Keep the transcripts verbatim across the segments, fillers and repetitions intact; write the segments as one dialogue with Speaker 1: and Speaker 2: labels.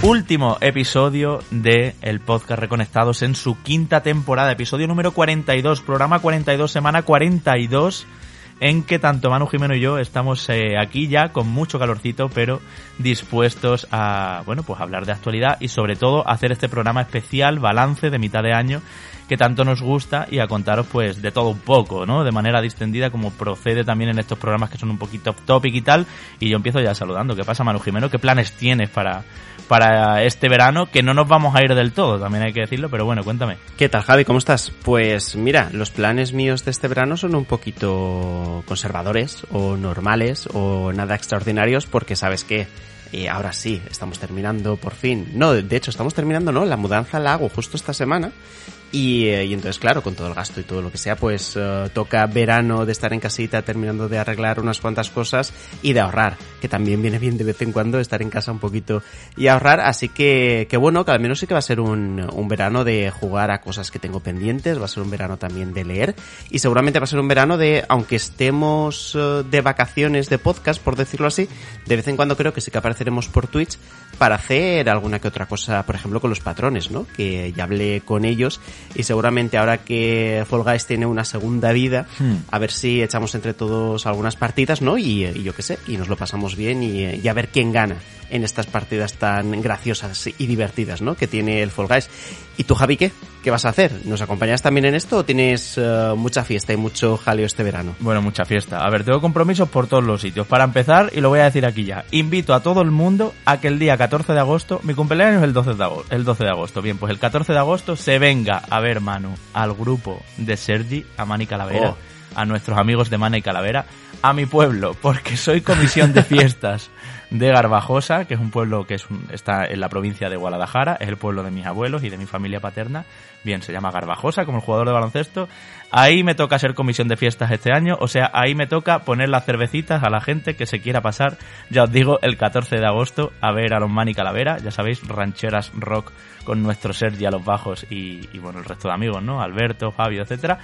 Speaker 1: último episodio de el podcast Reconectados en su quinta temporada, episodio número cuarenta y dos, programa cuarenta y dos, semana cuarenta y dos, en que tanto Manu Jimeno y yo estamos eh, aquí ya con mucho calorcito, pero dispuestos a, bueno, pues hablar de actualidad y sobre todo hacer este programa especial, balance de mitad de año, que tanto nos gusta, y a contaros pues de todo un poco, ¿no? De manera distendida, como procede también en estos programas que son un poquito off topic y tal. Y yo empiezo ya saludando. ¿Qué pasa, Manu Jimeno? ¿Qué planes tienes para, para este verano? Que no nos vamos a ir del todo, también hay que decirlo, pero bueno, cuéntame.
Speaker 2: ¿Qué tal, Javi? ¿Cómo estás? Pues mira, los planes míos de este verano son un poquito conservadores o normales o nada extraordinarios, porque sabes que eh, ahora sí, estamos terminando por fin. No, de hecho, estamos terminando, ¿no? La mudanza la hago justo esta semana. Y, eh, y entonces, claro, con todo el gasto y todo lo que sea, pues uh, toca verano de estar en casita terminando de arreglar unas cuantas cosas y de ahorrar, que también viene bien de vez en cuando estar en casa un poquito y ahorrar. Así que, que bueno, que al menos sí que va a ser un, un verano de jugar a cosas que tengo pendientes, va a ser un verano también de leer, y seguramente va a ser un verano de, aunque estemos uh, de vacaciones de podcast, por decirlo así, de vez en cuando creo que sí que apareceremos por Twitch para hacer alguna que otra cosa, por ejemplo con los patrones, ¿no? Que ya hablé con ellos. Y seguramente ahora que Fall Guys tiene una segunda vida, hmm. a ver si echamos entre todos algunas partidas, ¿no? Y, y yo qué sé, y nos lo pasamos bien y, y a ver quién gana en estas partidas tan graciosas y divertidas, ¿no? Que tiene el Fall Guys. ¿Y tú, Javi, qué? ¿Qué vas a hacer? ¿Nos acompañas también en esto o tienes uh, mucha fiesta y mucho jaleo este verano?
Speaker 1: Bueno, mucha fiesta. A ver, tengo compromisos por todos los sitios. Para empezar, y lo voy a decir aquí ya, invito a todo el mundo a que el día catorce de agosto, mi cumpleaños es el doce de agosto, el doce de agosto, bien, pues el catorce de agosto se venga a ver, Manu, al grupo de Sergi, a Mani Calavera, oh. a nuestros amigos de Mana y Calavera, a mi pueblo, porque soy comisión de fiestas de Garbajosa, que es un pueblo que es un, está en la provincia de Guadalajara, es el pueblo de mis abuelos y de mi familia paterna. Bien, se llama Garbajosa, como el jugador de baloncesto. Ahí me toca ser comisión de fiestas este año, o sea, ahí me toca poner las cervecitas a la gente que se quiera pasar, ya os digo, el catorce de agosto a ver a los Mani Calavera, ya sabéis, rancheras rock con nuestro Sergi a los bajos y, y bueno, el resto de amigos, ¿no? Alberto, Fabio, etcétera.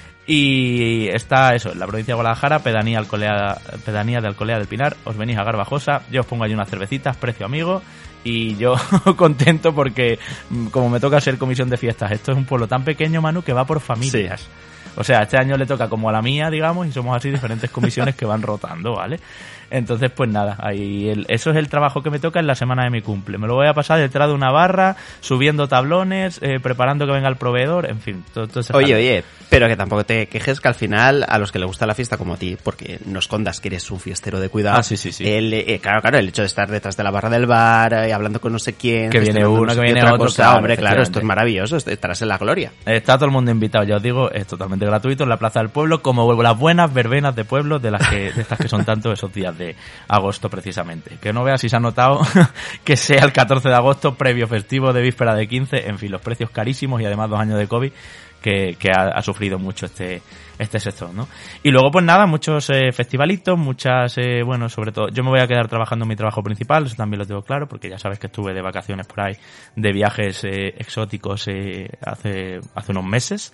Speaker 1: Y está eso, en la provincia de Guadalajara, pedanía, Alcolea, pedanía de Alcolea del Pinar. Os venís a Garbajosa, yo os pongo allí unas cervecitas, precio amigo, y yo contento porque como me toca ser comisión de fiestas, esto es un pueblo tan pequeño, Manu, que va por familias. Sí. O sea, este año le toca como a la mía, digamos, y somos así diferentes comisiones que van rotando, ¿vale? Entonces, pues nada, ahí el, eso es el trabajo que me toca en la semana de mi cumple. Me lo voy a pasar detrás de una barra, subiendo tablones, eh, preparando que venga el proveedor, en fin. Todo, todo ese
Speaker 2: oye,
Speaker 1: jardín.
Speaker 2: oye, pero que tampoco te quejes, que al final a los que le gusta la fiesta como a ti, porque no escondas que eres un fiestero de cuidado.
Speaker 1: Ah, sí, sí, sí.
Speaker 2: El, eh, claro, claro, el hecho de estar detrás de la barra del bar, eh, hablando con no sé quién.
Speaker 1: Que viene uno, no sé que viene otro.
Speaker 2: Cosa,
Speaker 1: claro,
Speaker 2: hombre, claro, esto es maravilloso, estarás en la gloria.
Speaker 1: Está todo el mundo invitado, ya os digo, es totalmente gratuito en la Plaza del Pueblo, como las buenas verbenas de pueblo, de las que, de estas que son tanto esos días de agosto precisamente. Que no veas si se ha notado que sea el catorce de agosto, previo festivo de víspera de quince, en fin, los precios carísimos y además dos años de COVID que, que ha, ha sufrido mucho este este sector, ¿no? Y luego pues nada, muchos eh, festivalitos, muchas, eh, bueno, sobre todo, yo me voy a quedar trabajando en mi trabajo principal, eso también lo tengo claro, porque ya sabes que estuve de vacaciones por ahí, de viajes eh, exóticos eh, hace hace unos meses.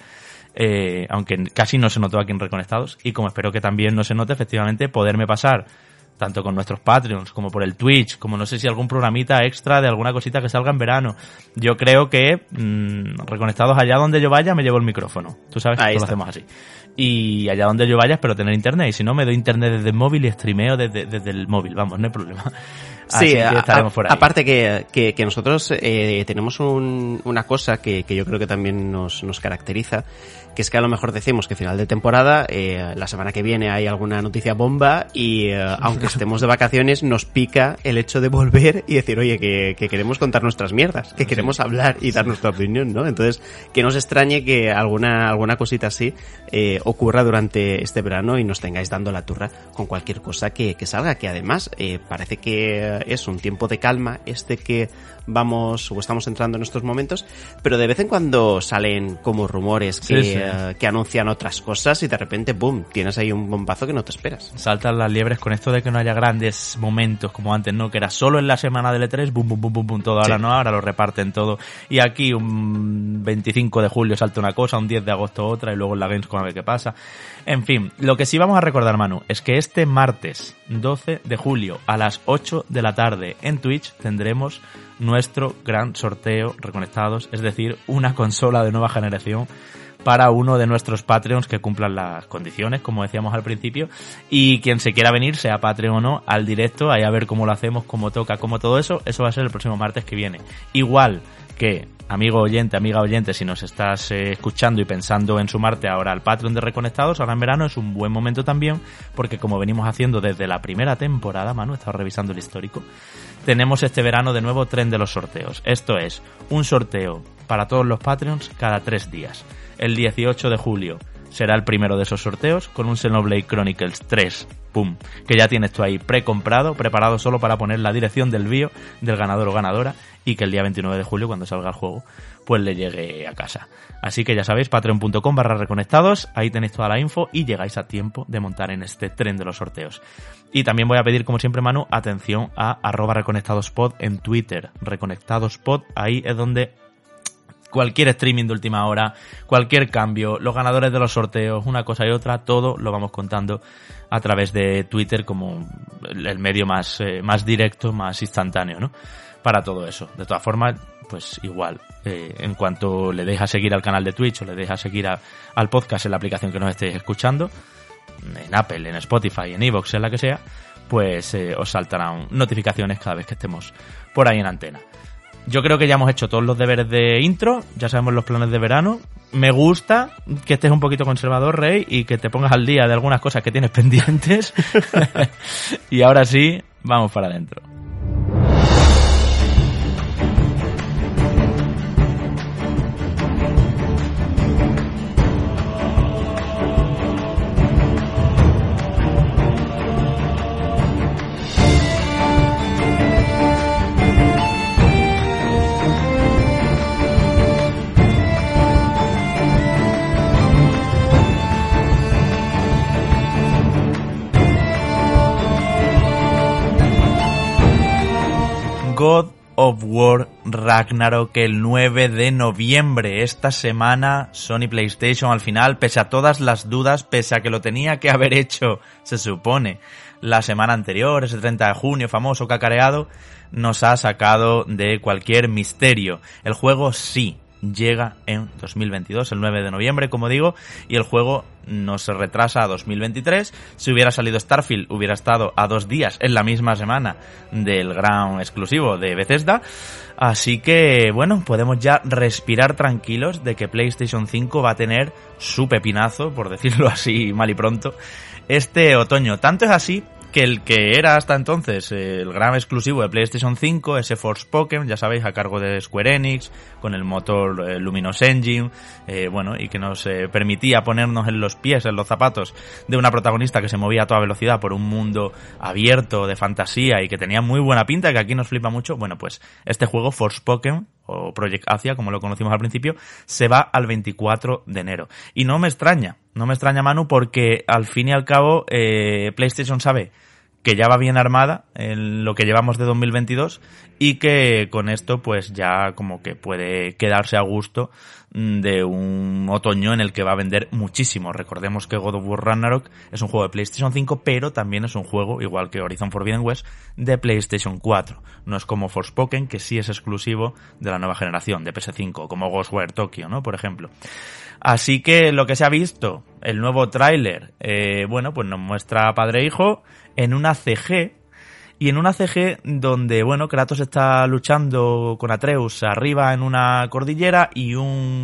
Speaker 1: Eh, aunque casi no se notó aquí en Reconectados, y como espero que también no se note, efectivamente, poderme pasar tanto con nuestros Patreons, como por el Twitch, como no sé si algún programita extra de alguna cosita que salga en verano. Yo creo que mmm, Reconectados, allá donde yo vaya, me llevo el micrófono. Tú sabes que lo hacemos así. Y allá donde yo vaya espero tener internet, y si no, me doy internet desde el móvil y streameo desde, desde el móvil, vamos, no hay problema. Así
Speaker 2: sí,
Speaker 1: que estaremos
Speaker 2: a,
Speaker 1: por ahí.
Speaker 2: Aparte que, que, que nosotros eh, tenemos un, una cosa que, que yo creo que también nos, nos caracteriza, que es que a lo mejor decimos que final de temporada, eh, la semana que viene hay alguna noticia bomba y eh, aunque estemos de vacaciones nos pica el hecho de volver y decir, oye, que, que queremos contar nuestras mierdas, que queremos hablar y dar nuestra opinión, ¿no? Entonces, que nos extrañe que alguna, alguna cosita así eh, ocurra durante este verano y nos tengáis dando la turra con cualquier cosa que, que salga, que además eh, parece que es un tiempo de calma este que vamos o estamos entrando en estos momentos, pero de vez en cuando salen como rumores que,
Speaker 1: sí, sí.
Speaker 2: Uh, que anuncian otras cosas y de repente, boom, tienes ahí un bombazo que no te esperas.
Speaker 1: Saltan las liebres con esto de que no haya grandes momentos como antes, ¿no? Que era solo en la semana del E tres, boom, boom, boom, boom, boom, todo. Ahora sí. No, ahora lo reparten todo. Y aquí un veinticinco de julio salta una cosa, un diez de agosto otra, y luego en la Gamescom a ver qué pasa. En fin, lo que sí vamos a recordar, Manu, es que este martes doce de julio a las ocho de la tarde en Twitch tendremos nuestro gran sorteo Reconectados, es decir, una consola de nueva generación para uno de nuestros Patreons que cumplan las condiciones, como decíamos al principio, y quien se quiera venir, sea Patreon o no, al directo, ahí a ver cómo lo hacemos, cómo toca, cómo todo eso, eso va a ser el próximo martes que viene. Igual que, amigo oyente, amiga oyente, si nos estás eh, escuchando y pensando en sumarte ahora al Patreon de Reconectados, ahora en verano es un buen momento también, porque como venimos haciendo desde la primera temporada, Manu, he estado revisando el histórico, tenemos este verano de nuevo tren de los sorteos. Esto es, un sorteo para todos los Patreons cada tres días. El dieciocho de julio será el primero de esos sorteos con un Xenoblade Chronicles tres, pum, que ya tienes tú ahí precomprado, preparado solo para poner la dirección del bio del ganador o ganadora y que el día veintinueve de julio, cuando salga el juego, pues le llegue a casa. Así que ya sabéis, patreon.com barra reconectados, ahí tenéis toda la info y llegáis a tiempo de montar en este tren de los sorteos. Y también voy a pedir, como siempre, Manu, atención a arroba reconectadospod en Twitter, reconectadospod, ahí es donde cualquier streaming de última hora, cualquier cambio, los ganadores de los sorteos, una cosa y otra, todo lo vamos contando a través de Twitter como el medio más, eh, más directo, más instantáneo, ¿no? Para todo eso. De todas formas, pues igual, eh, en cuanto le deis a seguir al canal de Twitch o le deis a seguir a, al podcast en la aplicación que nos estéis escuchando, en Apple, en Spotify, en iVoox, en la que sea, pues eh, os saltarán notificaciones cada vez que estemos por ahí en antena. Yo creo que ya hemos hecho todos los deberes de intro, ya sabemos los planes de verano. Me gusta que estés un poquito conservador, Rey, y que te pongas al día de algunas cosas que tienes pendientes. Y ahora sí, vamos para adentro. God of War Ragnarok el nueve de noviembre. Esta semana Sony PlayStation al final, pese a todas las dudas, pese a que lo tenía que haber hecho, se supone, la semana anterior, ese treinta de junio famoso cacareado, nos ha sacado de cualquier misterio. El juego sí llega en dos mil veintidós, el nueve de noviembre, como digo, y el juego no se retrasa a dos mil veintitrés. Si hubiera salido Starfield, hubiera estado a dos días en la misma semana del gran exclusivo de Bethesda. Así que, bueno, podemos ya respirar tranquilos de que PlayStation cinco va a tener su pepinazo, por decirlo así mal y pronto, este otoño. Tanto es así que el que era hasta entonces eh, el gran exclusivo de PlayStation cinco, ese Forspoken, ya sabéis, a cargo de Square Enix, con el motor eh, Luminous Engine, eh, bueno, y que nos eh, permitía ponernos en los pies, en los zapatos de una protagonista que se movía a toda velocidad por un mundo abierto de fantasía y que tenía muy buena pinta, que aquí nos flipa mucho. Bueno, pues este juego, Forspoken, o Project Athia, como lo conocimos al principio, se va al veinticuatro de enero. Y no me extraña, no me extraña, Manu, porque al fin y al cabo eh, PlayStation sabe que ya va bien armada en lo que llevamos de dos mil veintidós y que con esto pues ya como que puede quedarse a gusto de un otoño en el que va a vender muchísimo. Recordemos que God of War Ragnarok es un juego de PlayStation cinco, pero también es un juego, igual que Horizon Forbidden West, de PlayStation cuatro. No es como Forspoken, que sí es exclusivo de la nueva generación, de P S cinco, como Ghostwire Tokyo, ¿no? Por ejemplo. Así que lo que se ha visto, el nuevo tráiler, eh, bueno, pues nos muestra a padre e hijo en una C G, y en una C G donde, bueno, Kratos está luchando con Atreus arriba en una cordillera y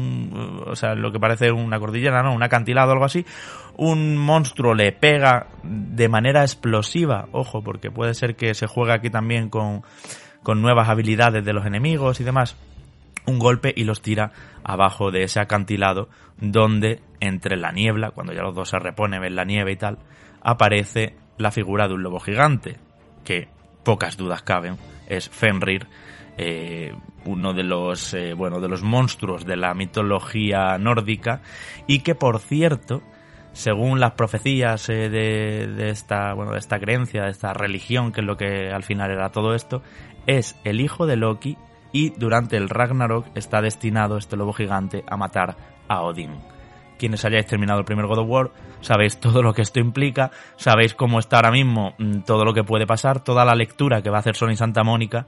Speaker 1: un, o sea, lo que parece una cordillera, ¿no? Un acantilado o algo así. Un monstruo le pega de manera explosiva, ojo, porque puede ser que se juegue aquí también con, con nuevas habilidades de los enemigos y demás. Un golpe y los tira abajo de ese acantilado donde, entre la niebla, cuando ya los dos se reponen, ven la nieve y tal, aparece la figura de un lobo gigante, que pocas dudas caben, es Fenrir, eh, uno de los eh, bueno de los monstruos de la mitología nórdica, y que, por cierto, según las profecías eh, de, de esta bueno de esta creencia, de esta religión, que es lo que al final era todo esto, es el hijo de Loki, y durante el Ragnarok está destinado este lobo gigante a matar a Odín, quienes hayáis terminado el primer God of War, sabéis todo lo que esto implica, sabéis cómo está ahora mismo todo lo que puede pasar, toda la lectura que va a hacer Sony Santa Mónica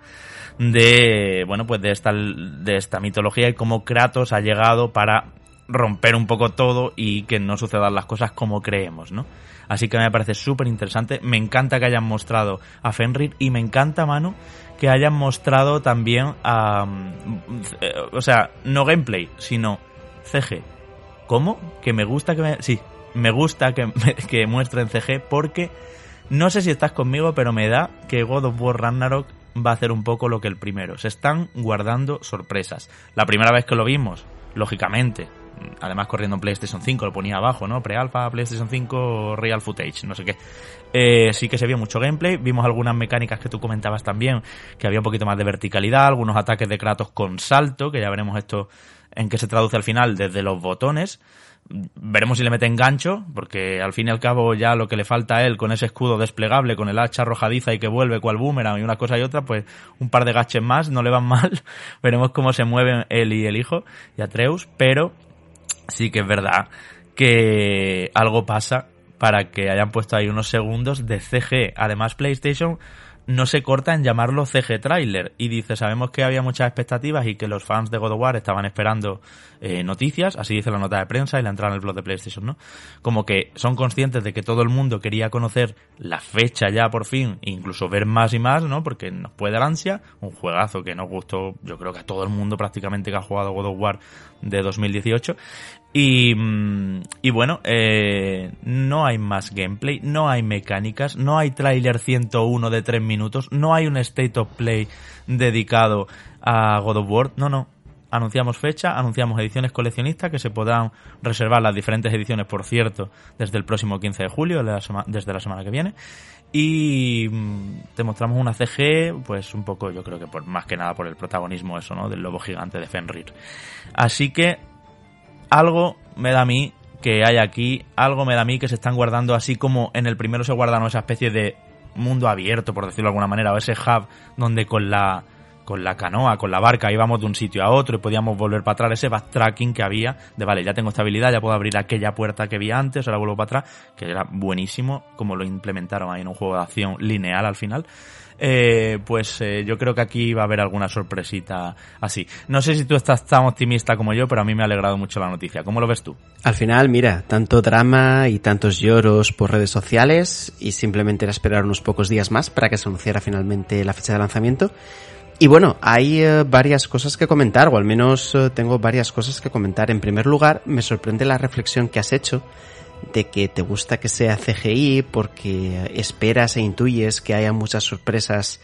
Speaker 1: de, bueno, pues de esta, de esta mitología y cómo Kratos ha llegado para romper un poco todo y que no sucedan las cosas como creemos, ¿no? Así que me parece súper interesante. Me encanta que hayan mostrado a Fenrir y me encanta, Manu, que hayan mostrado también a... Eh, o sea, no gameplay, sino C G. ¿Cómo? Que me gusta que me... Sí, me gusta que, me, que muestren C G porque no sé si estás conmigo, pero me da que God of War Ragnarok va a hacer un poco lo que el primero. Se están guardando sorpresas. La primera vez que lo vimos, lógicamente... Además corriendo en PlayStation cinco, lo ponía abajo, ¿no? Pre-alpha, PlayStation cinco, Real Footage, no sé qué. Eh, sí que se vio mucho gameplay, vimos algunas mecánicas que tú comentabas también, que había un poquito más de verticalidad, algunos ataques de Kratos con salto, que ya veremos esto en qué se traduce al final desde los botones. Veremos si le meten gancho, porque al fin y al cabo ya lo que le falta a él con ese escudo desplegable, con el hacha arrojadiza y que vuelve cual boomerang y una cosa y otra, pues un par de gaches más, no le van mal. Veremos cómo se mueven él y el hijo, y Atreus, pero... sí que es verdad que algo pasa para que hayan puesto ahí unos segundos de C G. Además, PlayStation no se corta en llamarlo C G Trailer y dice, sabemos que había muchas expectativas y que los fans de God of War estaban esperando eh, noticias, así dice la nota de prensa y la entrada en el blog de PlayStation, ¿no? Como que son conscientes de que todo el mundo quería conocer la fecha ya por fin, e incluso ver más y más, ¿no? Porque nos puede dar ansia, un juegazo que nos gustó, yo creo que a todo el mundo prácticamente que ha jugado God of War de dos mil dieciocho. Y, y bueno, eh, no hay más gameplay, no hay mecánicas, no hay tráiler ciento uno de tres minutos, no hay un State of Play dedicado a God of War, no, no. Anunciamos fecha, anunciamos ediciones coleccionistas que se podrán reservar las diferentes ediciones, por cierto, desde el próximo quince de julio, desde la semana que viene. Y te mostramos una C G, pues un poco, yo creo que por más que nada por el protagonismo eso, ¿no? Del lobo gigante de Fenrir. Así que algo me da a mí que hay aquí, algo me da a mí que se están guardando, así como en el primero se guardan esa especie de mundo abierto, por decirlo de alguna manera, o ese hub donde con la con la canoa, con la barca íbamos de un sitio a otro y podíamos volver para atrás, ese backtracking que había de vale, ya tengo estabilidad, ya puedo abrir aquella puerta que vi antes, ahora vuelvo para atrás, que era buenísimo como lo implementaron ahí en un juego de acción lineal al final. Eh, pues eh, yo creo que aquí va a haber alguna sorpresita así. No sé si tú estás tan optimista como yo, pero a mí me ha alegrado mucho la noticia. ¿Cómo lo ves tú?
Speaker 2: Al final, mira, tanto drama y tantos lloros por redes sociales y simplemente era esperar unos pocos días más para que se anunciara finalmente la fecha de lanzamiento. Y bueno, hay eh, varias cosas que comentar, o al menos eh, tengo varias cosas que comentar. En primer lugar, me sorprende la reflexión que has hecho de que te gusta que sea C G I porque esperas e intuyes que haya muchas sorpresas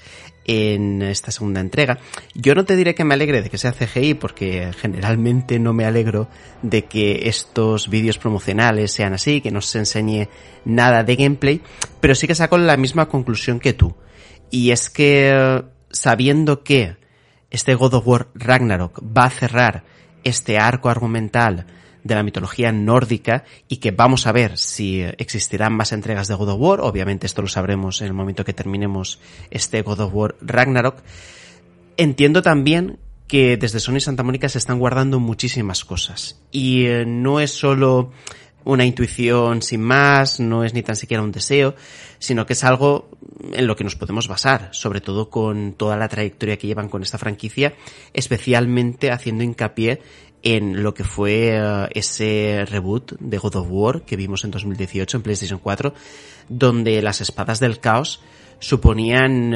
Speaker 2: en esta segunda entrega. Yo no te diré que me alegre de que sea C G I porque generalmente no me alegro de que estos vídeos promocionales sean así, que no se enseñe nada de gameplay, pero sí que saco la misma conclusión que tú. Y es que sabiendo que este God of War Ragnarok va a cerrar este arco argumental de la mitología nórdica y que vamos a ver si existirán más entregas de God of War, obviamente esto lo sabremos en el momento que terminemos este God of War Ragnarok, entiendo también que desde Sony Santa Mónica se están guardando muchísimas cosas y eh, no es solo una intuición sin más, no es ni tan siquiera un deseo, sino que es algo en lo que nos podemos basar, sobre todo con toda la trayectoria que llevan con esta franquicia, especialmente haciendo hincapié en lo que fue uh, ese reboot de God of War que vimos en dos mil dieciocho en PlayStation cuatro, donde las espadas del caos suponían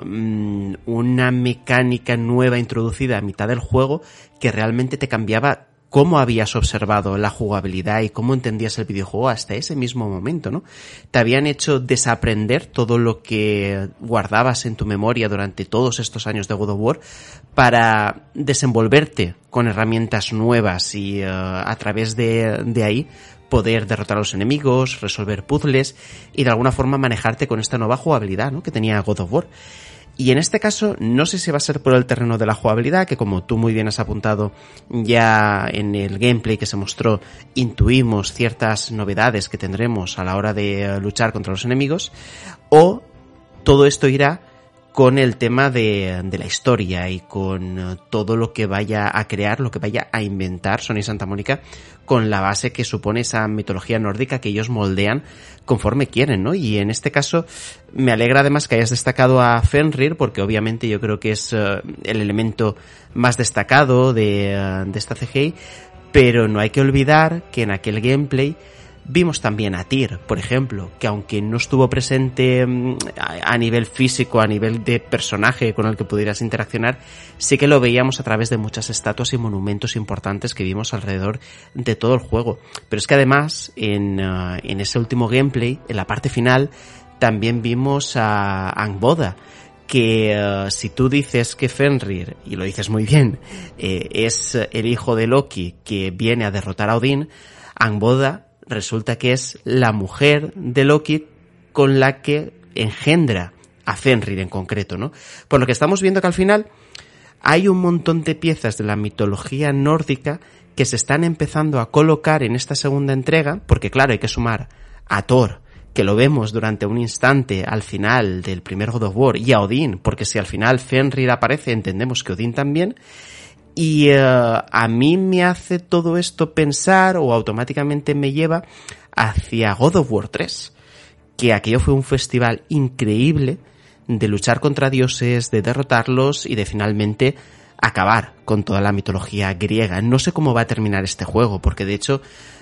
Speaker 2: uh, una mecánica nueva introducida a mitad del juego que realmente te cambiaba cómo habías observado la jugabilidad y cómo entendías el videojuego hasta ese mismo momento, ¿no? Te habían hecho desaprender todo lo que guardabas en tu memoria durante todos estos años de God of War para desenvolverte con herramientas nuevas y uh, a través de, de ahí poder derrotar a los enemigos, resolver puzzles y de alguna forma manejarte con esta nueva jugabilidad, ¿no? Que tenía God of War. Y en este caso, no sé si va a ser por el terreno de la jugabilidad, que como tú muy bien has apuntado, ya en el gameplay que se mostró, intuimos ciertas novedades que tendremos a la hora de luchar contra los enemigos, o todo esto irá con el tema de, de la historia y con todo lo que vaya a crear, lo que vaya a inventar Sony Santa Mónica, con la base que supone esa mitología nórdica que ellos moldean conforme quieren, ¿no? Y en este caso me alegra además que hayas destacado a Fenrir, porque obviamente yo creo que es uh, el elemento más destacado de, uh, de esta C G I, pero no hay que olvidar que en aquel gameplay vimos también a Tyr, por ejemplo, que aunque no estuvo presente a nivel físico, a nivel de personaje con el que pudieras interaccionar, sí que lo veíamos a través de muchas estatuas y monumentos importantes que vimos alrededor de todo el juego. Pero es que además, en, uh, en ese último gameplay, en la parte final, también vimos a Angbodda, que uh, si tú dices que Fenrir, y lo dices muy bien, eh, es el hijo de Loki que viene a derrotar a Odín, Angbodda resulta que es la mujer de Loki con la que engendra a Fenrir en concreto, ¿no? Por lo que estamos viendo que al final hay un montón de piezas de la mitología nórdica que se están empezando a colocar en esta segunda entrega, porque claro, hay que sumar a Thor, que lo vemos durante un instante al final del primer God of War, y a Odín, porque si al final Fenrir aparece, entendemos que Odín también. Y uh, a mí me hace todo esto pensar, o automáticamente me lleva hacia God of War tres, que aquello fue un festival increíble de luchar contra dioses, de derrotarlos y de finalmente acabar con toda la mitología griega. No sé cómo va a terminar este juego, porque de hecho,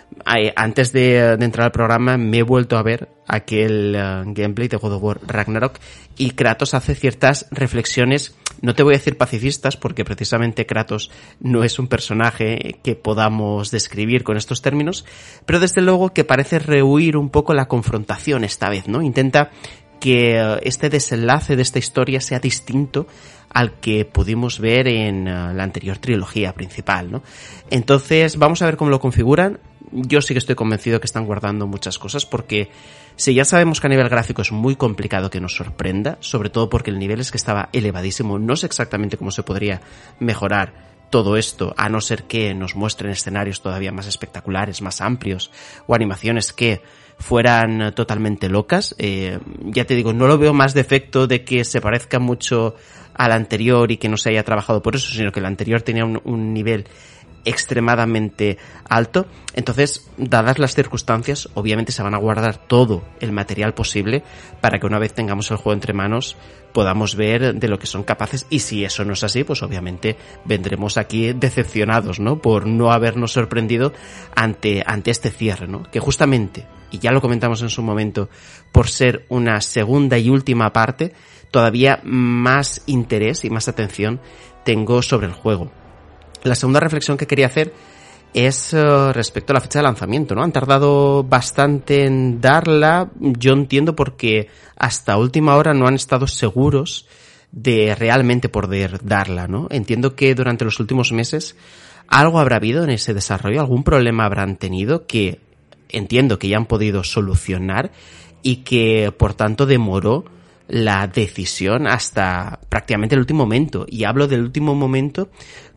Speaker 2: antes de, de entrar al programa me he vuelto a ver aquel uh, gameplay de God of War Ragnarok, y Kratos hace ciertas reflexiones, no te voy a decir pacifistas, porque precisamente Kratos no es un personaje que podamos describir con estos términos, pero desde luego que parece rehuir un poco la confrontación esta vez, ¿no? Intenta que uh, este desenlace de esta historia sea distinto al que pudimos ver en uh, la anterior trilogía principal, ¿no? Entonces, vamos a ver cómo lo configuran. Yo sí que estoy convencido que están guardando muchas cosas, porque si ya sabemos que a nivel gráfico es muy complicado que nos sorprenda, sobre todo porque el nivel es que estaba elevadísimo, no sé exactamente cómo se podría mejorar todo esto, a no ser que nos muestren escenarios todavía más espectaculares, más amplios, o animaciones que fueran totalmente locas. Eh, ya te digo, no lo veo más defecto de que se parezca mucho al anterior y que no se haya trabajado por eso, sino que el anterior tenía un, un nivel extremadamente alto. Entonces, dadas las circunstancias, obviamente se van a guardar todo el material posible para que una vez tengamos el juego entre manos podamos ver de lo que son capaces, y si eso no es así, pues obviamente vendremos aquí decepcionados, ¿no? Por no habernos sorprendido ante, ante este cierre, ¿no? Que justamente, y ya lo comentamos en su momento, por ser una segunda y última parte, todavía más interés y más atención tengo sobre el juego. La segunda reflexión que quería hacer es uh, respecto a la fecha de lanzamiento, ¿no? Han tardado bastante en darla, yo entiendo porque hasta última hora no han estado seguros de realmente poder darla, ¿no? Entiendo que durante los últimos meses algo habrá habido en ese desarrollo, algún problema habrán tenido que entiendo que ya han podido solucionar y que por tanto demoró la decisión hasta prácticamente el último momento. Y hablo del último momento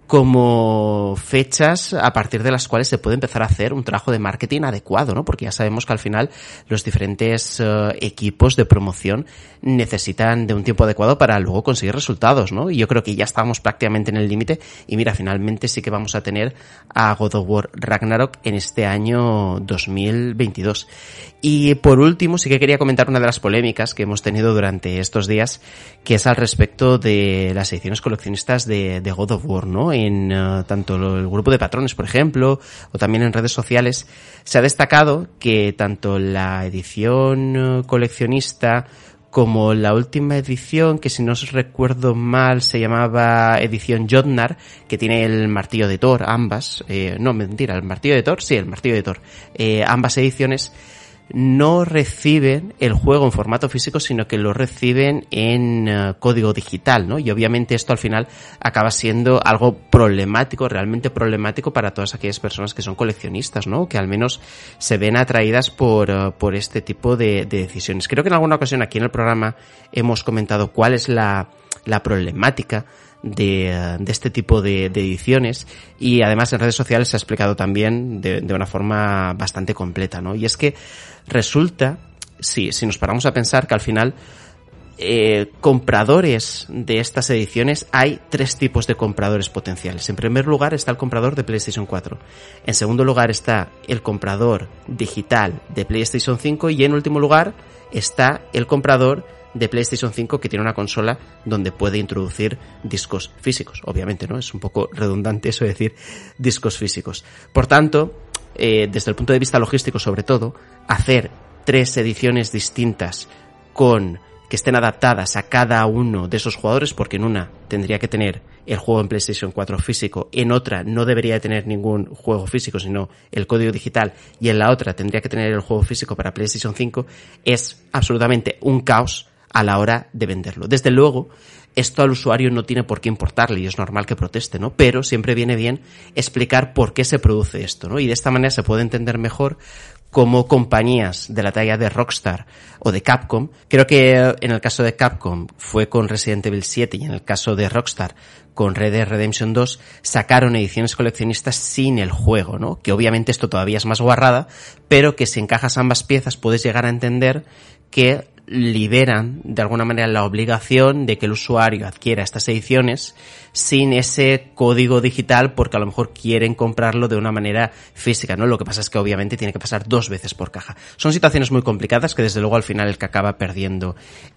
Speaker 2: como fechas a partir de las cuales se puede empezar a hacer un trabajo de marketing adecuado, ¿no? Porque ya sabemos que al final los diferentes uh, equipos de promoción necesitan de un tiempo adecuado para luego conseguir resultados, ¿no? Y yo creo que ya estamos prácticamente en el límite, y mira, finalmente sí que vamos a tener a God of War Ragnarok en este año dos mil veintidós. Y por último, sí que quería comentar una de las polémicas que hemos tenido durante estos días, que es al respecto de las ediciones coleccionistas de, de God of War, ¿no? En uh, tanto el grupo de patrones, por ejemplo, o también en redes sociales, se ha destacado que tanto la edición uh, coleccionista como la última edición, que si no os recuerdo mal se llamaba edición Jotnar, que tiene el martillo de Thor, ambas, eh, no, mentira, el martillo de Thor, sí, el martillo de Thor, eh, ambas ediciones no reciben el juego en formato físico, sino que lo reciben en uh, código digital, ¿no? Y obviamente esto al final acaba siendo algo problemático, realmente problemático para todas aquellas personas que son coleccionistas, ¿no? Que al menos se ven atraídas por, uh, por este tipo de, de decisiones. Creo que en alguna ocasión aquí en el programa hemos comentado cuál es la, la problemática de, de este tipo de, de ediciones, y además en redes sociales se ha explicado también de, de una forma bastante completa, ¿no? Y es que resulta, sí, si nos paramos a pensar que al final eh, compradores de estas ediciones, hay tres tipos de compradores potenciales. En primer lugar está el comprador de PlayStation cuatro. En segundo lugar está el comprador digital de PlayStation cinco. Y en último lugar está el comprador de PlayStation cinco que tiene una consola donde puede introducir discos físicos. Obviamente, ¿no? Es un poco redundante eso de decir discos físicos. Por tanto, eh, desde el punto de vista logístico sobre todo, hacer tres ediciones distintas con que estén adaptadas a cada uno de esos jugadores, porque en una tendría que tener el juego en PlayStation cuatro físico, en otra no debería de tener ningún juego físico, sino el código digital, y en la otra tendría que tener el juego físico para PlayStation cinco, es absolutamente un caos a la hora de venderlo. Desde luego, esto al usuario no tiene por qué importarle y es normal que proteste, ¿no? Pero siempre viene bien explicar por qué se produce esto, ¿no? Y de esta manera se puede entender mejor cómo compañías de la talla de Rockstar o de Capcom, creo que en el caso de Capcom fue con Resident Evil siete y en el caso de Rockstar con Red Dead Redemption dos, sacaron ediciones coleccionistas sin el juego, ¿no? Que obviamente esto todavía es más guarrada, pero que si encajas ambas piezas puedes llegar a entender que liberan de alguna manera la obligación de que el usuario adquiera estas ediciones sin ese código digital porque a lo mejor quieren comprarlo de una manera física, ¿no? Lo que pasa es que obviamente tiene que pasar dos veces por caja. Son situaciones muy complicadas que desde luego al final el que acaba perdiendo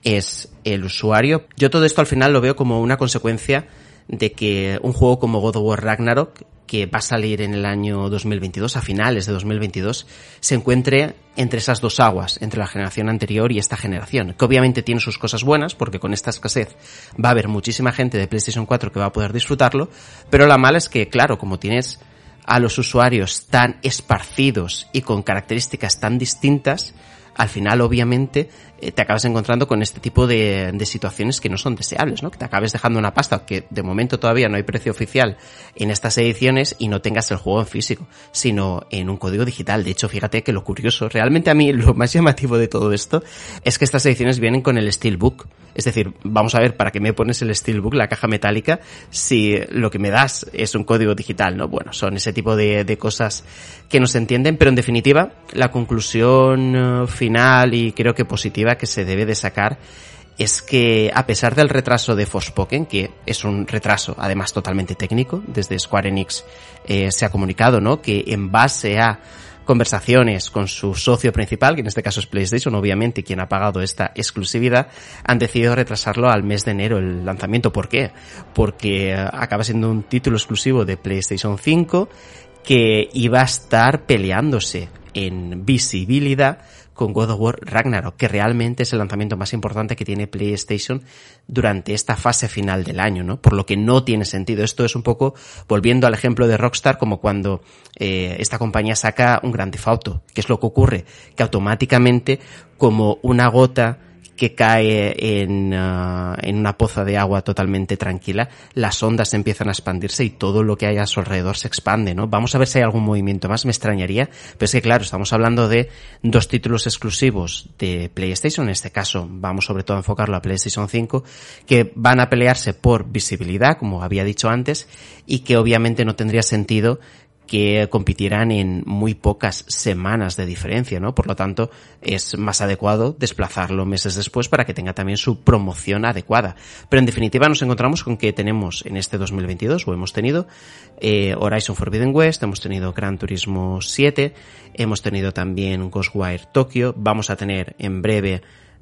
Speaker 2: es el usuario. Yo todo esto al final lo veo como una consecuencia de que un juego como God of War Ragnarok, que va a salir en el año dos mil veintidós, a finales de dos mil veintidós, se encuentre entre esas dos aguas, entre la generación anterior y esta generación, que obviamente tiene sus cosas buenas, porque con esta escasez va a haber muchísima gente de PlayStation cuatro que va a poder disfrutarlo, pero la mala es que, claro, como tienes a los usuarios tan esparcidos y con características tan distintas, al final obviamente eh, te acabas encontrando con este tipo de, de situaciones que no son deseables, ¿no? Que te acabes dejando una pasta que de momento todavía no hay precio oficial en estas ediciones y no tengas el juego en físico, sino en un código digital. De hecho, fíjate que lo curioso, realmente a mí lo más llamativo de todo esto es que estas ediciones vienen con el Steelbook. Es decir, vamos a ver, ¿para qué me pones el Steelbook, la caja metálica, si lo que me das es un código digital, ¿no? Bueno, son ese tipo de, de cosas que no se entienden, pero en definitiva, la conclusión uh, final y creo que positiva que se debe de sacar es que a pesar del retraso de Forspoken, que es un retraso además totalmente técnico, desde Square Enix eh, se ha comunicado, ¿no? Que en base a conversaciones con su socio principal, que en este caso es PlayStation, obviamente quien ha pagado esta exclusividad, han decidido retrasarlo al mes de enero el lanzamiento. ¿Por qué? Porque acaba siendo un título exclusivo de PlayStation cinco que iba a estar peleándose en visibilidad con God of War Ragnarok, que realmente es el lanzamiento más importante que tiene PlayStation durante esta fase final del año, ¿no? Por lo que no tiene sentido. Esto es un poco volviendo al ejemplo de Rockstar, como cuando eh, esta compañía saca un Grand Theft Auto. ¿Qué es lo que ocurre? Que automáticamente, como una gota que cae en, uh, en una poza de agua totalmente tranquila, las ondas empiezan a expandirse y todo lo que hay a su alrededor se expande, ¿no? Vamos a ver si hay algún movimiento más, me extrañaría, pero es que claro, estamos hablando de dos títulos exclusivos de PlayStation, en este caso vamos sobre todo a enfocarlo a PlayStation cinco, que van a pelearse por visibilidad, como había dicho antes, y que obviamente no tendría sentido que compitieran en muy pocas semanas de diferencia, ¿no? Por lo tanto, es más adecuado desplazarlo meses después para que tenga también su promoción adecuada. Pero en definitiva nos encontramos con que tenemos en este dos mil veintidós, o hemos tenido eh, Horizon Forbidden West, hemos tenido Gran Turismo siete, hemos tenido también Ghostwire Tokyo, vamos a tener en breve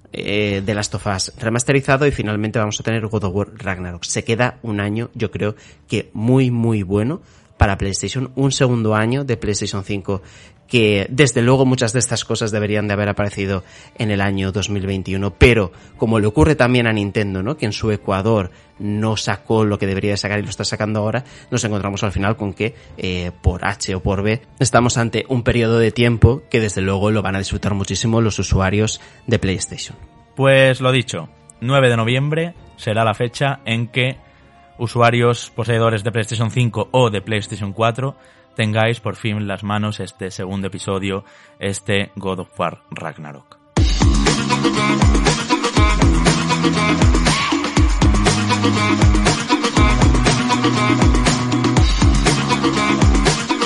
Speaker 2: eh, The Last of Us remasterizado y finalmente vamos a tener God of War Ragnarok. Se queda un año, yo creo que muy muy bueno para PlayStation, un segundo año de PlayStation cinco que desde luego muchas de estas cosas deberían de haber aparecido en el año dos mil veintiuno, pero como le ocurre también a Nintendo, ¿no? Que en su Ecuador no sacó lo que debería de sacar y lo está sacando ahora, nos encontramos al final con que eh, por H o por B estamos ante un periodo de tiempo que desde luego lo van a disfrutar muchísimo los usuarios de PlayStation.
Speaker 1: Pues lo dicho, nueve de noviembre será la fecha en que usuarios poseedores de PlayStation cinco o de PlayStation cuatro tengáis por fin en las manos este segundo episodio, este God of War Ragnarok.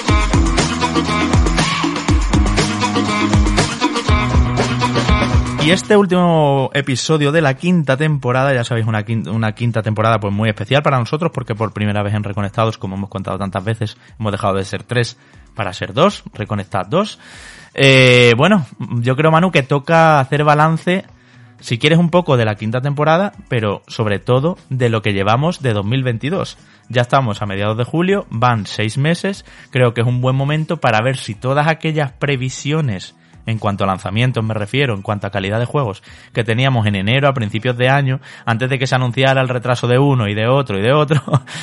Speaker 1: Y este último episodio de la quinta temporada, ya sabéis, una quinta, una quinta temporada pues muy especial para nosotros, porque por primera vez en Reconectados, como hemos contado tantas veces, hemos dejado de ser tres para ser dos, Reconectad dos. Eh, bueno, yo creo, Manu, que toca hacer balance, si quieres, un poco de la quinta temporada, pero sobre todo de lo que llevamos de dos mil veintidós. Ya estamos a mediados de julio, van seis meses, creo que es un buen momento para ver si todas aquellas previsiones, en cuanto a lanzamientos me refiero, en cuanto a calidad de juegos, que teníamos en enero a principios de año, antes de que se anunciara el retraso de uno y de otro y de otro,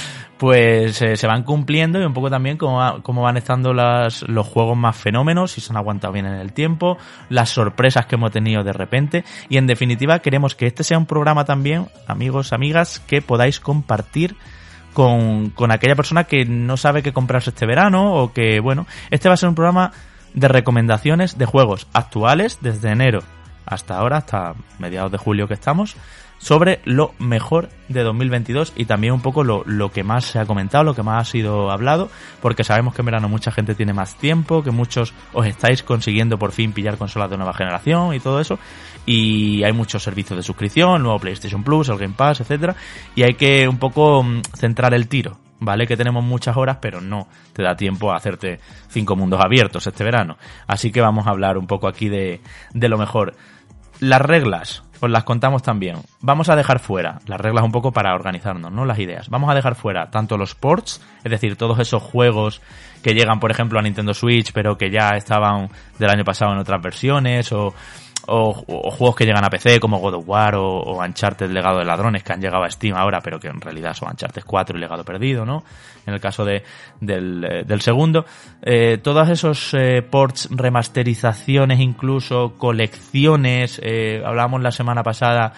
Speaker 1: pues eh, se van cumpliendo, y un poco también cómo, va, cómo van estando las, los juegos más fenómenos, si se han aguantado bien en el tiempo, las sorpresas que hemos tenido de repente, y en definitiva queremos que este sea un programa también, amigos, amigas, que podáis compartir con, con aquella persona que no sabe qué comprarse este verano, o que, bueno, este va a ser un programa de recomendaciones de juegos actuales desde enero hasta ahora, hasta mediados de julio que estamos, sobre lo mejor de dos mil veintidós y también un poco lo, lo que más se ha comentado, lo que más ha sido hablado, porque sabemos que en verano mucha gente tiene más tiempo, que muchos os estáis consiguiendo por fin pillar consolas de nueva generación y todo eso, y hay muchos servicios de suscripción, el nuevo PlayStation Plus, el Game Pass, etcétera, y hay que un poco centrar el tiro. Vale que tenemos muchas horas, pero no te da tiempo a hacerte cinco mundos abiertos este verano. Así que vamos a hablar un poco aquí de, de lo mejor. Las reglas, os las contamos también. Vamos a dejar fuera las reglas un poco para organizarnos, ¿no? Las ideas. Vamos a dejar fuera tanto los ports, es decir, todos esos juegos que llegan, por ejemplo, a Nintendo Switch, pero que ya estaban del año pasado en otras versiones, o... O, o juegos que llegan a P C como God of War o, o Uncharted Legado de Ladrones, que han llegado a Steam ahora, pero que en realidad son Uncharted cuatro y Legado Perdido, ¿no? En el caso de del, eh, del segundo. Eh, todos esos eh, ports, remasterizaciones, incluso colecciones. Eh, hablábamos la semana pasada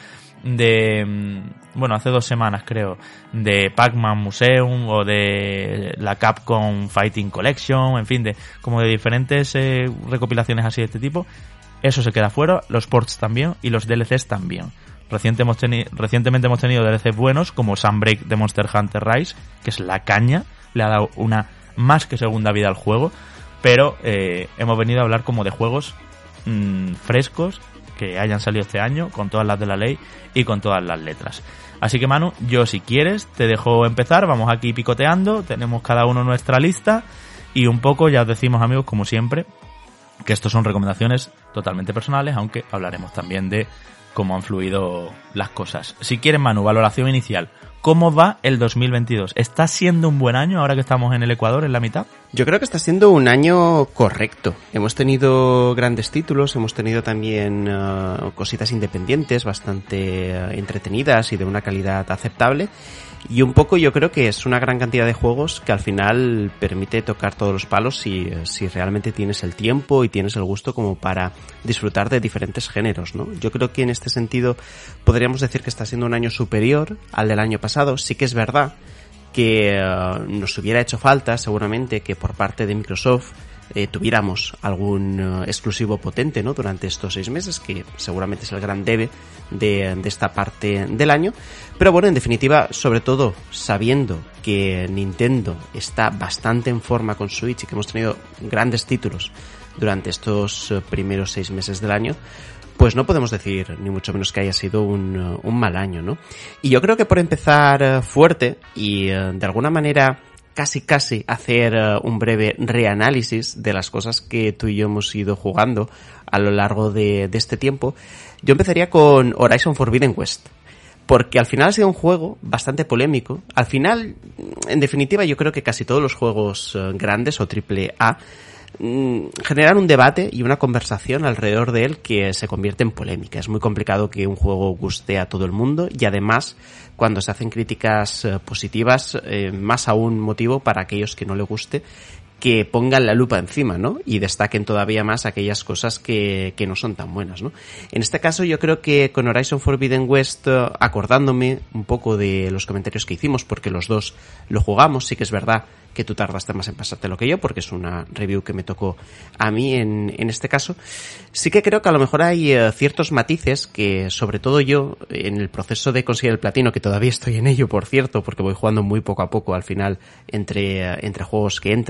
Speaker 1: de, bueno, hace dos semanas creo, de Pac-Man Museum o de la Capcom Fighting Collection, en fin, de como de diferentes eh, recopilaciones así de este tipo. Eso se queda fuera, los ports también y los D L Cs también. Reciente hemos teni- recientemente hemos tenido D L Cs buenos como Sunbreak de Monster Hunter Rise, que es la caña, le ha dado una más que segunda vida al juego, pero eh, hemos venido a hablar como de juegos mmm, frescos que hayan salido este año, con todas las de la ley y con todas las letras. Así que, Manu, yo si quieres te dejo empezar, vamos aquí picoteando, tenemos cada uno nuestra lista y un poco, ya os decimos, amigos, como siempre, que estos son recomendaciones totalmente personales, aunque hablaremos también de cómo han fluido las cosas. Si quieres, Manu, valoración inicial. ¿Cómo va el dos mil veintidós? ¿Está siendo un buen año ahora que estamos en el Ecuador, en la mitad?
Speaker 2: Yo creo que está siendo un año correcto. Hemos tenido grandes títulos, hemos tenido también uh, cositas independientes bastante uh, entretenidas y de una calidad aceptable. Y un poco yo creo que es una gran cantidad de juegos que al final permite tocar todos los palos si, si realmente tienes el tiempo y tienes el gusto como para disfrutar de diferentes géneros, ¿no? Yo creo que en este sentido podríamos decir que está siendo un año superior al del año pasado. Sí que es verdad que uh, nos hubiera hecho falta seguramente que por parte de Microsoft eh, tuviéramos algún uh, exclusivo potente, ¿no? Durante estos seis meses, que seguramente es el gran debe de, de esta parte del año. Pero bueno, en definitiva, sobre todo sabiendo que Nintendo está bastante en forma con Switch y que hemos tenido grandes títulos durante estos uh, primeros seis meses del año, pues no podemos decir ni mucho menos que haya sido un, uh, un mal año, ¿no? Y yo creo que por empezar uh, fuerte y uh, de alguna manera casi casi hacer uh, un breve reanálisis de las cosas que tú y yo hemos ido jugando a lo largo de, de este tiempo, yo empezaría con Horizon Forbidden West. Porque al final ha sido un juego bastante polémico. Al final, en definitiva, yo creo que casi todos los juegos uh, grandes o triple A mmm, generan un debate y una conversación alrededor de él que se convierte en polémica. Es muy complicado que un juego guste a todo el mundo y además, cuando se hacen críticas uh, positivas, eh, más aún motivo para aquellos que no le guste que pongan la lupa encima, ¿no? Y destaquen todavía más aquellas cosas que, que no son tan buenas, ¿no? En este caso yo creo que con Horizon Forbidden West, acordándome un poco de los comentarios que hicimos, porque los dos lo jugamos, sí que es verdad que tú tardaste más en pasártelo que yo, porque es una review que me tocó a mí en, en este caso. Sí que creo que a lo mejor hay uh, ciertos matices que, sobre todo yo, en el proceso de conseguir el platino, que todavía estoy en ello, por cierto, porque voy jugando muy poco a poco al final entre, uh, entre juegos que entran y otros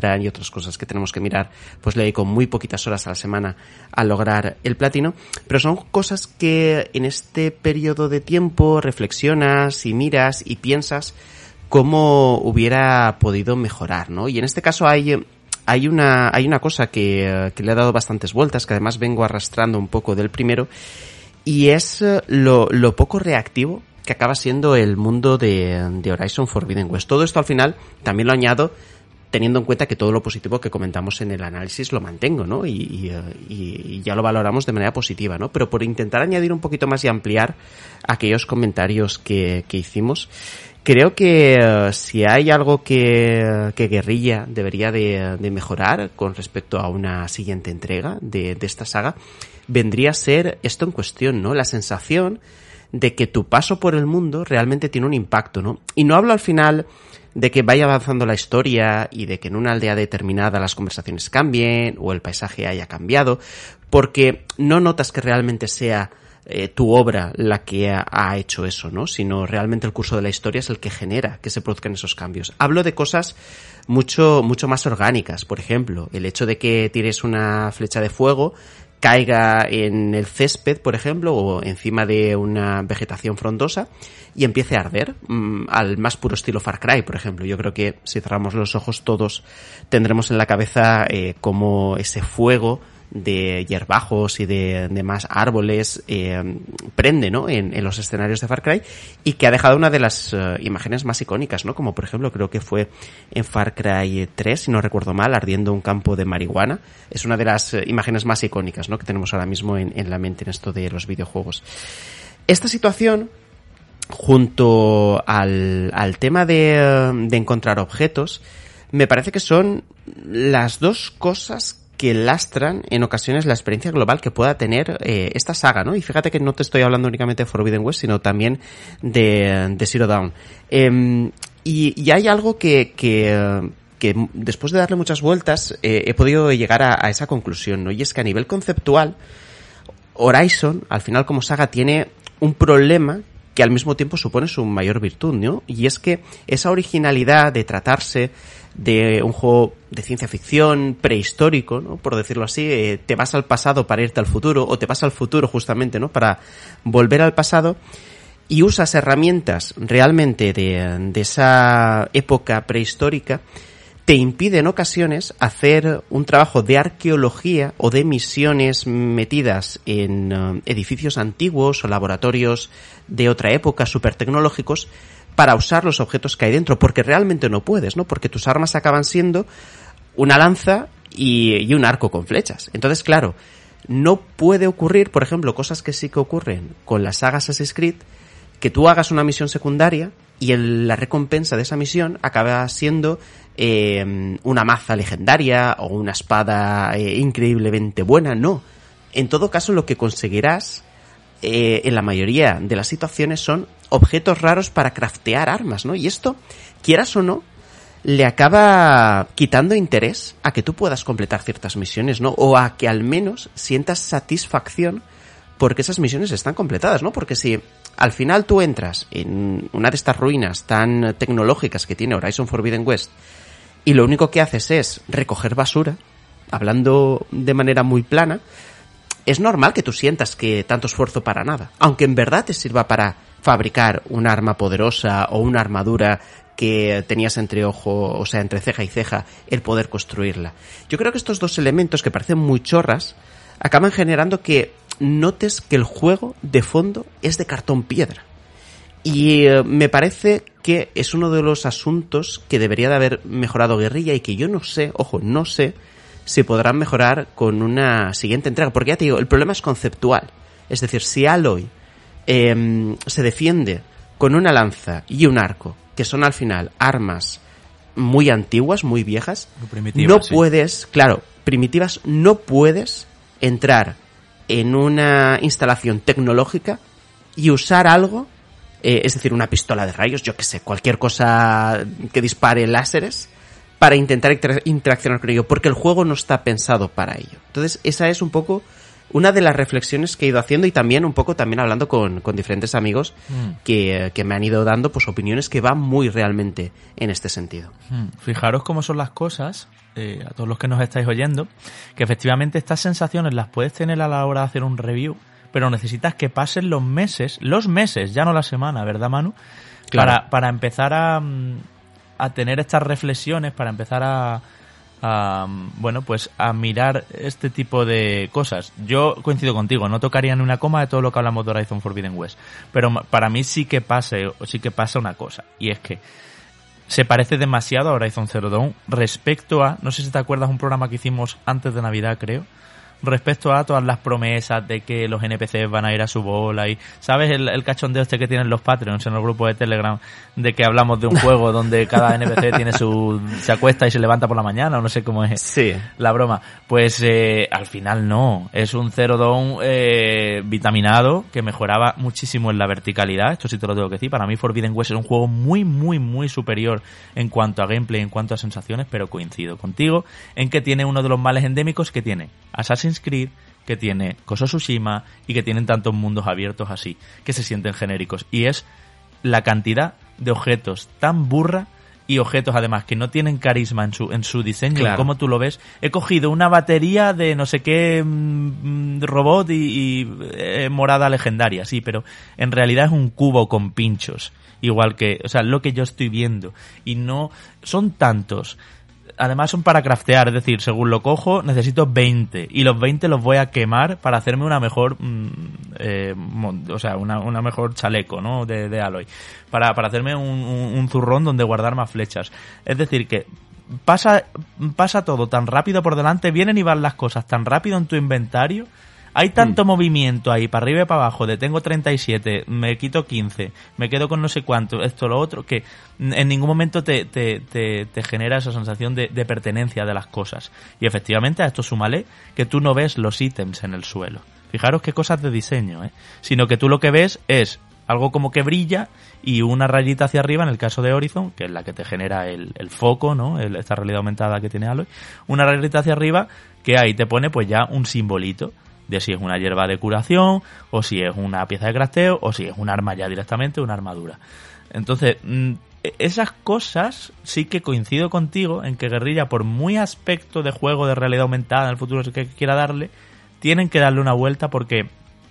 Speaker 2: otras cosas que tenemos que mirar, pues le dedico muy poquitas horas a la semana a lograr el platino, pero son cosas que en este periodo de tiempo reflexionas y miras y piensas cómo hubiera podido mejorar, ¿no? Y en este caso hay hay una hay una cosa que, que le he dado bastantes vueltas, que además vengo arrastrando un poco del primero, y es lo, lo poco reactivo que acaba siendo el mundo de, de Horizon Forbidden West. Todo esto al final también lo añado teniendo en cuenta que todo lo positivo que comentamos en el análisis lo mantengo, ¿no? Y, y, y ya lo valoramos de manera positiva, ¿no? Pero por intentar añadir un poquito más y ampliar aquellos comentarios que, que hicimos, creo que uh, si hay algo que, que Guerrilla debería de, de mejorar con respecto a una siguiente entrega de, de esta saga, vendría a ser esto en cuestión, ¿no? La sensación de que tu paso por el mundo realmente tiene un impacto, ¿no? Y no hablo al final de que vaya avanzando la historia y de que en una aldea determinada las conversaciones cambien o el paisaje haya cambiado, porque no notas que realmente sea eh, tu obra la que ha, ha hecho eso, ¿no? Sino realmente el curso de la historia es el que genera que se produzcan esos cambios. Hablo de cosas mucho, mucho más orgánicas. Por ejemplo, el hecho de que tires una flecha de fuego, caiga en el césped, por ejemplo, o encima de una vegetación frondosa y empiece a arder, mmm, al más puro estilo Far Cry, por ejemplo. Yo creo que si cerramos los ojos todos tendremos en la cabeza eh, cómo ese fuego de hierbajos y de, de más árboles eh, prende, ¿no? En, en los escenarios de Far Cry, y que ha dejado una de las uh, imágenes más icónicas, ¿no? Como por ejemplo creo que fue en Far Cry tres, si no recuerdo mal, ardiendo un campo de marihuana. Es una de las uh, imágenes más icónicas, ¿no? Que tenemos ahora mismo en, en la mente en esto de los videojuegos. Esta situación, junto al, al tema de, uh, de encontrar objetos, me parece que son las dos cosas que lastran en ocasiones la experiencia global que pueda tener eh, esta saga, ¿no? Y fíjate que no te estoy hablando únicamente de Forbidden West, sino también de, de Zero Dawn. Eh, y, y hay algo que, que, que después de darle muchas vueltas eh, he podido llegar a, a esa conclusión, ¿no? Y es que a nivel conceptual, Horizon, al final como saga, tiene un problema que al mismo tiempo supone su mayor virtud, ¿no? Y es que esa originalidad de tratarse de un juego de ciencia ficción prehistórico, ¿no? Por decirlo así, eh, te vas al pasado para irte al futuro, o te vas al futuro justamente, ¿no? Para volver al pasado, y usas herramientas realmente de, de esa época prehistórica, te impide en ocasiones hacer un trabajo de arqueología o de misiones metidas en uh, edificios antiguos o laboratorios de otra época súper tecnológicos para usar los objetos que hay dentro, porque realmente no puedes, ¿no? Porque tus armas acaban siendo una lanza y, y un arco con flechas. Entonces, claro, no puede ocurrir, por ejemplo, cosas que sí que ocurren con la saga Assassin's Creed, que tú hagas una misión secundaria y el, la recompensa de esa misión acaba siendo eh, una maza legendaria o una espada eh, increíblemente buena. No. En todo caso, lo que conseguirás eh, en la mayoría de las situaciones son objetos raros para craftear armas, ¿no? Y esto, quieras o no, le acaba quitando interés a que tú puedas completar ciertas misiones, ¿no? O a que al menos sientas satisfacción porque esas misiones están completadas, ¿no? Porque si al final tú entras en una de estas ruinas tan tecnológicas que tiene Horizon Forbidden West y lo único que haces es recoger basura, hablando de manera muy plana, es normal que tú sientas que tanto esfuerzo para nada, aunque en verdad te sirva para fabricar un arma poderosa o una armadura que tenías entre ojo, o sea, entre ceja y ceja, el poder construirla. Yo creo que estos dos elementos, que parecen muy chorras, acaban generando que notes que el juego de fondo es de cartón piedra. Y eh, me parece que es uno de los asuntos que debería de haber mejorado Guerrilla y que yo no sé, ojo, no sé si podrán mejorar con una siguiente entrega. Porque ya te digo, el problema es conceptual. Es decir, si Aloy eh, se defiende con una lanza y un arco, que son al final armas muy antiguas, muy viejas, muy no sí. puedes, claro, primitivas, no puedes entrar en una instalación tecnológica y usar algo, eh, es decir, una pistola de rayos, yo que sé, cualquier cosa que dispare láseres, para intentar inter- interaccionar con ello, porque el juego no está pensado para ello. Entonces, esa es un poco una de las reflexiones que he ido haciendo y también un poco también hablando con, con diferentes amigos mm. que, que me han ido dando pues opiniones que van muy realmente en este sentido.
Speaker 1: Mm. Fijaros cómo son las cosas, eh, a todos los que nos estáis oyendo, que efectivamente estas sensaciones las puedes tener a la hora de hacer un review, pero necesitas que pasen los meses, los meses, ya no la semana, ¿verdad, Manu? Claro. Para, para empezar a, a tener estas reflexiones, para empezar a... a, bueno, pues a mirar este tipo de cosas. Yo coincido contigo, no tocaría ni una coma de todo lo que hablamos de Horizon Forbidden West, pero para mí sí que pasa, sí que pasa una cosa, y es que se parece demasiado a Horizon Zero Dawn respecto a, no sé si te acuerdas, un programa que hicimos antes de Navidad, creo, respecto a todas las promesas de que los N P Cs van a ir a su bola y, ¿sabes? El, el cachondeo este que tienen los Patreons en el grupo de Telegram de que hablamos de un juego donde cada N P C tiene su... se acuesta y se levanta por la mañana o no sé cómo es
Speaker 2: sí.
Speaker 1: la broma. Pues eh, al final no. Es un Zero Dawn eh, vitaminado que mejoraba muchísimo en la verticalidad. Esto sí te lo tengo que decir. Para mí Forbidden West es un juego muy, muy, muy superior en cuanto a gameplay, en cuanto a sensaciones, pero coincido contigo en que tiene uno de los males endémicos que tiene Assassin's Creed, que tiene Ghost of Tsushima y que tienen tantos mundos abiertos así, que se sienten genéricos. Y es la cantidad de objetos tan burra y objetos además que no tienen carisma en su en su diseño, claro. Como tú lo ves. He cogido una batería de no sé qué mmm, robot y, y eh, morada legendaria, sí, pero en realidad es un cubo con pinchos, igual que, o sea, lo que yo estoy viendo. Y no son tantos. Además son para craftear, es decir, según lo cojo necesito veinte y los veinte los voy a quemar para hacerme una mejor, mmm, eh, o sea, una, una mejor chaleco, ¿no? De, de Aloy, para, para hacerme un, un, un zurrón donde guardar más flechas. Es decir, que pasa, pasa todo tan rápido por delante, vienen y van las cosas tan rápido en tu inventario. Hay tanto mm. movimiento ahí, para arriba y para abajo, de tengo treinta y siete, me quito quince, me quedo con no sé cuánto, esto, lo otro, que en ningún momento te, te, te, te genera esa sensación de, de pertenencia de las cosas. Y efectivamente a esto súmale que tú no ves los ítems en el suelo. Fijaros qué cosas de diseño, ¿eh? Sino que tú lo que ves es algo como que brilla y una rayita hacia arriba, en el caso de Horizon, que es la que te genera el, el foco, ¿no? El, esta realidad aumentada que tiene Aloy, una rayita hacia arriba que ahí te pone pues ya un simbolito de si es una hierba de curación, o si es una pieza de crafteo, o si es un arma ya directamente, una armadura. Entonces, esas cosas sí que coincido contigo en que Guerrilla, por muy aspecto de juego de realidad aumentada en el futuro que quiera darle, tienen que darle una vuelta porque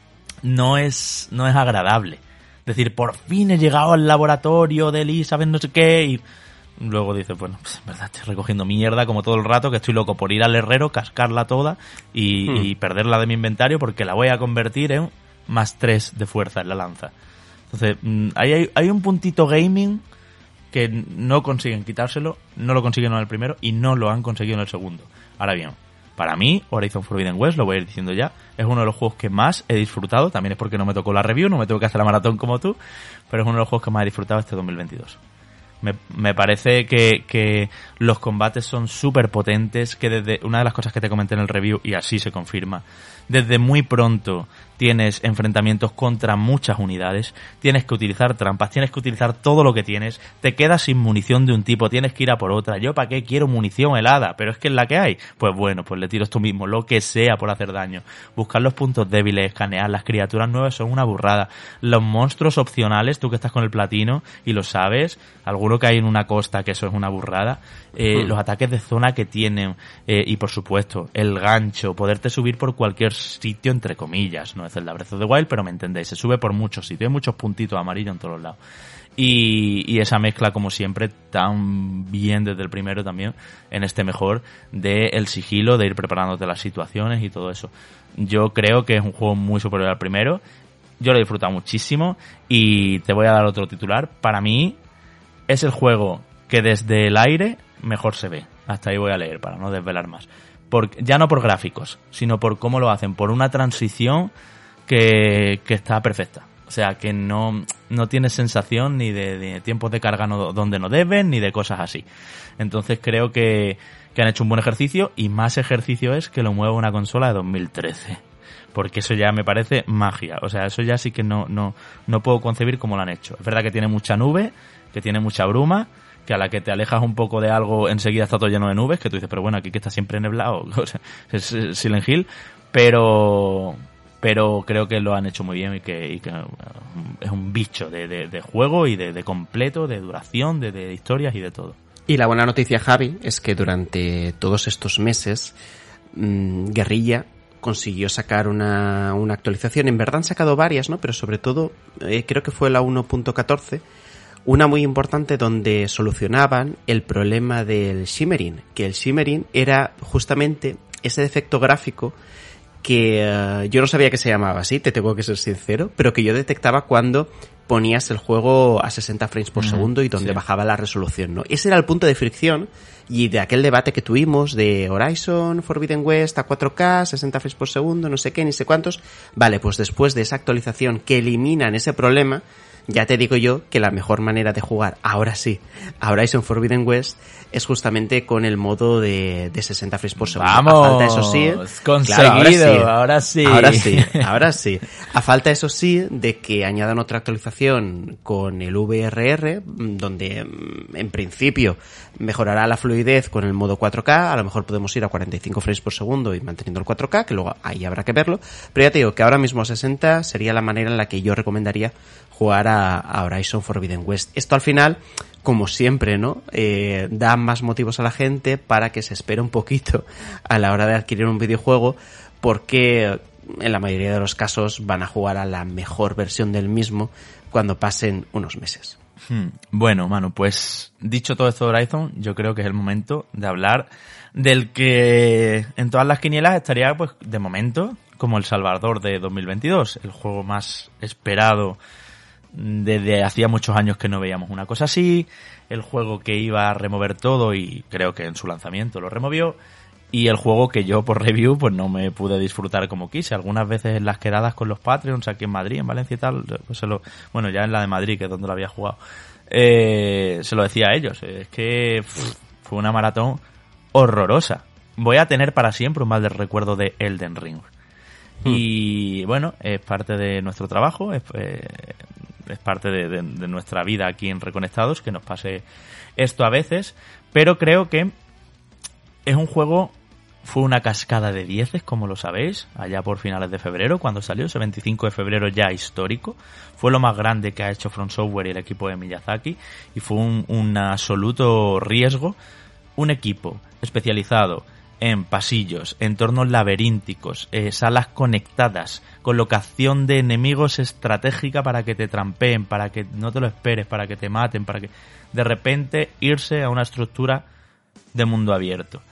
Speaker 1: no es, no es agradable. Es decir, por fin he llegado al laboratorio de Elizabeth no sé qué y... Luego dices, bueno, pues en verdad estoy recogiendo mierda como todo el rato, que estoy loco por ir al herrero, cascarla toda y, hmm. y perderla de mi inventario porque la voy a convertir en más tres de fuerza en la lanza. Entonces, ahí hay, hay un puntito gaming que no consiguen quitárselo, no lo consiguen en el primero y no lo han conseguido en el segundo. Ahora bien, para mí, Horizon Forbidden West, lo voy a ir diciendo ya, es uno de los juegos que más he disfrutado. También es porque no me tocó la review, no me tengo que hacer la maratón como tú, pero es uno de los juegos que más he disfrutado este dos mil veintidós. Me, me parece que, que los combates son súper potentes, que desde una de las cosas que te comenté en el review, y así se confirma, desde muy pronto tienes enfrentamientos contra muchas unidades, tienes que utilizar trampas, tienes que utilizar todo lo que tienes, te quedas sin munición de un tipo, tienes que ir a por otra. ¿Yo para qué quiero munición helada? Pero es que es la que hay. Pues bueno, pues le tiras tú mismo, lo que sea por hacer daño. Buscar los puntos débiles, escanear, las criaturas nuevas son una burrada. Los monstruos opcionales, tú que estás con el platino y lo sabes, alguno que hay en una costa que eso es una burrada, eh, mm. los ataques de zona que tienen, eh, y por supuesto, el gancho, poderte subir por cualquier sitio entre comillas, no es el de Breath of the Wild, pero me entendéis, se sube por muchos sitios, hay muchos puntitos amarillos en todos los lados. Y, y esa mezcla, como siempre, tan bien desde el primero también, en este mejor, de el sigilo, de ir preparándote las situaciones y todo eso. Yo creo que es un juego muy superior al primero, yo lo he disfrutado muchísimo y te voy a dar otro titular. Para mí es el juego que desde el aire mejor se ve. Hasta ahí voy a leer para no desvelar más. Por, ya no por gráficos, sino por cómo lo hacen, por una transición que, que está perfecta. O sea, que no, no tienes sensación ni de, de tiempos de carga no, donde no deben, ni de cosas así. Entonces creo que, que han hecho un buen ejercicio, y más ejercicio es que lo mueva una consola de dos mil trece. Porque eso ya me parece magia. O sea, eso ya sí que no, no, no puedo concebir cómo lo han hecho. Es verdad que tiene mucha nube, que tiene mucha bruma, que a la que te alejas un poco de algo enseguida está todo lleno de nubes, que tú dices, pero bueno, aquí que está siempre neblado, o sea, es Silent Hill, pero pero creo que lo han hecho muy bien y que, y que es un bicho de, de, de juego y de, de completo, de duración, de, de historias y de todo.
Speaker 2: Y la buena noticia, Javi, es que durante todos estos meses mmm, Guerrilla consiguió sacar una, una actualización. En verdad han sacado varias, ¿no? Pero sobre todo, eh, creo que fue la uno punto catorce, una muy importante donde solucionaban el problema del shimmering, que el shimmering era justamente ese defecto gráfico que uh, yo no sabía que se llamaba así, te tengo que ser sincero, pero que yo detectaba cuando ponías el juego a sesenta frames por mm, segundo y donde sí. bajaba la resolución, ¿no? Ese era el punto de fricción y de aquel debate que tuvimos de Horizon Forbidden West a cuatro K, sesenta frames por segundo, no sé qué, ni sé cuántos. Vale, pues después de esa actualización que eliminan ese problema, ya te digo yo que la mejor manera de jugar, ahora sí, a Horizon Forbidden West es justamente con el modo de, de sesenta frames por segundo.
Speaker 1: ¡Vamos!
Speaker 2: A falta, eso sí,
Speaker 1: conseguido, claro, ahora sí.
Speaker 2: Ahora sí, ahora sí, ahora sí. A falta, eso sí, de que añadan otra actualización con el V R R, donde en principio mejorará la fluidez con el modo cuatro K, a lo mejor podemos ir a cuarenta y cinco frames por segundo y manteniendo el cuatro K, que luego ahí habrá que verlo, pero ya te digo que ahora mismo a sesenta sería la manera en la que yo recomendaría jugar a, a Horizon Forbidden West. Esto al final, como siempre, ¿no? Eh, da más motivos a la gente para que se espere un poquito a la hora de adquirir un videojuego, porque en la mayoría de los casos van a jugar a la mejor versión del mismo cuando pasen unos meses.
Speaker 1: Hmm. Bueno, Manu, pues dicho todo esto de Horizon, yo creo que es el momento de hablar del que en todas las quinielas estaría, pues, de momento, como el salvador de dos mil veintidós, el juego más esperado. Desde hacía muchos años que no veíamos una cosa así, el juego que iba a remover todo y creo que en su lanzamiento lo removió, y el juego que yo por review pues no me pude disfrutar como quise. Algunas veces en las quedadas con los Patreons aquí en Madrid, en Valencia y tal, pues se lo, bueno, ya en la de Madrid, que es donde lo había jugado, eh, se lo decía a ellos, es que pff, fue una maratón horrorosa. Voy a tener para siempre un mal del recuerdo de Elden Ring. Hmm. Y bueno, es parte de nuestro trabajo, es, eh, es parte de, de, de nuestra vida aquí en Reconectados que nos pase esto a veces, pero creo que es un juego, fue una cascada de dieces, como lo sabéis, allá por finales de febrero, cuando salió, ese veinticinco de febrero ya histórico, fue lo más grande que ha hecho From Software y el equipo de Miyazaki, y fue un, un absoluto riesgo, un equipo especializado en pasillos, entornos laberínticos, eh, salas conectadas, colocación de enemigos estratégica para que te trampeen, para que no te lo esperes, para que te maten, para que de repente irse a una estructura de mundo abierto.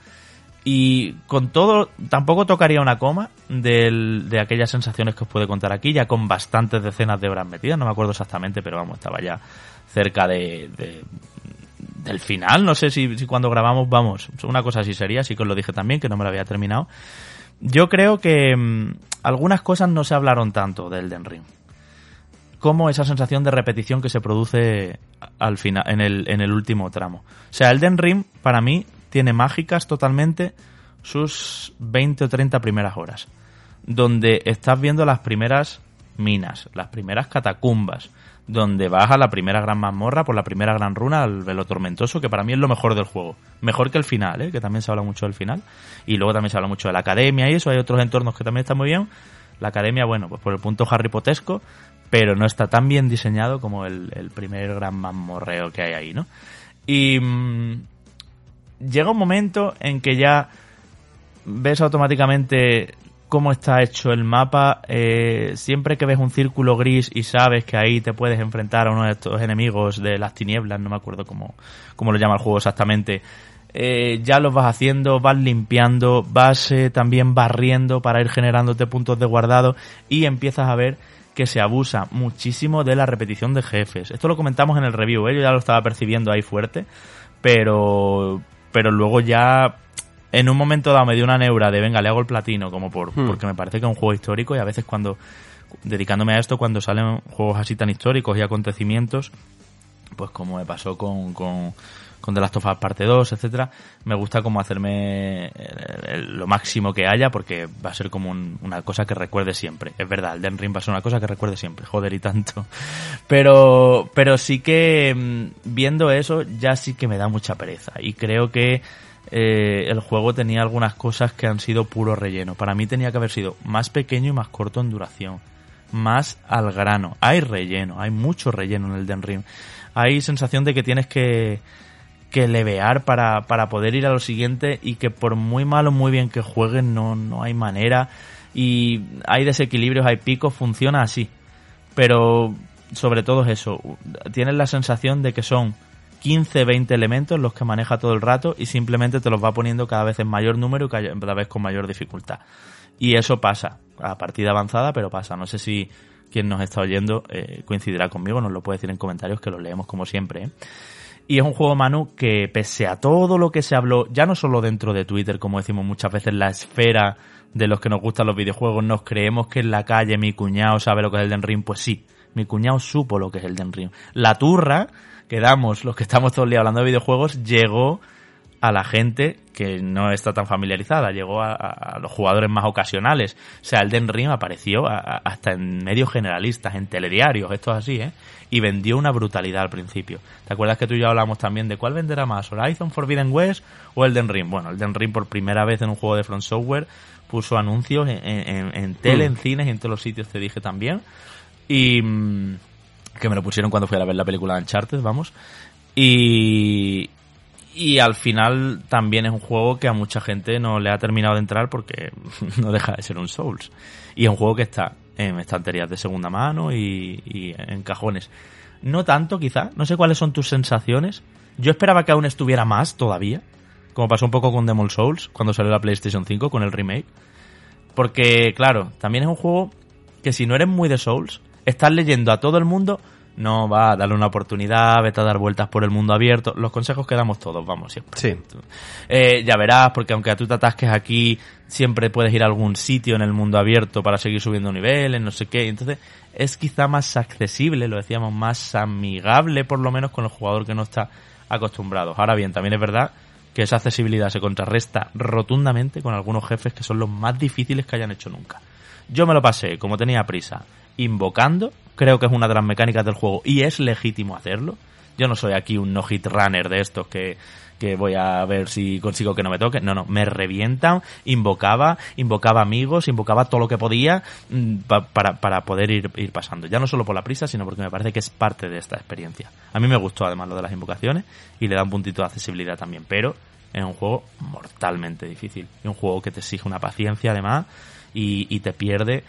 Speaker 1: Y con todo, tampoco tocaría una coma del, de aquellas sensaciones que os puedo contar aquí, ya con bastantes decenas de horas metidas, no me acuerdo exactamente, pero vamos, estaba ya cerca de... de del final, no sé si, si cuando grabamos, vamos, una cosa así sería, así que os lo dije también, que no me lo había terminado. Yo creo que mmm, algunas cosas no se hablaron tanto de Elden Ring, como esa sensación de repetición que se produce al final, en el, en el último tramo. O sea, Elden Ring, para mí, tiene mágicas totalmente sus veinte o treinta primeras horas, donde estás viendo las primeras minas, las primeras catacumbas, donde vas a la primera gran mazmorra por la primera gran runa, al velo tormentoso, que para mí es lo mejor del juego. Mejor que el final, ¿eh? Que también se habla mucho del final. Y luego también se habla mucho de la academia y eso. Hay otros entornos que también están muy bien. La academia, bueno, pues por el punto Harry Potesco, pero no está tan bien diseñado como el, el primer gran mazmorreo que hay ahí, ¿no? Y mmm, llega un momento en que ya ves automáticamente cómo está hecho el mapa. Eh, siempre que ves un círculo gris y sabes que ahí te puedes enfrentar a uno de estos enemigos de las tinieblas, no me acuerdo cómo, cómo lo llama el juego exactamente, eh, ya los vas haciendo, vas limpiando, vas eh, también barriendo para ir generándote puntos de guardado, y empiezas a ver que se abusa muchísimo de la repetición de jefes. Esto lo comentamos en el review, ¿eh? Yo ya lo estaba percibiendo ahí fuerte, pero, pero luego ya... En un momento dado me dio una neura de venga, le hago el platino, como por hmm. porque me parece que es un juego histórico, y a veces cuando, dedicándome a esto, cuando salen juegos así tan históricos y acontecimientos, pues como me pasó con, con, con The Last of Us Parte dos, etcétera, me gusta como hacerme el, el, lo máximo que haya, porque va a ser como un, una cosa que recuerde siempre. Es verdad, el Elden Ring va a ser una cosa que recuerde siempre, joder y tanto. Pero, pero sí que viendo eso ya sí que me da mucha pereza, y creo que eh, el juego tenía algunas cosas que han sido puro relleno. Para mí tenía que haber sido más pequeño y más corto en duración, más al grano. Hay relleno, hay mucho relleno en el Elden Ring. Hay sensación de que tienes que, que levear para, para poder ir a lo siguiente, y que por muy mal o muy bien que jueguen no, no hay manera, y hay desequilibrios, hay picos, funciona así. Pero sobre todo es eso, tienes la sensación de que son quince, veinte elementos los que maneja todo el rato, y simplemente te los va poniendo cada vez en mayor número y cada vez con mayor dificultad. Y eso pasa a partida avanzada, pero pasa. No sé si quien nos está oyendo eh, coincidirá conmigo, nos lo puede decir en comentarios, que lo leemos como siempre, ¿eh? Y es un juego, Manu, que pese a todo lo que se habló, ya no solo dentro de Twitter, como decimos muchas veces, la esfera de los que nos gustan los videojuegos, nos creemos que en la calle mi cuñado sabe lo que es el Elden Ring. Pues sí, mi cuñado supo lo que es el Elden Ring. La turra que damos los que estamos todo el día hablando de videojuegos llegó a la gente que no está tan familiarizada, llegó a, a los jugadores más ocasionales. O sea, el Elden Ring apareció a, a, hasta en medios generalistas, en telediarios, esto es así, ¿eh? Y vendió una brutalidad al principio. ¿Te acuerdas que tú y yo hablamos también de cuál venderá más, Horizon Forbidden West o Elden Ring? Bueno, Elden Ring por primera vez en un juego de From Software puso anuncios en, en, en tele, mm. en cines y en todos los sitios, te dije también. Y mmm, que me lo pusieron cuando fui a ver la película de Uncharted, vamos. Y... Y al final también es un juego que a mucha gente no le ha terminado de entrar porque no deja de ser un Souls. Y es un juego que está en estanterías de segunda mano y, y en cajones. No tanto, quizá. No sé cuáles son tus sensaciones. Yo esperaba que aún estuviera más todavía, como pasó un poco con Demon's Souls cuando salió la PlayStation cinco con el remake. Porque, claro, también es un juego que si no eres muy de Souls, estás leyendo a todo el mundo... No, va, dale una oportunidad, vete a dar vueltas por el mundo abierto. Los consejos que damos todos, vamos, siempre.
Speaker 2: Sí.
Speaker 1: Eh, ya verás, porque aunque tú te atasques aquí, siempre puedes ir a algún sitio en el mundo abierto para seguir subiendo niveles, no sé qué. Entonces, es quizá más accesible, lo decíamos, más amigable, por lo menos, con el jugador que no está acostumbrado. Ahora bien, también es verdad que esa accesibilidad se contrarresta rotundamente con algunos jefes que son los más difíciles que hayan hecho nunca. Yo me lo pasé, como tenía prisa, invocando. Creo que es una de las mecánicas del juego y es legítimo hacerlo. Yo no soy aquí un no-hit runner de estos que, que voy a ver si consigo que no me toque. No, no, me revientan, invocaba, invocaba amigos, invocaba todo lo que podía pa, para, para poder ir, ir pasando. Ya no solo por la prisa, sino porque me parece que es parte de esta experiencia. A mí me gustó además lo de las invocaciones y le da un puntito de accesibilidad también, pero es un juego mortalmente difícil. Es un juego que te exige una paciencia además y, y te pierde.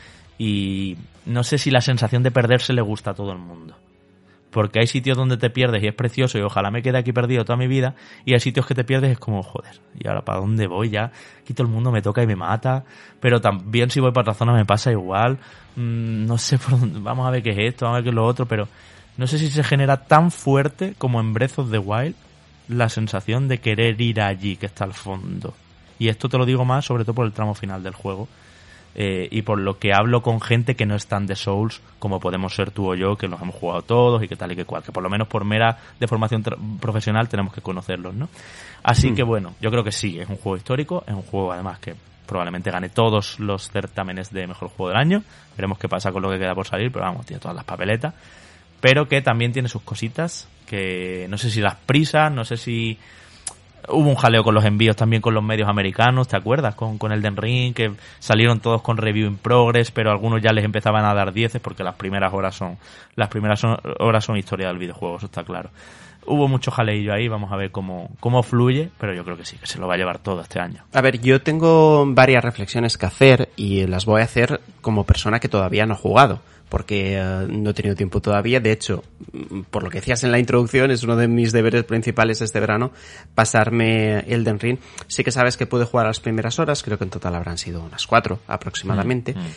Speaker 1: Y no sé si la sensación de perderse le gusta a todo el mundo. Porque hay sitios donde te pierdes y es precioso y ojalá me quede aquí perdido toda mi vida. Y hay sitios que te pierdes y es como, joder, ¿y ahora para dónde voy ya? Aquí todo el mundo me toca y me mata. Pero también si voy para otra zona me pasa igual. Mm, no sé por dónde, vamos a ver qué es esto, vamos a ver qué es lo otro. Pero no sé si se genera tan fuerte como en Breath of the Wild la sensación de querer ir allí, que está al fondo. Y esto te lo digo más sobre todo por el tramo final del juego. Eh, y por lo que hablo con gente que no están de Souls, como podemos ser tú o yo, que los hemos jugado todos y que tal y que cual, que por lo menos por mera de formación tra- profesional tenemos que conocerlos, ¿no? Así mm. que bueno, yo creo que sí, es un juego histórico, es un juego además que probablemente gane todos los certámenes de mejor juego del año, veremos qué pasa con lo que queda por salir, pero vamos, tiene todas las papeletas, pero que también tiene sus cositas, que no sé si las prisas, no sé si... Hubo un jaleo con los envíos también con los medios americanos, ¿te acuerdas? Con, con Elden Ring, que salieron todos con review in progress, pero algunos ya les empezaban a dar dieces porque las primeras horas son las primeras son, horas son historia del videojuego, eso está claro. Hubo mucho jaleillo ahí, vamos a ver cómo, cómo fluye, pero yo creo que sí, que se lo va a llevar todo este año.
Speaker 2: A ver, yo tengo varias reflexiones que hacer y las voy a hacer como persona que todavía no ha jugado. Porque uh, no he tenido tiempo todavía. De hecho, por lo que decías en la introducción, es uno de mis deberes principales este verano, pasarme Elden Ring. Sí que sabes que pude jugar a las primeras horas, creo que en total habrán sido unas cuatro aproximadamente. Mm, mm.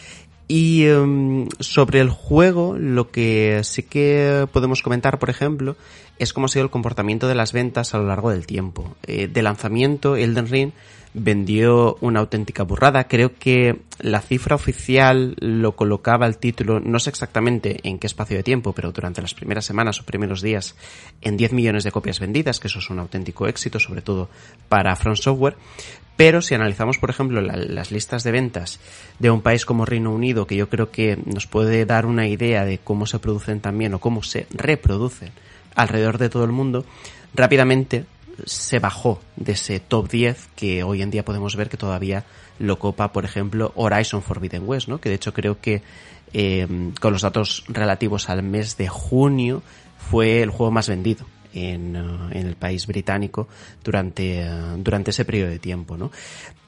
Speaker 2: Y um, sobre el juego, lo que sí que podemos comentar, por ejemplo, es cómo ha sido el comportamiento de las ventas a lo largo del tiempo. Eh, de lanzamiento, Elden Ring vendió una auténtica burrada. Creo que la cifra oficial lo colocaba el título, no sé exactamente en qué espacio de tiempo, pero durante las primeras semanas o primeros días, en diez millones de copias vendidas, que eso es un auténtico éxito, sobre todo para From Software. Pero si analizamos, por ejemplo, la, las listas de ventas de un país como Reino Unido, que yo creo que nos puede dar una idea de cómo se producen también o cómo se reproducen alrededor de todo el mundo, rápidamente se bajó de ese top diez que hoy en día podemos ver que todavía lo copa, por ejemplo, Horizon Forbidden West, ¿no? Que de hecho creo que eh, con los datos relativos al mes de junio fue el juego más vendido en, uh, en el país británico durante, uh, durante ese periodo de tiempo, ¿no?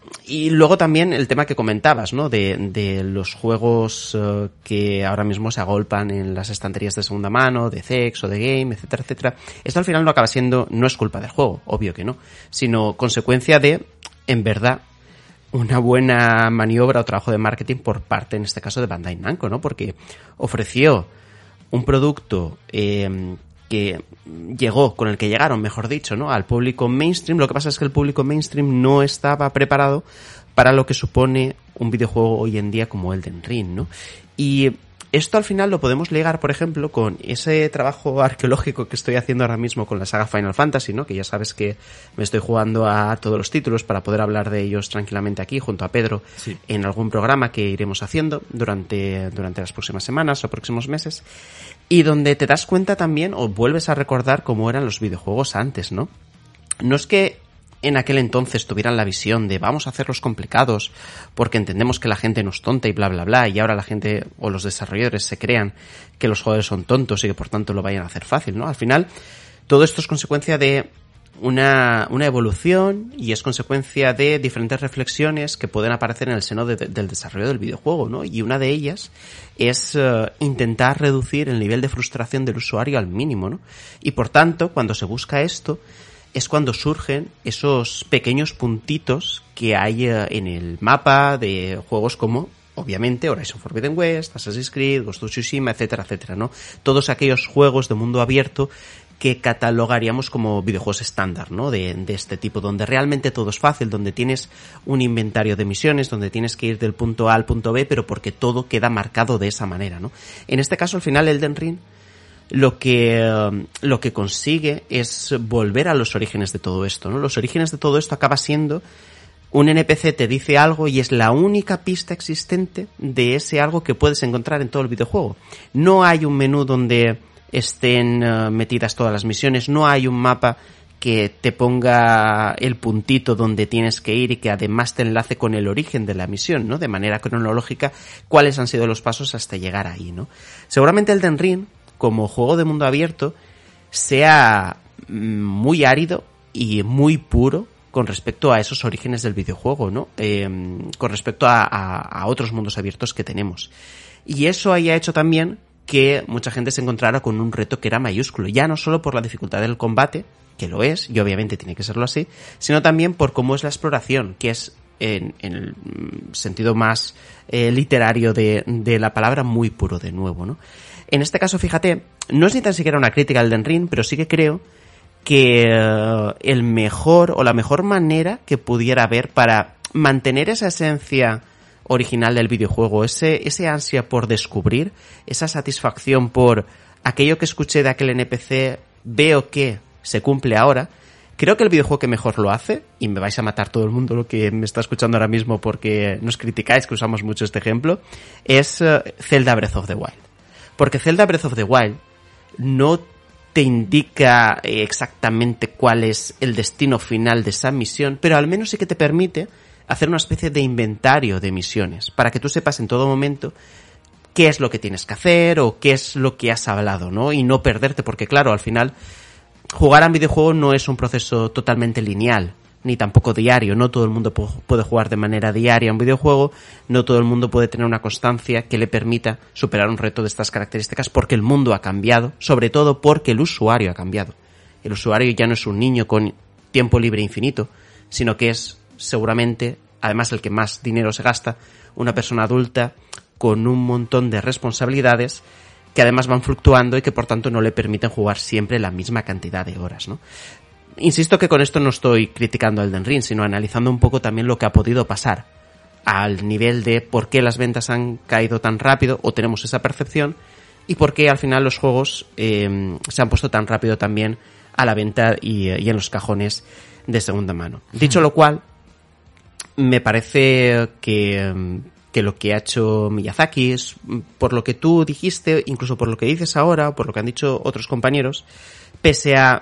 Speaker 2: Y luego también el tema que comentabas, ¿no? De, de los juegos uh, que ahora mismo se agolpan en las estanterías de segunda mano, de C X o de Game, etcétera, etcétera. Esto al final no acaba siendo, no es culpa del juego, obvio que no, sino consecuencia de, en verdad, una buena maniobra o trabajo de marketing por parte, en este caso, de Bandai Namco, ¿no? Porque ofreció un producto eh, que llegó, con el que llegaron, mejor dicho, ¿no? Al público mainstream. Lo que pasa es que el público mainstream no estaba preparado para lo que supone un videojuego hoy en día como Elden Ring, ¿no? Y esto al final lo podemos ligar, por ejemplo, con ese trabajo arqueológico que estoy haciendo ahora mismo con la saga Final Fantasy, ¿no? Que ya sabes que me estoy jugando a todos los títulos para poder hablar de ellos tranquilamente aquí, junto a Pedro, sí, en algún programa que iremos haciendo durante, durante las próximas semanas o próximos meses. Y donde te das cuenta también, o vuelves a recordar cómo eran los videojuegos antes, ¿no? No es que en aquel entonces tuvieran la visión de vamos a hacerlos complicados porque entendemos que la gente no es tonta y bla bla bla, y ahora la gente o los desarrolladores se crean que los jugadores son tontos y que por tanto lo vayan a hacer fácil, ¿no? Al final todo esto es consecuencia de una, una evolución y es consecuencia de diferentes reflexiones que pueden aparecer en el seno de, de, del desarrollo del videojuego, ¿no? Y una de ellas es uh, intentar reducir el nivel de frustración del usuario al mínimo, ¿no? Y por tanto, cuando se busca esto, es cuando surgen esos pequeños puntitos que hay uh, en el mapa de juegos como, obviamente, Horizon Forbidden West, Assassin's Creed, Ghost of Tsushima, etcétera, etcétera, ¿no? Todos aquellos juegos de mundo abierto que catalogaríamos como videojuegos estándar, ¿no? De, de este tipo, donde realmente todo es fácil, donde tienes un inventario de misiones, donde tienes que ir del punto A al punto B, pero porque todo queda marcado de esa manera, ¿no? En este caso, al final, Elden Ring lo que, lo que consigue es volver a los orígenes de todo esto, ¿no? Los orígenes de todo esto acaba siendo un N P C te dice algo y es la única pista existente de ese algo que puedes encontrar en todo el videojuego. No hay un menú donde estén uh, metidas todas las misiones, no hay un mapa que te ponga el puntito donde tienes que ir y que además te enlace con el origen de la misión, ¿no? De manera cronológica, cuáles han sido los pasos hasta llegar ahí, ¿no? Seguramente Elden Ring, como juego de mundo abierto, sea muy árido y muy puro con respecto a esos orígenes del videojuego, ¿no? Eh, con respecto a, a, a otros mundos abiertos que tenemos. Y eso haya hecho también que mucha gente se encontrara con un reto que era mayúsculo, ya no solo por la dificultad del combate, que lo es, y obviamente tiene que serlo así, sino también por cómo es la exploración, que es, en, en el sentido más eh, literario de, de la palabra, muy puro de nuevo, ¿no? En este caso, fíjate, no es ni tan siquiera una crítica al Elden Ring, pero sí que creo que uh, el mejor o la mejor manera que pudiera haber para mantener esa esencia original del videojuego, ese, ese ansia por descubrir, esa satisfacción por aquello que escuché de aquel N P C, veo que se cumple ahora. Creo que el videojuego que mejor lo hace, y me vais a matar todo el mundo lo que me está escuchando ahora mismo porque nos criticáis que usamos mucho este ejemplo, es uh, Zelda Breath of the Wild. Porque Zelda Breath of the Wild no te indica eh, exactamente cuál es el destino final de esa misión, pero al menos sí que te permite hacer una especie de inventario de misiones, para que tú sepas en todo momento qué es lo que tienes que hacer o qué es lo que has hablado, ¿no? Y no perderte, porque claro, al final, jugar a un videojuego no es un proceso totalmente lineal, ni tampoco diario. No todo el mundo puede jugar de manera diaria a un videojuego, no todo el mundo puede tener una constancia que le permita superar un reto de estas características, porque el mundo ha cambiado, sobre todo porque el usuario ha cambiado. El usuario ya no es un niño con tiempo libre infinito, sino que es seguramente, además el que más dinero se gasta, una persona adulta con un montón de responsabilidades que además van fluctuando y que por tanto no le permiten jugar siempre la misma cantidad de horas, ¿no? Insisto que con esto no estoy criticando a Elden Ring, sino analizando un poco también lo que ha podido pasar al nivel de por qué las ventas han caído tan rápido, o tenemos esa percepción, y por qué al final los juegos eh, se han puesto tan rápido también a la venta y, y en los cajones de segunda mano. Dicho lo cual, me parece que, que lo que ha hecho Miyazaki es, por lo que tú dijiste, incluso por lo que dices ahora, o por lo que han dicho otros compañeros, pese a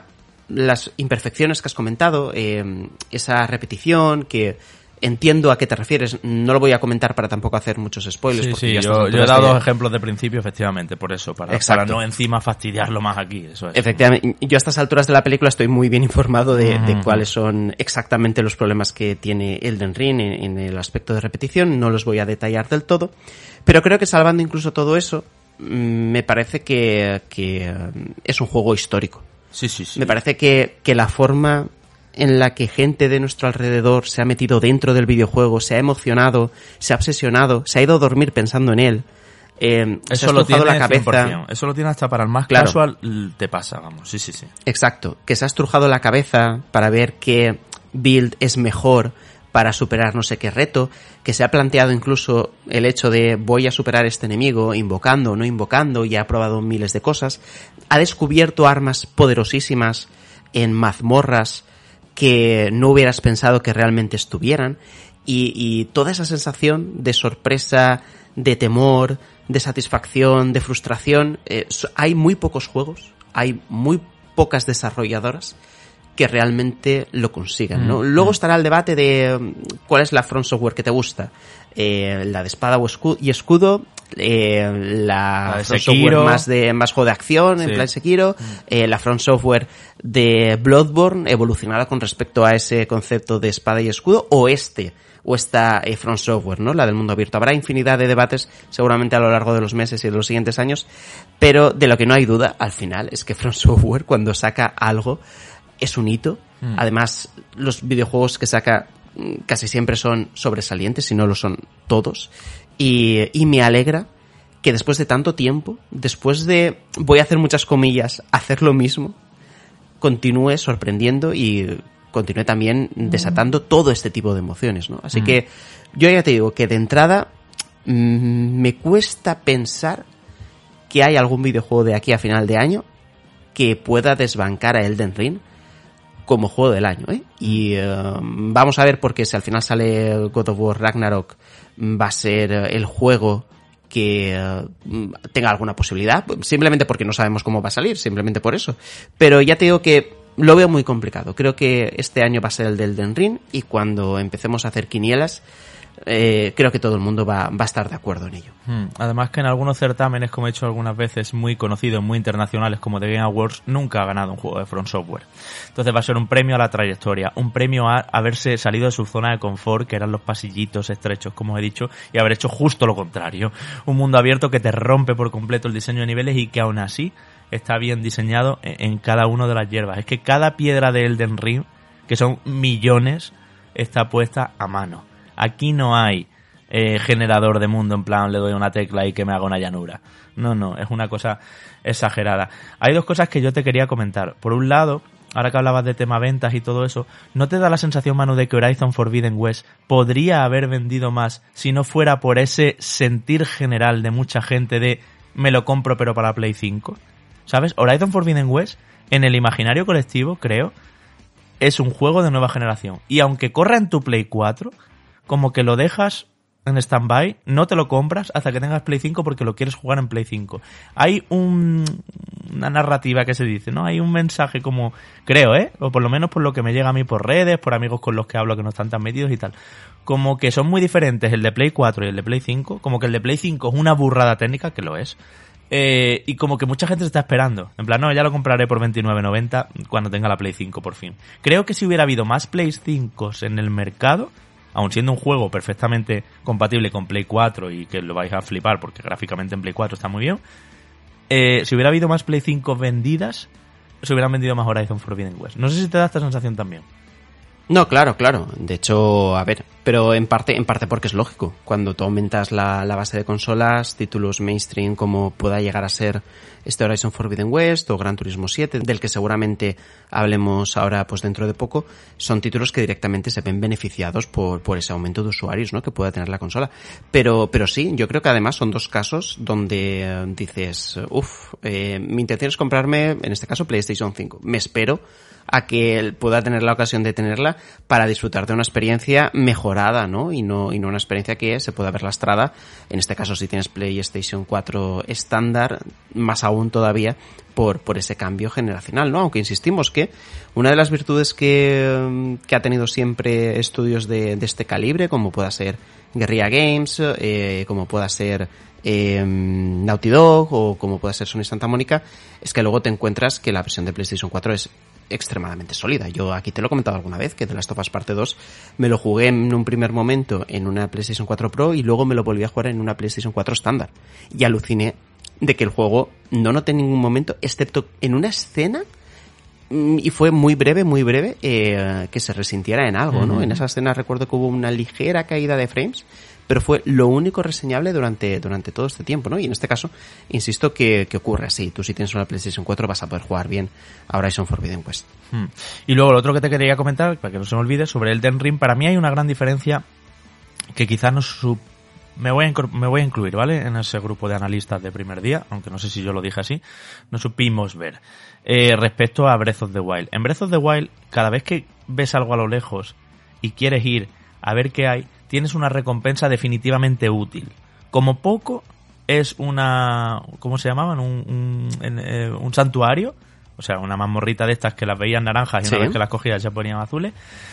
Speaker 2: las imperfecciones que has comentado, eh, esa repetición que entiendo a qué te refieres, no lo voy a comentar para tampoco hacer muchos spoilers.
Speaker 1: Sí,
Speaker 2: porque
Speaker 1: sí,
Speaker 2: ya
Speaker 1: yo, yo he dado
Speaker 2: de...
Speaker 1: dos ejemplos de principio, efectivamente, por eso, para, para no encima fastidiarlo más aquí. Eso es.
Speaker 2: Efectivamente, yo a estas alturas de la película estoy muy bien informado de, uh-huh. de cuáles son exactamente los problemas que tiene Elden Ring en, en el aspecto de repetición, no los voy a detallar del todo, pero creo que salvando incluso todo eso, me parece que, que es un juego histórico.
Speaker 1: Sí, sí, sí.
Speaker 2: Me parece que, que la forma en la que gente de nuestro alrededor se ha metido dentro del videojuego, se ha emocionado, se ha obsesionado, se ha ido a dormir pensando en él, eh,
Speaker 1: eso
Speaker 2: se ha
Speaker 1: lo tiene
Speaker 2: la cabeza.
Speaker 1: cien por ciento. Eso lo tiene hasta para el más
Speaker 2: claro.
Speaker 1: casual, te pasa, vamos. Sí, sí, sí.
Speaker 2: Exacto. Que se ha estrujado la cabeza para ver qué build es mejor para superar no sé qué reto, que se ha planteado incluso el hecho de voy a superar este enemigo invocando o no invocando, y ha probado miles de cosas, ha descubierto armas poderosísimas en mazmorras que no hubieras pensado que realmente estuvieran, y, y toda esa sensación de sorpresa, de temor, de satisfacción, de frustración, eh, hay muy pocos juegos, hay muy pocas desarrolladoras que realmente lo consigan, ¿no? Mm, Luego mm. estará el debate de cuál es la From Software que te gusta, eh, la de espada o escudo, y escudo, eh, la, la From Software más de más juego de acción, sí. en plan Sekiro, mm. eh, la From Software de Bloodborne evolucionada con respecto a ese concepto de espada y escudo, o este o esta eh, From Software, ¿no? La del mundo abierto. Habrá infinidad de debates seguramente a lo largo de los meses y de los siguientes años, pero de lo que no hay duda al final es que From Software, cuando saca algo, es un hito. Mm. Además, los videojuegos que saca casi siempre son sobresalientes, si no lo son todos. Y, y me alegra que después de tanto tiempo, después de, voy a hacer muchas comillas, hacer lo mismo, continúe sorprendiendo y continúe también desatando todo este tipo de emociones, ¿no? Así mm. que yo ya te digo que de entrada mmm, me cuesta pensar que hay algún videojuego de aquí a final de año que pueda desbancar a Elden Ring como juego del año, ¿eh? Y uh, vamos a ver, porque si al final sale God of War Ragnarok, va a ser el juego que uh, tenga alguna posibilidad, simplemente porque no sabemos cómo va a salir, simplemente por eso. Pero ya te digo que lo veo muy complicado. Creo que este año va a ser el del Elden Ring, y cuando empecemos a hacer quinielas, Eh, creo que todo el mundo va, va a estar de acuerdo en ello.
Speaker 1: Hmm. Además que en algunos certámenes, como he hecho algunas veces, muy conocidos, muy internacionales, como The Game Awards, nunca ha ganado un juego de From Software. Entonces va a ser un premio a la trayectoria, un premio a haberse salido de su zona de confort, que eran los pasillitos estrechos, como os he dicho, y haber hecho justo lo contrario. Un mundo abierto que te rompe por completo el diseño de niveles y que aún así está bien diseñado en, en cada una de las hierbas. Es que cada piedra de Elden Ring, que son millones, está puesta a mano. Aquí no hay eh, generador de mundo en plan le doy una tecla y que me haga una llanura. No, no, es una cosa exagerada. Hay dos cosas que yo te quería comentar. Por un lado, ahora que hablabas de tema ventas y todo eso, ¿no te da la sensación, Manu, de que Horizon Forbidden West podría haber vendido más si no fuera por ese sentir general de mucha gente de me lo compro pero para Play cinco? ¿Sabes? Horizon Forbidden West, en el imaginario colectivo, creo, es un juego de nueva generación. Y aunque corra en tu Play cuatro, como que lo dejas en stand-by, no te lo compras hasta que tengas Play cinco porque lo quieres jugar en Play cinco. Hay un, una narrativa que se dice, ¿no? Hay un mensaje como, creo, ¿eh? O por lo menos por lo que me llega a mí por redes, por amigos con los que hablo que no están tan metidos y tal. Como que son muy diferentes el de Play cuatro y el de Play cinco. Como que el de Play cinco es una burrada técnica, que lo es. Eh, y como que mucha gente se está esperando. En plan, no, ya lo compraré por veintinueve noventa cuando tenga la Play cinco por fin. Creo que si hubiera habido más Play cinco en el mercado, aun siendo un juego perfectamente compatible con Play cuatro y que lo vais a flipar porque gráficamente en Play cuatro está muy bien, eh, si hubiera habido más Play cinco vendidas, se hubieran vendido más Horizon Forbidden West. No sé si te da esta sensación también.
Speaker 2: No, claro, claro. De hecho, a ver, pero en parte, en parte porque es lógico. Cuando tú aumentas la, la base de consolas, títulos mainstream como pueda llegar a ser este Horizon Forbidden West o Gran Turismo siete, del que seguramente hablemos ahora pues dentro de poco, son títulos que directamente se ven beneficiados por, por ese aumento de usuarios, ¿no? Que pueda tener la consola. Pero, pero sí, yo creo que además son dos casos donde eh, dices, uff, eh, mi intención es comprarme, en este caso, PlayStation cinco. Me espero a que él pueda tener la ocasión de tenerla para disfrutar de una experiencia mejorada mejorada, ¿no? Y no, y no una experiencia que se pueda ver lastrada. En este caso, si tienes PlayStation cuatro estándar, más aún todavía por, por ese cambio generacional, ¿no? Aunque insistimos que una de las virtudes que, que ha tenido siempre estudios de, de este calibre, como pueda ser Guerrilla Games, eh, como pueda ser eh, Naughty Dog o como pueda ser Sony Santa Mónica, es que luego te encuentras que la versión de PlayStation cuatro es extremadamente sólida. Yo aquí te lo he comentado alguna vez, que The Last of Us Parte dos me lo jugué en un primer momento en una PlayStation cuatro Pro y luego me lo volví a jugar en una PlayStation cuatro estándar. Y aluciné de que el juego no noté en ningún momento, excepto en una escena, y fue muy breve, muy breve, eh, que se resintiera en algo, ¿no? Uh-huh. En esa escena recuerdo que hubo una ligera caída de frames, pero fue lo único reseñable durante durante todo este tiempo, ¿no? Y en este caso, insisto que, que ocurre así. Tú si tienes una PlayStation cuatro vas a poder jugar bien a Horizon Forbidden West.
Speaker 1: Hmm. Y luego lo otro que te quería comentar, para que no se me olvide, sobre Elden Ring, para mí hay una gran diferencia que quizás no sub... me voy a incor- me voy a incluir, ¿vale? En ese grupo de analistas de primer día, aunque no sé si yo lo dije así, no supimos ver. Eh, respecto a Breath of the Wild. En Breath of the Wild, cada vez que ves algo a lo lejos y quieres ir a ver qué hay, tienes una recompensa definitivamente útil. Como poco es una... ¿cómo se llamaban? Un, un, en, eh, un santuario. O sea, una mazmorrita de estas que las veías naranjas y una ¿sí? vez que las cogías se ponían azules.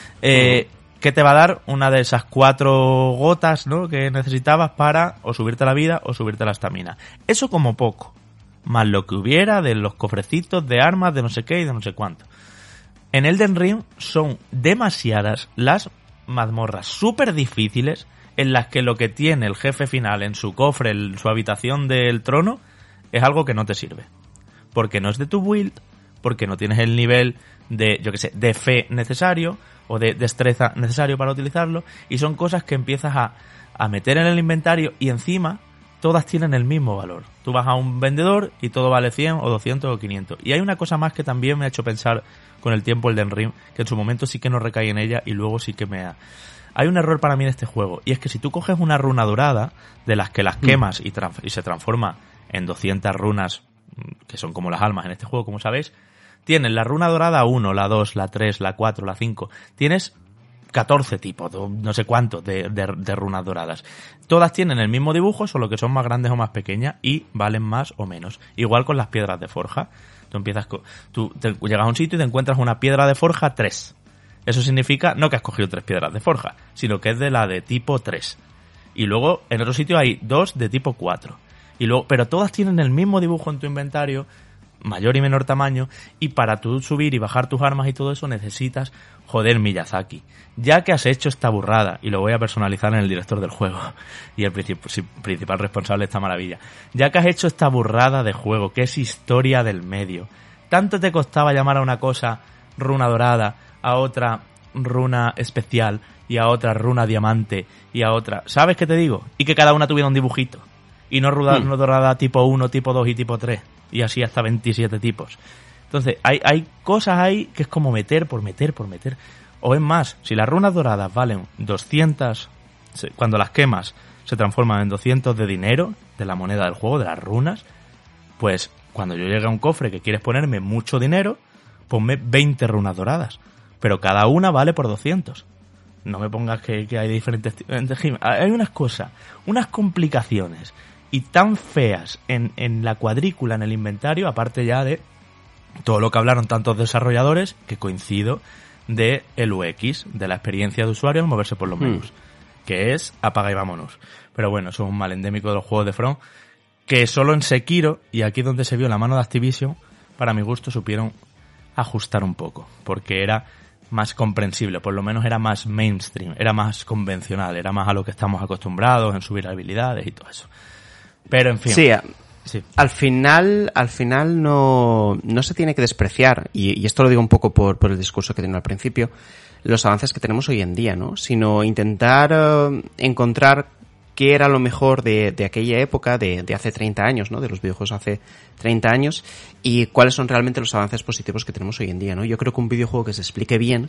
Speaker 1: Eh, uh-huh. Que te va a dar una de esas cuatro gotas, ¿no? Que necesitabas para o subirte la vida o subirte la estamina. Eso como poco. Más lo que hubiera de los cofrecitos de armas, de no sé qué y de no sé cuánto. En Elden Ring son demasiadas las mazmorras súper difíciles en las que lo que tiene el jefe final en su cofre, en su habitación del trono, es algo que no te sirve. Porque no es de tu build, porque no tienes el nivel de, yo qué sé, de fe necesario o de destreza necesario para utilizarlo, y son cosas que empiezas a, a meter en el inventario y encima todas tienen el mismo valor. Tú vas a un vendedor y todo vale cien o doscientos o quinientos. Y hay una cosa más que también me ha hecho pensar con el tiempo Elden Ring, que en su momento sí que no recaí en ella y luego sí que me ha... Hay un error para mí en este juego, y es que si tú coges una runa dorada, de las que las quemas y, trans- y se transforma en doscientas runas, que son como las almas en este juego, como sabéis, tienes la runa dorada uno, la dos, la tres, la cuatro, la cinco. Tienes catorce tipos, no sé cuántos, de, de, de runas doradas. Todas tienen el mismo dibujo, solo que son más grandes o más pequeñas y valen más o menos. Igual con las piedras de forja. Tú empiezas con, tú te, llegas a un sitio y te encuentras una piedra de forja tres. Eso significa no que has cogido tres piedras de forja, sino que es de la de tipo tres. Y luego en otro sitio hay dos de tipo cuatro. Y luego, pero todas tienen el mismo dibujo en tu inventario, mayor y menor tamaño, y para tú subir y bajar tus armas y todo eso necesitas, joder, Miyazaki, ya que has hecho esta burrada, y lo voy a personalizar en el director del juego y el princip- principal responsable de esta maravilla, ya que has hecho esta burrada de juego, que es historia del medio, tanto te costaba llamar a una cosa runa dorada, a otra runa especial, y a otra runa diamante, y a otra, ¿sabes qué te digo? Y que cada una tuviera un dibujito, y no runa hmm. dorada tipo uno, tipo dos y tipo tres, y así hasta veintisiete tipos. Entonces, hay, hay cosas ahí que es como meter por meter por meter. O es más, si las runas doradas valen doscientas, cuando las quemas se transforman en doscientos de dinero, de la moneda del juego, de las runas, pues cuando yo llegue a un cofre que quieres ponerme mucho dinero, ponme veinte runas doradas. Pero cada una vale por doscientos. No me pongas que, que hay diferentes... Hay unas cosas, unas complicaciones y tan feas en, en la cuadrícula, en el inventario, aparte ya de todo lo que hablaron tantos desarrolladores, que coincido, de el U X, de la experiencia de usuario al moverse por los menús, mm. que es apaga y vámonos. Pero bueno, eso es un mal endémico de los juegos de From, que solo en Sekiro, y aquí donde se vio la mano de Activision, para mi gusto supieron ajustar un poco, porque era más comprensible, por lo menos era más mainstream, era más convencional, era más a lo que estamos acostumbrados en subir habilidades y todo eso. Pero en fin.
Speaker 2: Sí, a, sí. al final, al final no, no se tiene que despreciar, y, y esto lo digo un poco por, por el discurso que tenía al principio, los avances que tenemos hoy en día, ¿no? Sino intentar uh, encontrar qué era lo mejor de, de aquella época, de, de hace treinta años, ¿no? De los videojuegos hace treinta años, y cuáles son realmente los avances positivos que tenemos hoy en día, ¿no? Yo creo que un videojuego que se explique bien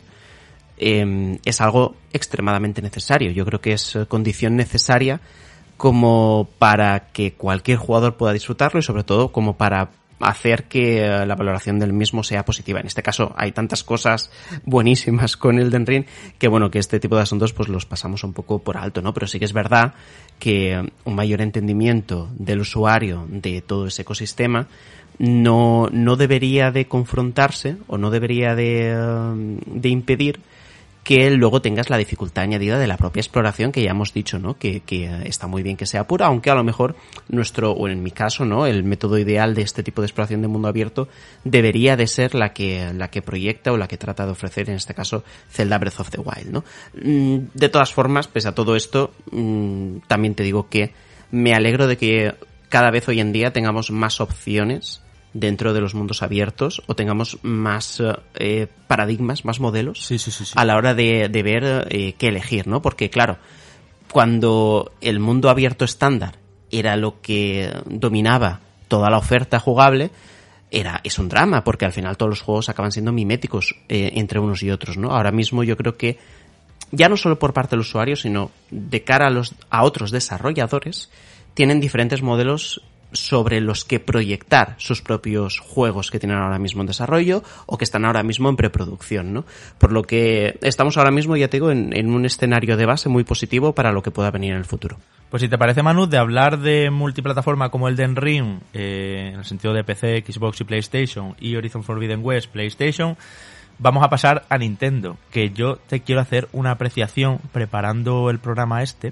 Speaker 2: eh, es algo extremadamente necesario. Yo creo que es condición necesaria como para que cualquier jugador pueda disfrutarlo, y sobre todo como para hacer que la valoración del mismo sea positiva. En este caso hay tantas cosas buenísimas con Elden Ring que bueno, que este tipo de asuntos pues los pasamos un poco por alto, ¿no? Pero sí que es verdad que un mayor entendimiento del usuario de todo ese ecosistema no, no debería de confrontarse o no debería de, de impedir que luego tengas la dificultad añadida de la propia exploración, que ya hemos dicho, ¿no? Que, que está muy bien que sea pura, aunque a lo mejor nuestro, o en mi caso, ¿no? El método ideal de este tipo de exploración de mundo abierto debería de ser la que, la que proyecta o la que trata de ofrecer, en este caso, Zelda Breath of the Wild, ¿no? De todas formas, pese a todo esto, también te digo que me alegro de que cada vez hoy en día tengamos más opciones dentro de los mundos abiertos o tengamos más eh, paradigmas, más modelos
Speaker 1: sí, sí, sí, sí.
Speaker 2: a la hora de, de ver eh, qué elegir, ¿no? Porque claro, cuando el mundo abierto estándar era lo que dominaba toda la oferta jugable, era es un drama, porque al final todos los juegos acaban siendo miméticos eh, entre unos y otros, ¿no? Ahora mismo yo creo que ya no solo por parte del usuario, sino de cara a los a otros desarrolladores, tienen diferentes modelos sobre los que proyectar sus propios juegos que tienen ahora mismo en desarrollo o que están ahora mismo en preproducción, ¿no? Por lo que estamos ahora mismo, ya te digo, en, en un escenario de base muy positivo para lo que pueda venir en el futuro.
Speaker 1: Pues si te parece, Manu, de hablar de multiplataforma como Elden Ring, eh, en el sentido de P C, Xbox y PlayStation, y Horizon Forbidden West, PlayStation, vamos a pasar a Nintendo, que yo te quiero hacer una apreciación preparando el programa este.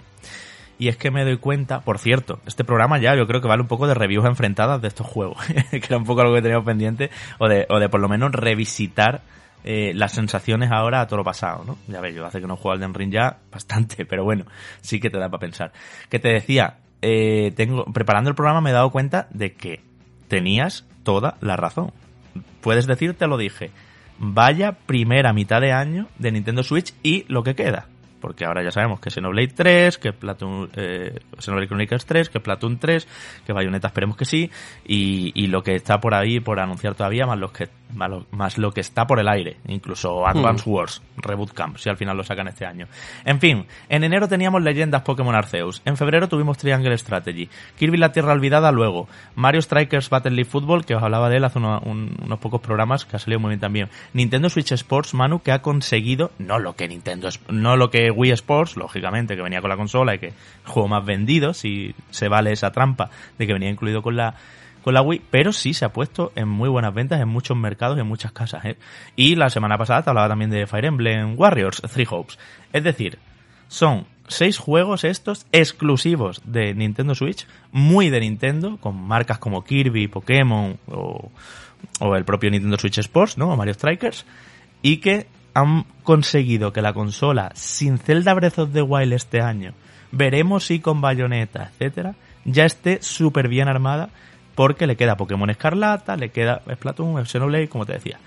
Speaker 1: Y es que me doy cuenta, por cierto, este programa ya yo creo que vale un poco de reviews enfrentadas de estos juegos, que era un poco algo que teníamos pendiente, o de, o de por lo menos revisitar eh, las sensaciones ahora a todo lo pasado, ¿no? Ya ves, yo hace que no juego al Elden Ring ya bastante, pero bueno, sí que te da para pensar. Que te decía, eh, tengo preparando el programa me he dado cuenta de que tenías toda la razón. Puedes decir, te lo dije, vaya primera mitad de año de Nintendo Switch y lo que queda. Porque ahora ya sabemos que Xenoblade tres, que Platoon, eh, Xenoblade Chronicles tres, que Splatoon tres, que Bayonetta esperemos que sí, y, y lo que está por ahí por anunciar todavía, más, los que, más, lo, más lo que está por el aire, incluso Advance mm. Wars, Reboot Camp, si al final lo sacan este año. En fin, en enero teníamos Leyendas Pokémon Arceus, en febrero tuvimos Triangle Strategy, Kirby la Tierra Olvidada luego, Mario Strikers Battle League Football, que os hablaba de él hace uno, un, unos pocos programas, que ha salido muy bien también, Nintendo Switch Sports, Manu, que ha conseguido, no lo que Nintendo, no lo que Wii Sports, lógicamente, que venía con la consola y que el juego más vendido, si se vale esa trampa de que venía incluido con la con la Wii, pero sí se ha puesto en muy buenas ventas en muchos mercados y en muchas casas, ¿eh? Y la semana pasada te hablaba también de Fire Emblem Warriors, Three Hopes. Es decir, son seis juegos estos exclusivos de Nintendo Switch, muy de Nintendo, con marcas como Kirby, Pokémon o, o el propio Nintendo Switch Sports, ¿no? O Mario Strikers, y que han conseguido que la consola, sin Zelda Breath of the Wild este año, veremos si con Bayonetta, etcétera, ya esté súper bien armada, porque le queda Pokémon Escarlata, le queda Splatoon, Xenoblade, como te decía.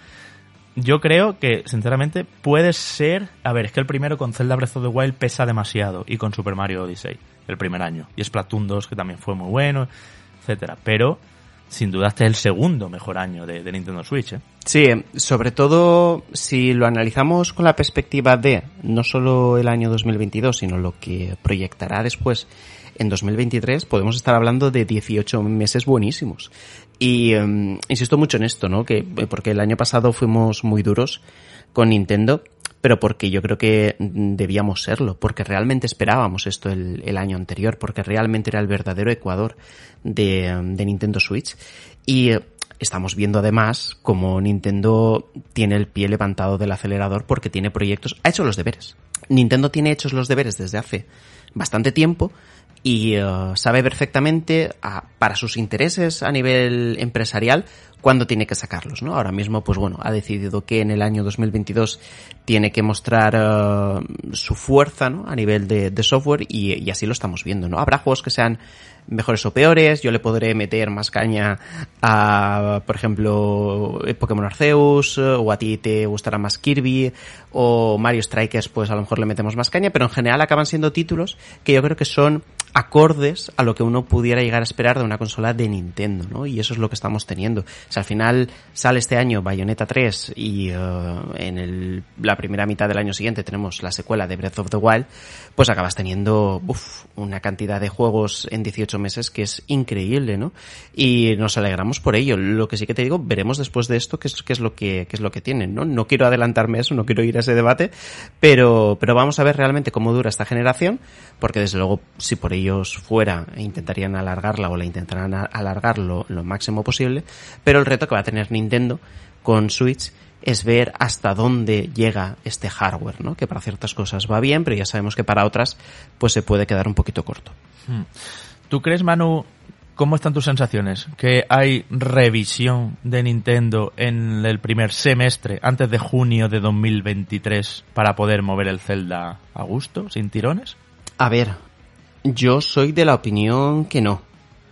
Speaker 1: Yo creo que, sinceramente, puede ser... A ver, es que el primero con Zelda Breath of the Wild pesa demasiado, y con Super Mario Odyssey, el primer año. Y Splatoon dos, que también fue muy bueno, etcétera. Pero, sin duda, este es el segundo mejor año de, de Nintendo Switch, ¿eh?
Speaker 2: Sí, sobre todo si lo analizamos con la perspectiva de no solo el año dos mil veintidós, sino lo que proyectará después en dos mil veintitrés, podemos estar hablando de dieciocho meses buenísimos. Y um, insisto mucho en esto, ¿no? Que porque el año pasado fuimos muy duros con Nintendo, pero porque yo creo que debíamos serlo, porque realmente esperábamos esto el, el año anterior, porque realmente era el verdadero ecuador de, de Nintendo Switch. Y estamos viendo además como Nintendo tiene el pie levantado del acelerador porque tiene proyectos, ha hecho los deberes. Nintendo tiene hechos los deberes desde hace bastante tiempo y uh, sabe perfectamente uh, para sus intereses a nivel empresarial cuándo tiene que sacarlos, ¿no? Ahora mismo, pues bueno, ha decidido que en el año dos mil veintidós tiene que mostrar uh, su fuerza, ¿no? A nivel de, de software y, y así lo estamos viendo, ¿no? Habrá juegos que sean mejores o peores, yo le podré meter más caña a, por ejemplo, Pokémon Arceus, o a ti te gustará más Kirby, o Mario Strikers, pues a lo mejor le metemos más caña, pero en general acaban siendo títulos que yo creo que son acordes a lo que uno pudiera llegar a esperar de una consola de Nintendo, ¿no? Y eso es lo que estamos teniendo. sea, al final sale este año Bayonetta tres y uh, en el, la primera mitad del año siguiente tenemos la secuela de Breath of the Wild, pues acabas teniendo uf, una cantidad de juegos en dieciocho meses que es increíble, ¿no? Y nos alegramos por ello. Lo que sí que te digo, veremos después de esto qué es, qué es lo que qué es lo que tienen, ¿no? No quiero adelantarme a eso, no quiero ir a ese debate, pero pero vamos a ver realmente cómo dura esta generación, porque desde luego si por ellos fuera intentarían alargarla o la intentarán alargar lo, lo máximo posible, pero el reto que va a tener Nintendo con Switch es ver hasta dónde llega este hardware, ¿no? Que para ciertas cosas va bien, pero ya sabemos que para otras pues se puede quedar un poquito corto.
Speaker 1: ¿Tú crees, Manu, cómo están tus sensaciones? ¿Que hay revisión de Nintendo en el primer semestre, antes de junio de dos mil veintitrés, para poder mover el Zelda a gusto, sin tirones?
Speaker 2: A ver, yo soy de la opinión que no.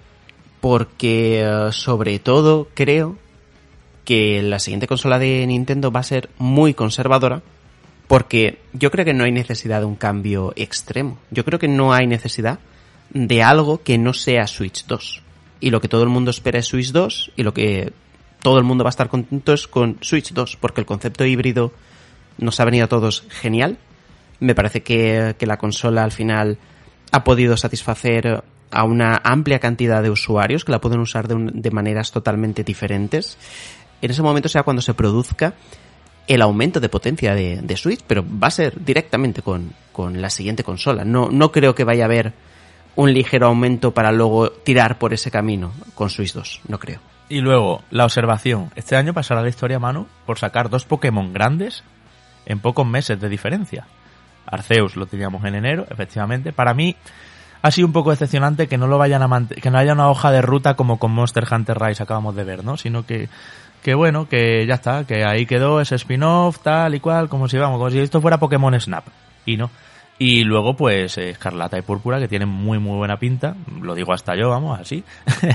Speaker 2: Porque sobre todo creo que la siguiente consola de Nintendo va a ser muy conservadora, porque yo creo que no hay necesidad de un cambio extremo. Yo creo que no hay necesidad de algo que no sea Switch dos. Y lo que todo el mundo espera es Switch dos, y lo que todo el mundo va a estar contento es con Switch dos, porque el concepto híbrido nos ha venido a todos genial. Me parece que, que la consola al final ha podido satisfacer a una amplia cantidad de usuarios que la pueden usar de, un, de maneras totalmente diferentes. En ese momento será cuando se produzca el aumento de potencia de, de Switch, pero va a ser directamente con, con la siguiente consola. No, no creo que vaya a haber un ligero aumento para luego tirar por ese camino con Switch dos, no creo.
Speaker 1: Y luego, la observación. Este año pasará la historia, Manu, por sacar dos Pokémon grandes en pocos meses de diferencia. Arceus lo teníamos en enero, efectivamente. Para mí ha sido un poco decepcionante que no lo vayan a mant- que no haya una hoja de ruta como con Monster Hunter Rise acabamos de ver, ¿no? Sino que, que bueno, que ya está, que ahí quedó ese spin-off, tal y cual, como si vamos, como si esto fuera Pokémon Snap. Y no. Y luego, pues, Escarlata y Púrpura, que tienen muy, muy buena pinta. Lo digo hasta yo, vamos, así.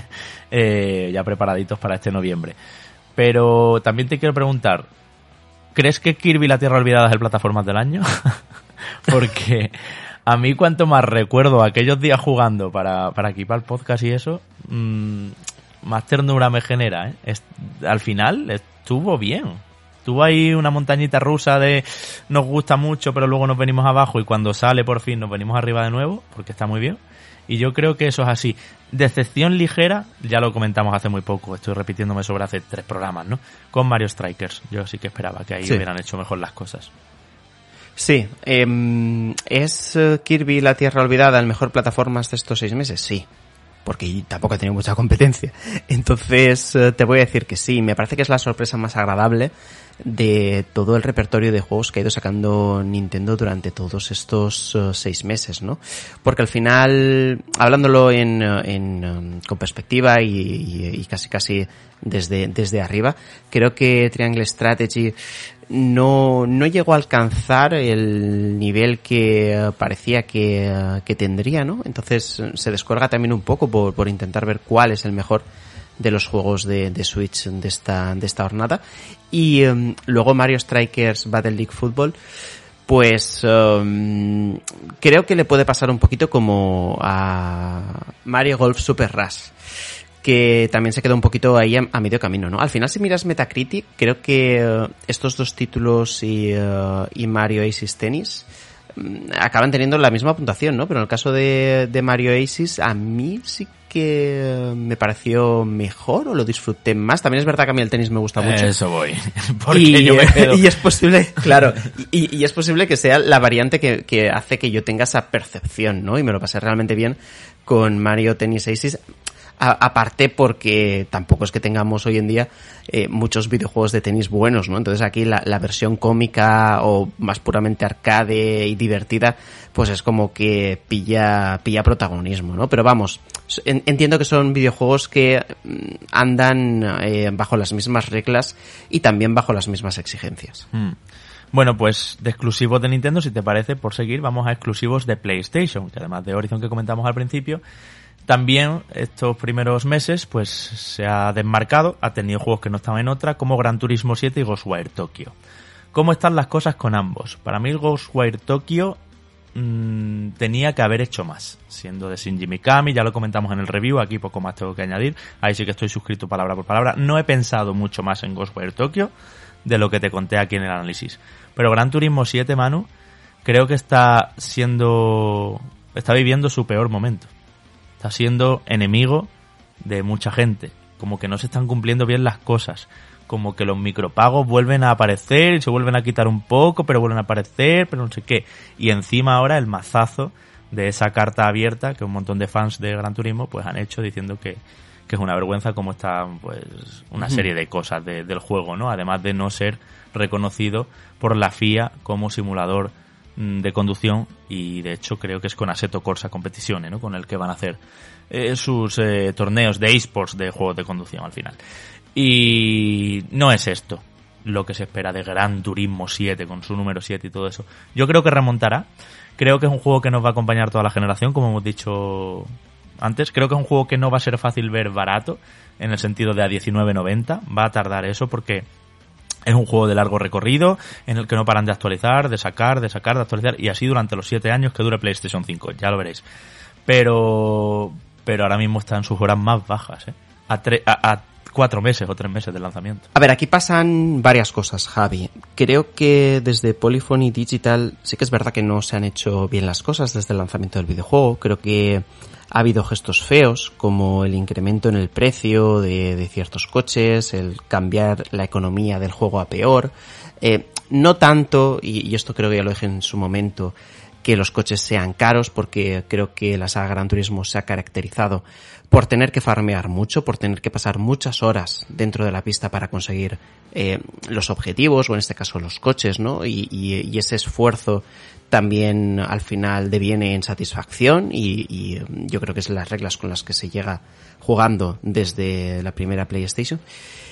Speaker 1: eh, ya preparaditos para este noviembre. Pero también te quiero preguntar, ¿crees que Kirby la Tierra Olvidada es el plataformas del año? Porque a mí cuanto más recuerdo aquellos días jugando para, para equipar el podcast y eso, mmm, más ternura me genera, ¿eh? Es, al final estuvo bien. Tuvo ahí una montañita rusa de nos gusta mucho, pero luego nos venimos abajo y cuando sale por fin nos venimos arriba de nuevo, porque está muy bien. Y yo creo que eso es así. Decepción ligera, ya lo comentamos hace muy poco, estoy repitiéndome sobre hace tres programas, ¿no? Con Mario Strikers. Yo sí que esperaba que ahí sí hubieran hecho mejor las cosas.
Speaker 2: Sí, eh, ¿es uh, Kirby la Tierra Olvidada el mejor plataformas de estos seis meses? Sí, porque tampoco ha tenido mucha competencia. Entonces uh, te voy a decir que sí, me parece que es la sorpresa más agradable de todo el repertorio de juegos que ha ido sacando Nintendo durante todos estos uh, seis meses, ¿no? Porque al final, hablándolo en, en um, con perspectiva y, y, y casi casi desde, desde arriba, creo que Triangle Strategy no, no llegó a alcanzar el nivel que uh, parecía que, uh, que tendría, ¿no? Entonces uh, se descuelga también un poco por, por intentar ver cuál es el mejor de los juegos de, de Switch de esta, de esta jornada. Y um, luego Mario Strikers Battle League Football, pues um, creo que le puede pasar un poquito como a Mario Golf Super Rush, que también se quedó un poquito ahí a, a medio camino, ¿no? Al final, si miras Metacritic, creo que uh, estos dos títulos y, uh, y Mario Aces Tennis um, acaban teniendo la misma puntuación, ¿no? Pero en el caso de, de Mario Aces, a mí sí que me pareció mejor o lo disfruté más. También es verdad que a mí el tenis me gusta mucho.
Speaker 1: Eso voy. Porque
Speaker 2: y,
Speaker 1: yo me quedo...
Speaker 2: y es posible, claro, y, y es posible que sea la variante que, que hace que yo tenga esa percepción, ¿no? Y me lo pasé realmente bien con Mario Tennis Aces. A, aparte porque tampoco es que tengamos hoy en día eh, muchos videojuegos de tenis buenos, ¿no? Entonces aquí la, la versión cómica o más puramente arcade y divertida, pues es como que pilla pilla protagonismo, ¿no? Pero vamos, en, entiendo que son videojuegos que andan eh, bajo las mismas reglas y también bajo las mismas exigencias.
Speaker 1: Mm. Bueno, pues de exclusivos de Nintendo, si te parece, por seguir, vamos a exclusivos de PlayStation, que además de Horizon que comentamos al principio, también estos primeros meses pues se ha desmarcado, ha tenido juegos que no estaban en otra, como Gran Turismo siete y Ghostwire Tokyo. ¿Cómo están las cosas con ambos? Para mí el Ghostwire Tokyo mmm, tenía que haber hecho más, siendo de Shinji Mikami, ya lo comentamos en el review, aquí poco más tengo que añadir, ahí sí que estoy suscrito palabra por palabra. No he pensado mucho más en Ghostwire Tokyo de lo que te conté aquí en el análisis, pero Gran Turismo siete, Manu, creo que está siendo, está viviendo su peor momento, está siendo enemigo de mucha gente, como que no se están cumpliendo bien las cosas, como que los micropagos vuelven a aparecer y se vuelven a quitar un poco, pero vuelven a aparecer, pero no sé qué. Y encima ahora el mazazo de esa carta abierta que un montón de fans de Gran Turismo pues han hecho diciendo que, que es una vergüenza cómo está pues una uh-huh. serie de cosas de, del juego, ¿no? Además de no ser reconocido por la F I A como simulador de conducción, y de hecho creo que es con Assetto Corsa Competizione, ¿no? Con el que van a hacer eh, sus eh, torneos de eSports de juegos de conducción al final. Y no es esto lo que se espera de Gran Turismo siete con su número siete y todo eso. Yo creo que remontará. Creo que es un juego que nos va a acompañar toda la generación, como hemos dicho antes. Creo que es un juego que no va a ser fácil ver barato, en el sentido de a diecinueve noventa. Va a tardar eso porque es un juego de largo recorrido en el que no paran de actualizar, de sacar, de sacar, de actualizar, y así durante los siete años que dure PlayStation cinco. Ya lo veréis. Pero pero ahora mismo está en sus horas más bajas, ¿eh? A, tre- a, a cuatro meses o tres meses de lanzamiento.
Speaker 2: A ver, aquí pasan varias cosas, Javi. Creo que desde Polyphony Digital sí que es verdad que no se han hecho bien las cosas desde el lanzamiento del videojuego. Creo que ha habido gestos feos, como el incremento en el precio de, de ciertos coches, el cambiar la economía del juego a peor. Eh, no tanto, y, y esto creo que ya lo dije en su momento, que los coches sean caros, porque creo que la saga Gran Turismo se ha caracterizado por tener que farmear mucho, por tener que pasar muchas horas dentro de la pista para conseguir eh, los objetivos, o en este caso los coches, ¿no? Y, y, y ese esfuerzo también al final deviene en satisfacción, y, y yo creo que es las reglas con las que se llega jugando desde la primera PlayStation.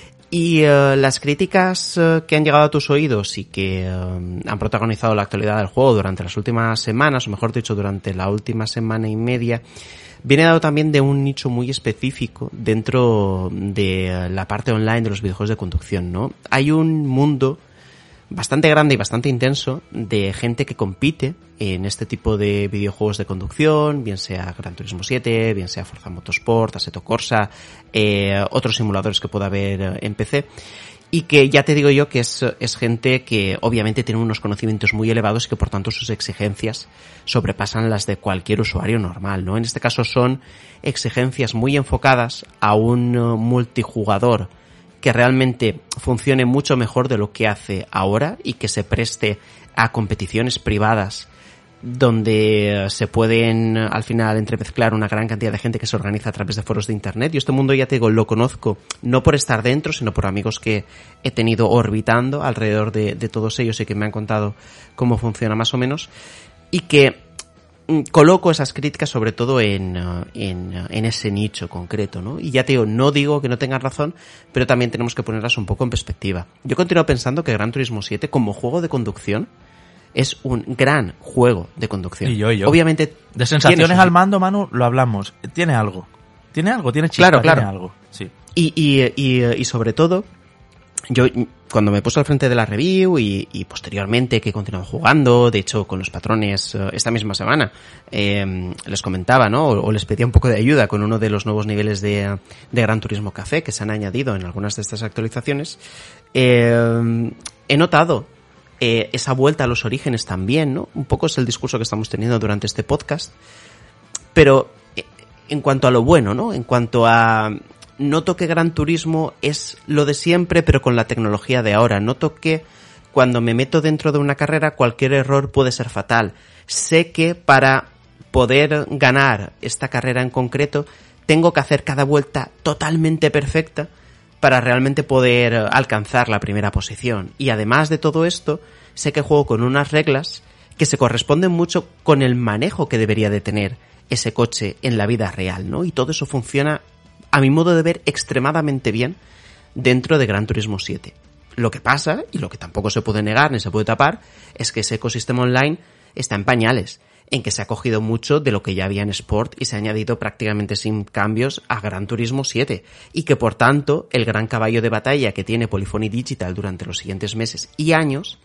Speaker 2: Y uh, las críticas uh, que han llegado a tus oídos y que uh, han protagonizado la actualidad del juego durante las últimas semanas, o mejor dicho, durante la última semana y media, viene dado también de un nicho muy específico dentro de la parte online de los videojuegos de conducción, ¿no? Hay un mundo bastante grande y bastante intenso de gente que compite en este tipo de videojuegos de conducción, bien sea Gran Turismo siete, bien sea Forza Motorsport, Assetto Corsa, eh, otros simuladores que pueda haber en P C, y que ya te digo yo que es, es gente que obviamente tiene unos conocimientos muy elevados y que por tanto sus exigencias sobrepasan las de cualquier usuario normal, ¿no? En este caso son exigencias muy enfocadas a un multijugador que realmente funcione mucho mejor de lo que hace ahora y que se preste a competiciones privadas donde se pueden al final entremezclar una gran cantidad de gente que se organiza a través de foros de internet. Y este mundo, ya te digo, lo conozco no por estar dentro, sino por amigos que he tenido orbitando alrededor de, de todos ellos y que me han contado cómo funciona más o menos, y que coloco esas críticas sobre todo en, en, en ese nicho concreto, ¿no? Y ya te digo, no digo que no tengan razón, pero también tenemos que ponerlas un poco en perspectiva. Yo continúo pensando que Gran Turismo siete como juego de conducción es un gran juego de conducción.
Speaker 1: Y yo, y yo.
Speaker 2: Obviamente,
Speaker 1: de sensaciones al mando, Manu, lo hablamos. Tiene algo. Tiene algo, tiene chispa,
Speaker 2: claro, claro.
Speaker 1: Tiene algo. Sí.
Speaker 2: Y, y, y, y sobre todo, yo cuando me puse al frente de la review y, y posteriormente que he continuado jugando, de hecho con los patrones uh, esta misma semana, eh, les comentaba, ¿no? O, o les pedía un poco de ayuda con uno de los nuevos niveles de, de Gran Turismo Café que se han añadido en algunas de estas actualizaciones. Eh, he notado eh, esa vuelta a los orígenes también, ¿no? Un poco es el discurso que estamos teniendo durante este podcast, pero eh, en cuanto a lo bueno, ¿no? En cuanto a... Noto que Gran Turismo es lo de siempre, pero con la tecnología de ahora. Noto que cuando me meto dentro de una carrera, cualquier error puede ser fatal. Sé que para poder ganar esta carrera en concreto, tengo que hacer cada vuelta totalmente perfecta para realmente poder alcanzar la primera posición. Y además de todo esto, sé que juego con unas reglas que se corresponden mucho con el manejo que debería de tener ese coche en la vida real, ¿no? Y todo eso funciona, a mi modo de ver, extremadamente bien dentro de Gran Turismo siete. Lo que pasa, y lo que tampoco se puede negar ni se puede tapar, es que ese ecosistema online está en pañales, en que se ha cogido mucho de lo que ya había en Sport y se ha añadido prácticamente sin cambios a Gran Turismo siete, y que por tanto el gran caballo de batalla que tiene Polyphony Digital durante los siguientes meses y años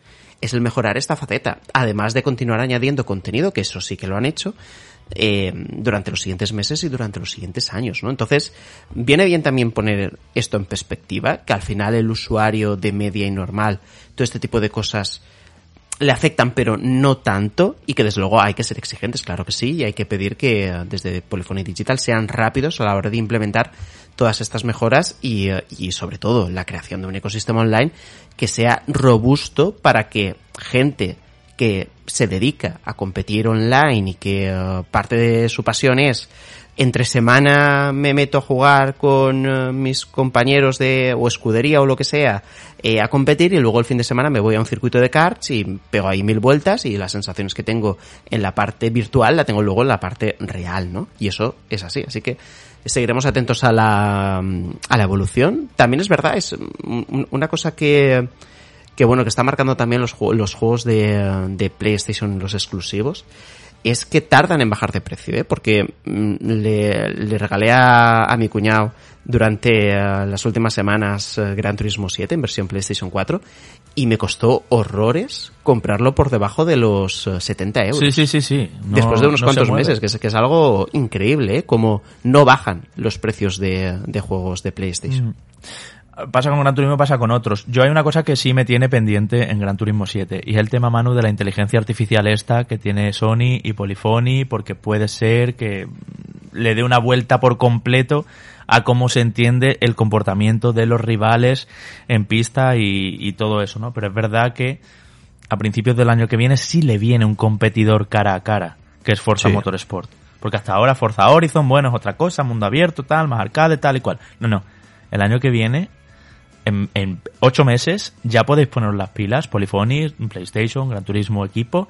Speaker 2: es el mejorar esta faceta, además de continuar añadiendo contenido, que eso sí que lo han hecho, eh, durante los siguientes meses y durante los siguientes años, ¿no? Entonces, viene bien también poner esto en perspectiva, que al final el usuario de media y normal, todo este tipo de cosas le afectan, pero no tanto, y que desde luego hay que ser exigentes, claro que sí, y hay que pedir que desde Polyphony Digital sean rápidos a la hora de implementar todas estas mejoras y, y sobre todo la creación de un ecosistema online que sea robusto para que gente que se dedica a competir online y que uh, parte de su pasión es entre semana me meto a jugar con uh, mis compañeros de o escudería o lo que sea eh, a competir, y luego el fin de semana me voy a un circuito de karts y pego ahí mil vueltas, y las sensaciones que tengo en la parte virtual la tengo luego en la parte real, ¿no? Y eso es así, así que seguiremos atentos a la a la evolución. También es verdad, es una cosa que que bueno, que está marcando también los, los juegos de, de PlayStation, los exclusivos, es que tardan en bajar de precio, ¿eh? Porque mm, le, le regalé a, a mi cuñado durante uh, las últimas semanas uh, Gran Turismo siete en versión PlayStation cuatro, y me costó horrores comprarlo por debajo de los uh, setenta euros.
Speaker 1: Sí, sí, sí, sí. No,
Speaker 2: después de unos
Speaker 1: no
Speaker 2: cuantos meses, que es, que es algo increíble, ¿eh? Como no bajan los precios de, de juegos de PlayStation.
Speaker 1: Mm. Pasa con Gran Turismo, pasa con otros. Yo hay una cosa que sí me tiene pendiente en Gran Turismo siete, y es el tema, Manu, de la inteligencia artificial esta que tiene Sony y Polyphony, porque puede ser que le dé una vuelta por completo a cómo se entiende el comportamiento de los rivales en pista y, y todo eso, ¿no? Pero es verdad que a principios del año que viene sí le viene un competidor cara a cara, que es Forza sí. Motorsport. Porque hasta ahora Forza Horizon, bueno, es otra cosa, mundo abierto, tal, más arcade, tal y cual. No, no. El año que viene, en, en ocho meses, ya podéis poneros las pilas, Polyphony, PlayStation, Gran Turismo equipo,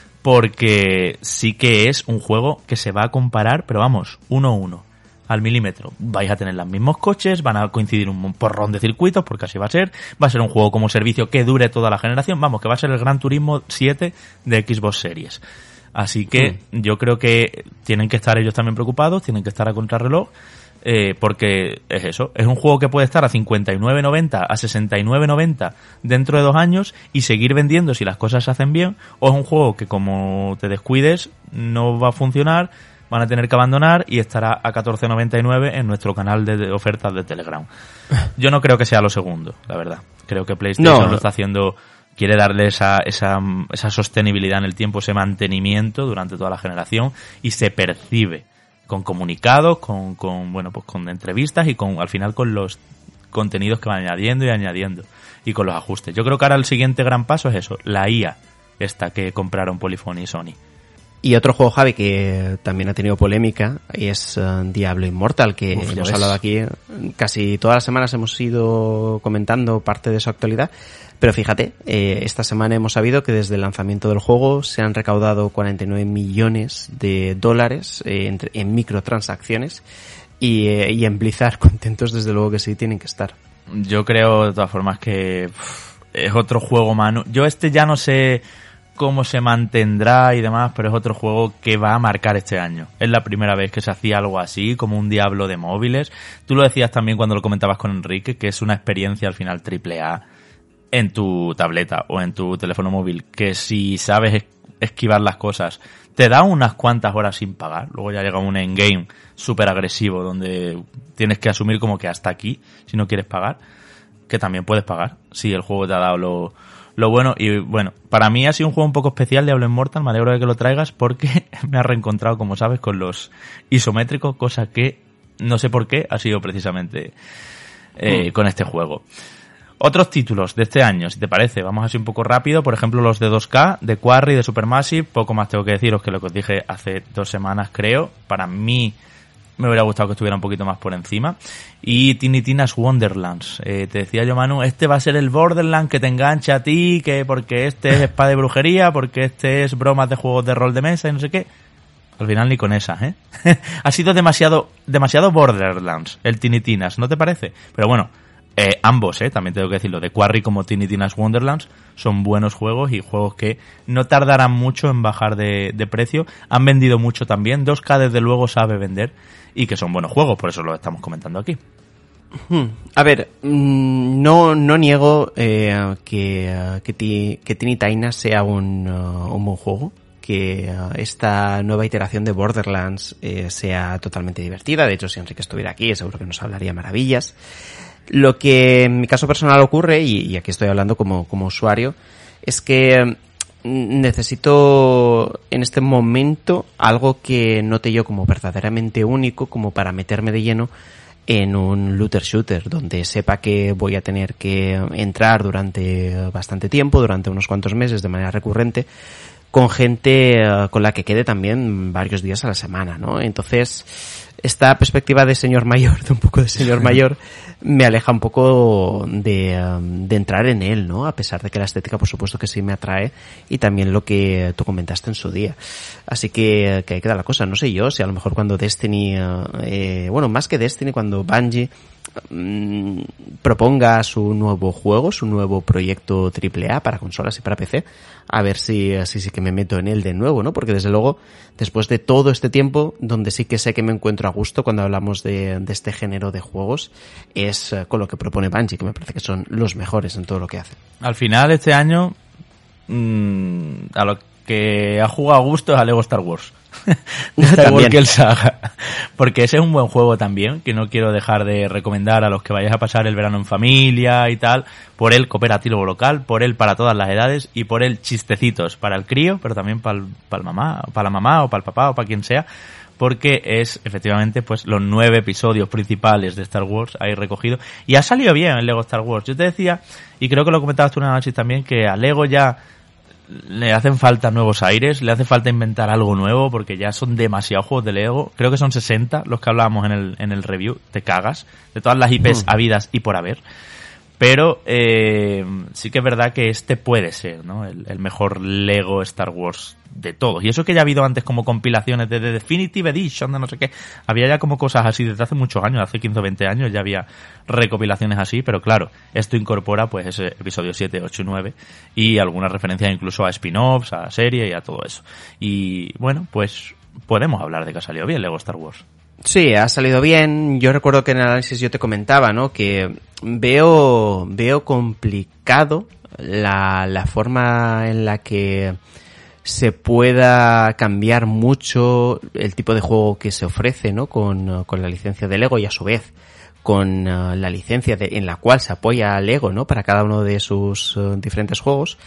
Speaker 1: porque sí que es un juego que se va a comparar, pero vamos, uno a uno, al milímetro. Vais a tener los mismos coches, van a coincidir un porrón de circuitos, porque así va a ser. Va a ser un juego como servicio que dure toda la generación. Vamos, que va a ser el Gran Turismo siete de Xbox Series. Así que mm. yo creo que tienen que estar ellos también preocupados, tienen que estar a contrarreloj. Eh, porque es eso, es un juego que puede estar a cincuenta y nueve noventa, a sesenta y nueve noventa dentro de dos años y seguir vendiendo si las cosas se hacen bien, o es un juego que como te descuides no va a funcionar, van a tener que abandonar y estará a catorce noventa y nueve en nuestro canal de ofertas de Telegram. Yo no creo que sea lo segundo, la verdad. Creo que PlayStation no. lo está haciendo, quiere darle esa, esa, esa sostenibilidad en el tiempo, ese mantenimiento durante toda la generación, y se percibe con comunicados, con, con, bueno, pues con entrevistas y con, al final con los contenidos que van añadiendo y añadiendo y con los ajustes. Yo creo que ahora el siguiente gran paso es eso, la I A esta que compraron Polyphony y Sony.
Speaker 2: Y otro juego, Javi, que también ha tenido polémica es uh, Diablo Immortal, que Uf, hemos hablado aquí. Casi todas las semanas hemos ido comentando parte de su actualidad. Pero fíjate, eh, esta semana hemos sabido que desde el lanzamiento del juego se han recaudado cuarenta y nueve millones de dólares eh, entre, en microtransacciones, y, eh, y en Blizzard contentos desde luego que sí tienen que estar.
Speaker 1: Yo creo de todas formas que uf, es otro juego, Manu. Yo este ya no sé cómo se mantendrá y demás, pero es otro juego que va a marcar este año. Es la primera vez que se hacía algo así, como un Diablo de móviles. Tú lo decías también cuando lo comentabas con Enrique, que es una experiencia al final triple A en tu tableta o en tu teléfono móvil, que si sabes esquivar las cosas te da unas cuantas horas sin pagar. Luego ya llega un endgame súper agresivo donde tienes que asumir como que hasta aquí si no quieres pagar, que también puedes pagar si el juego te ha dado lo, lo bueno. Y bueno, para mí ha sido un juego un poco especial, Diablo Immortal. Me alegro de que lo traigas porque me ha reencontrado, como sabes, con los isométricos, cosa que no sé por qué ha sido precisamente eh, mm. con este juego. Otros títulos de este año, si te parece, vamos así un poco rápido. Por ejemplo, los de dos K, de Quarry, de Supermassive. Poco más tengo que deciros que lo que os dije hace dos semanas, creo. Para mí me hubiera gustado que estuviera un poquito más por encima. Y Tiny Tina's Wonderlands. Eh, te decía yo, Manu, este va a ser el Borderlands que te engancha a ti, que porque este es espada de brujería, porque este es bromas de juegos de rol de mesa y no sé qué. Al final ni con esas, ¿eh? Ha sido demasiado, demasiado Borderlands el Tiny Tina's, ¿no te parece? Pero bueno, Eh, ambos, eh, también tengo que decirlo, de Quarry como Tiny Tina's Wonderlands, son buenos juegos y juegos que no tardarán mucho en bajar de, de precio. Han vendido mucho también, dos K desde luego sabe vender y que son buenos juegos, por eso los estamos comentando aquí.
Speaker 2: A ver, no no niego eh, que, que, ti, que Tiny Tina sea un, uh, un buen juego, que uh, esta nueva iteración de Borderlands eh, sea totalmente divertida. De hecho, si Enrique estuviera aquí, seguro que nos hablaría maravillas. Lo que en mi caso personal ocurre, y, y aquí estoy hablando como, como usuario, es que necesito en este momento algo que note yo como verdaderamente único, como para meterme de lleno en un looter shooter, donde sepa que voy a tener que entrar durante bastante tiempo, durante unos cuantos meses, de manera recurrente, con gente uh, con la que quede también varios días a la semana, ¿no? Entonces, esta perspectiva de señor mayor, de un poco de señor mayor, me aleja un poco de, um, de entrar en él, ¿no? A pesar de que la estética, por supuesto, que sí me atrae, y también lo que tú comentaste en su día. Así que, que ahí queda la cosa. No sé yo si a lo mejor cuando Destiny, uh, eh, bueno, más que Destiny, cuando Bungie mmm, proponga su nuevo juego, su nuevo proyecto triple A para consolas y para P C, a ver si así sí que me meto en él de nuevo, ¿no? Porque desde luego, después de todo este tiempo, donde sí que sé que me encuentro a gusto cuando hablamos de, de este género de juegos, es con lo que propone Bungie, que me parece que son los mejores en todo lo que hacen.
Speaker 1: Al final, este año, mmm, a lo que ha jugado a gusto es a Lego Star Wars. de Skywalker Saga. Porque ese es un buen juego también, que no quiero dejar de recomendar a los que vayáis a pasar el verano en familia y tal, por el cooperativo local, por el para todas las edades y por el chistecitos para el crío, pero también para el, para el mamá, para la mamá o para el papá o para quien sea, porque es efectivamente pues los nueve episodios principales de Star Wars ahí recogido, y ha salido bien el Lego Star Wars. Yo te decía, y creo que lo comentabas tú en análisis también, que a Lego ya le hacen falta nuevos aires, le hace falta inventar algo nuevo, porque ya son demasiados juegos de Lego. Creo que son sesenta los que hablábamos en el, en el review, te cagas, de todas las I Pes mm. habidas y por haber. Pero eh, sí que es verdad que este puede ser, ¿no? El, el mejor Lego Star Wars de todos. Y eso que ya ha habido antes como compilaciones de, de Definitive Edition, de no sé qué. Había ya como cosas así desde hace muchos años, hace quince o veinte años ya había recopilaciones así, pero claro, esto incorpora pues ese episodio siete, ocho y nueve y algunas referencias incluso a spin-offs, a serie y a todo eso. Y bueno, pues podemos hablar de que ha salido bien Lego Star Wars.
Speaker 2: Sí, ha salido bien. Yo recuerdo que en el análisis yo te comentaba, ¿no? Que veo, veo complicado la, la forma en la que se pueda cambiar mucho el tipo de juego que se ofrece, ¿no? Con, con la licencia de Lego y a su vez con uh, la licencia de, en la cual se apoya a Lego, ¿no? Para cada uno de sus uh, diferentes juegos.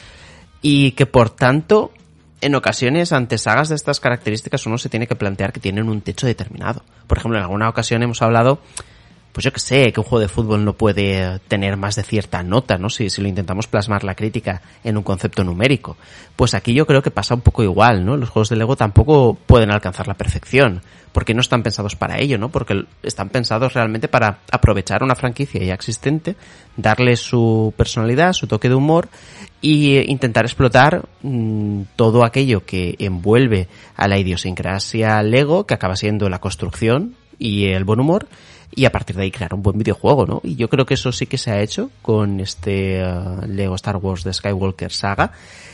Speaker 2: Y que por tanto, en ocasiones, ante sagas de estas características, uno se tiene que plantear que tienen un techo determinado. Por ejemplo, en alguna ocasión hemos hablado, pues yo que sé, que un juego de fútbol no puede tener más de cierta nota, ¿no? Si, si lo intentamos plasmar la crítica en un concepto numérico. Pues aquí yo creo que pasa un poco igual, ¿no? Los juegos de Lego tampoco pueden alcanzar la perfección, porque no están pensados para ello, ¿no? Porque están pensados realmente para aprovechar una franquicia ya existente, darle su personalidad, su toque de humor, y intentar explotar mmm, todo aquello que envuelve a la idiosincrasia Lego, que acaba siendo la construcción y el buen humor, y a partir de ahí crear un buen videojuego, ¿no? Y yo creo que eso sí que se ha hecho con este uh, Lego Star Wars de Skywalker Saga,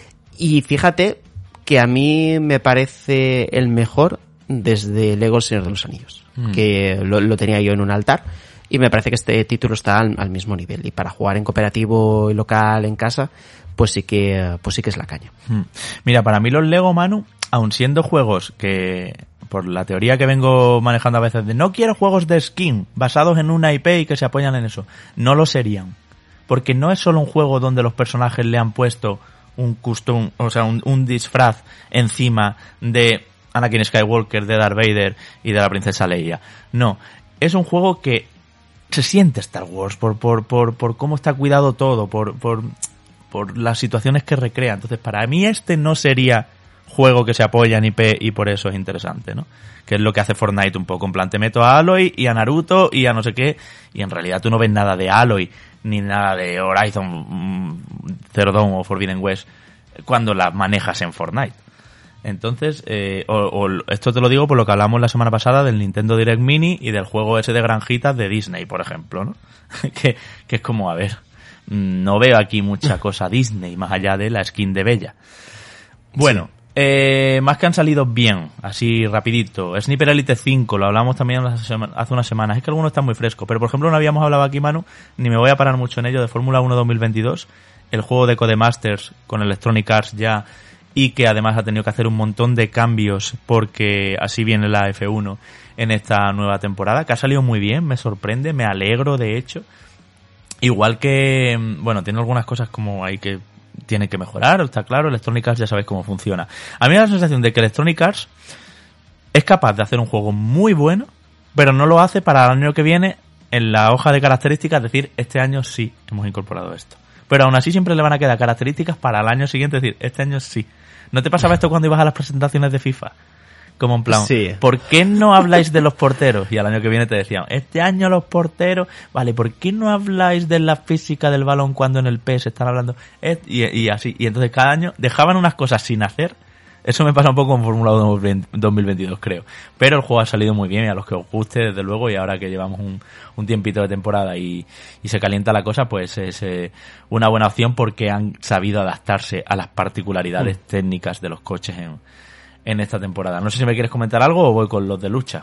Speaker 2: y fíjate que a mí me parece el mejor desde Lego El Señor de los Anillos, mm. que lo, lo tenía yo en un altar, y me parece que este título está al, al mismo nivel, y para jugar en cooperativo y local en casa, pues sí que pues sí que es la caña.
Speaker 1: Mira, para mí los Lego, Manu, aun siendo juegos que, por la teoría que vengo manejando a veces de no quiero juegos de skin basados en una I P y que se apoyan en eso, no lo serían. Porque no es solo un juego donde los personajes le han puesto un custom, o sea, un, un disfraz encima de Anakin Skywalker, de Darth Vader y de la princesa Leia. No, es un juego que se siente Star Wars por por por por cómo está cuidado todo, por por por las situaciones que recrea. Entonces, para mí este no sería juego que se apoya en I P y por eso es interesante, ¿no? Que es lo que hace Fortnite un poco. En plan, te meto a Aloy y a Naruto y a no sé qué, y en realidad tú no ves nada de Aloy ni nada de Horizon Zero Dawn o Forbidden West cuando las manejas en Fortnite. Entonces, eh, o, o esto te lo digo por lo que hablamos la semana pasada del Nintendo Direct Mini y del juego ese de granjitas de Disney, por ejemplo, ¿no? que, que es como, a ver, no veo aquí mucha cosa Disney más allá de la skin de Bella. Bueno, Eh, más que han salido bien, así rapidito. Sniper Elite cinco, lo hablamos también hace unas semanas. Es que algunos están muy frescos, pero por ejemplo no habíamos hablado aquí, Manu, ni me voy a parar mucho en ello, de Fórmula uno dos mil veintidós, el juego de Codemasters con Electronic Arts ya, y que además ha tenido que hacer un montón de cambios porque así viene la F uno en esta nueva temporada, que ha salido muy bien, me sorprende, me alegro de hecho. Igual que, bueno, tiene algunas cosas como hay que tiene que mejorar, está claro, Electronic Arts ya sabéis cómo funciona. A mí me da la sensación de que Electronic Arts es capaz de hacer un juego muy bueno, pero no lo hace para el año que viene en la hoja de características decir, este año sí hemos incorporado esto. Pero aún así siempre le van a quedar características para el año siguiente, decir, este año sí. ¿No te pasaba esto cuando ibas a las presentaciones de FIFA? Como en plan,
Speaker 2: sí.
Speaker 1: ¿Por qué no habláis de los porteros? Y al año que viene te decían, este año los porteros, vale, ¿por qué no habláis de la física del balón cuando en el P E S están hablando? Y, y así, y entonces cada año dejaban unas cosas sin hacer. Eso me pasa un poco con Fórmula uno dos mil veintidós, creo. Pero el juego ha salido muy bien y a los que os guste, desde luego, y ahora que llevamos un, un tiempito de temporada y, y se calienta la cosa, pues es eh, una buena opción porque han sabido adaptarse a las particularidades mm. técnicas de los coches en en esta temporada. No sé si me quieres comentar algo o voy con los de lucha.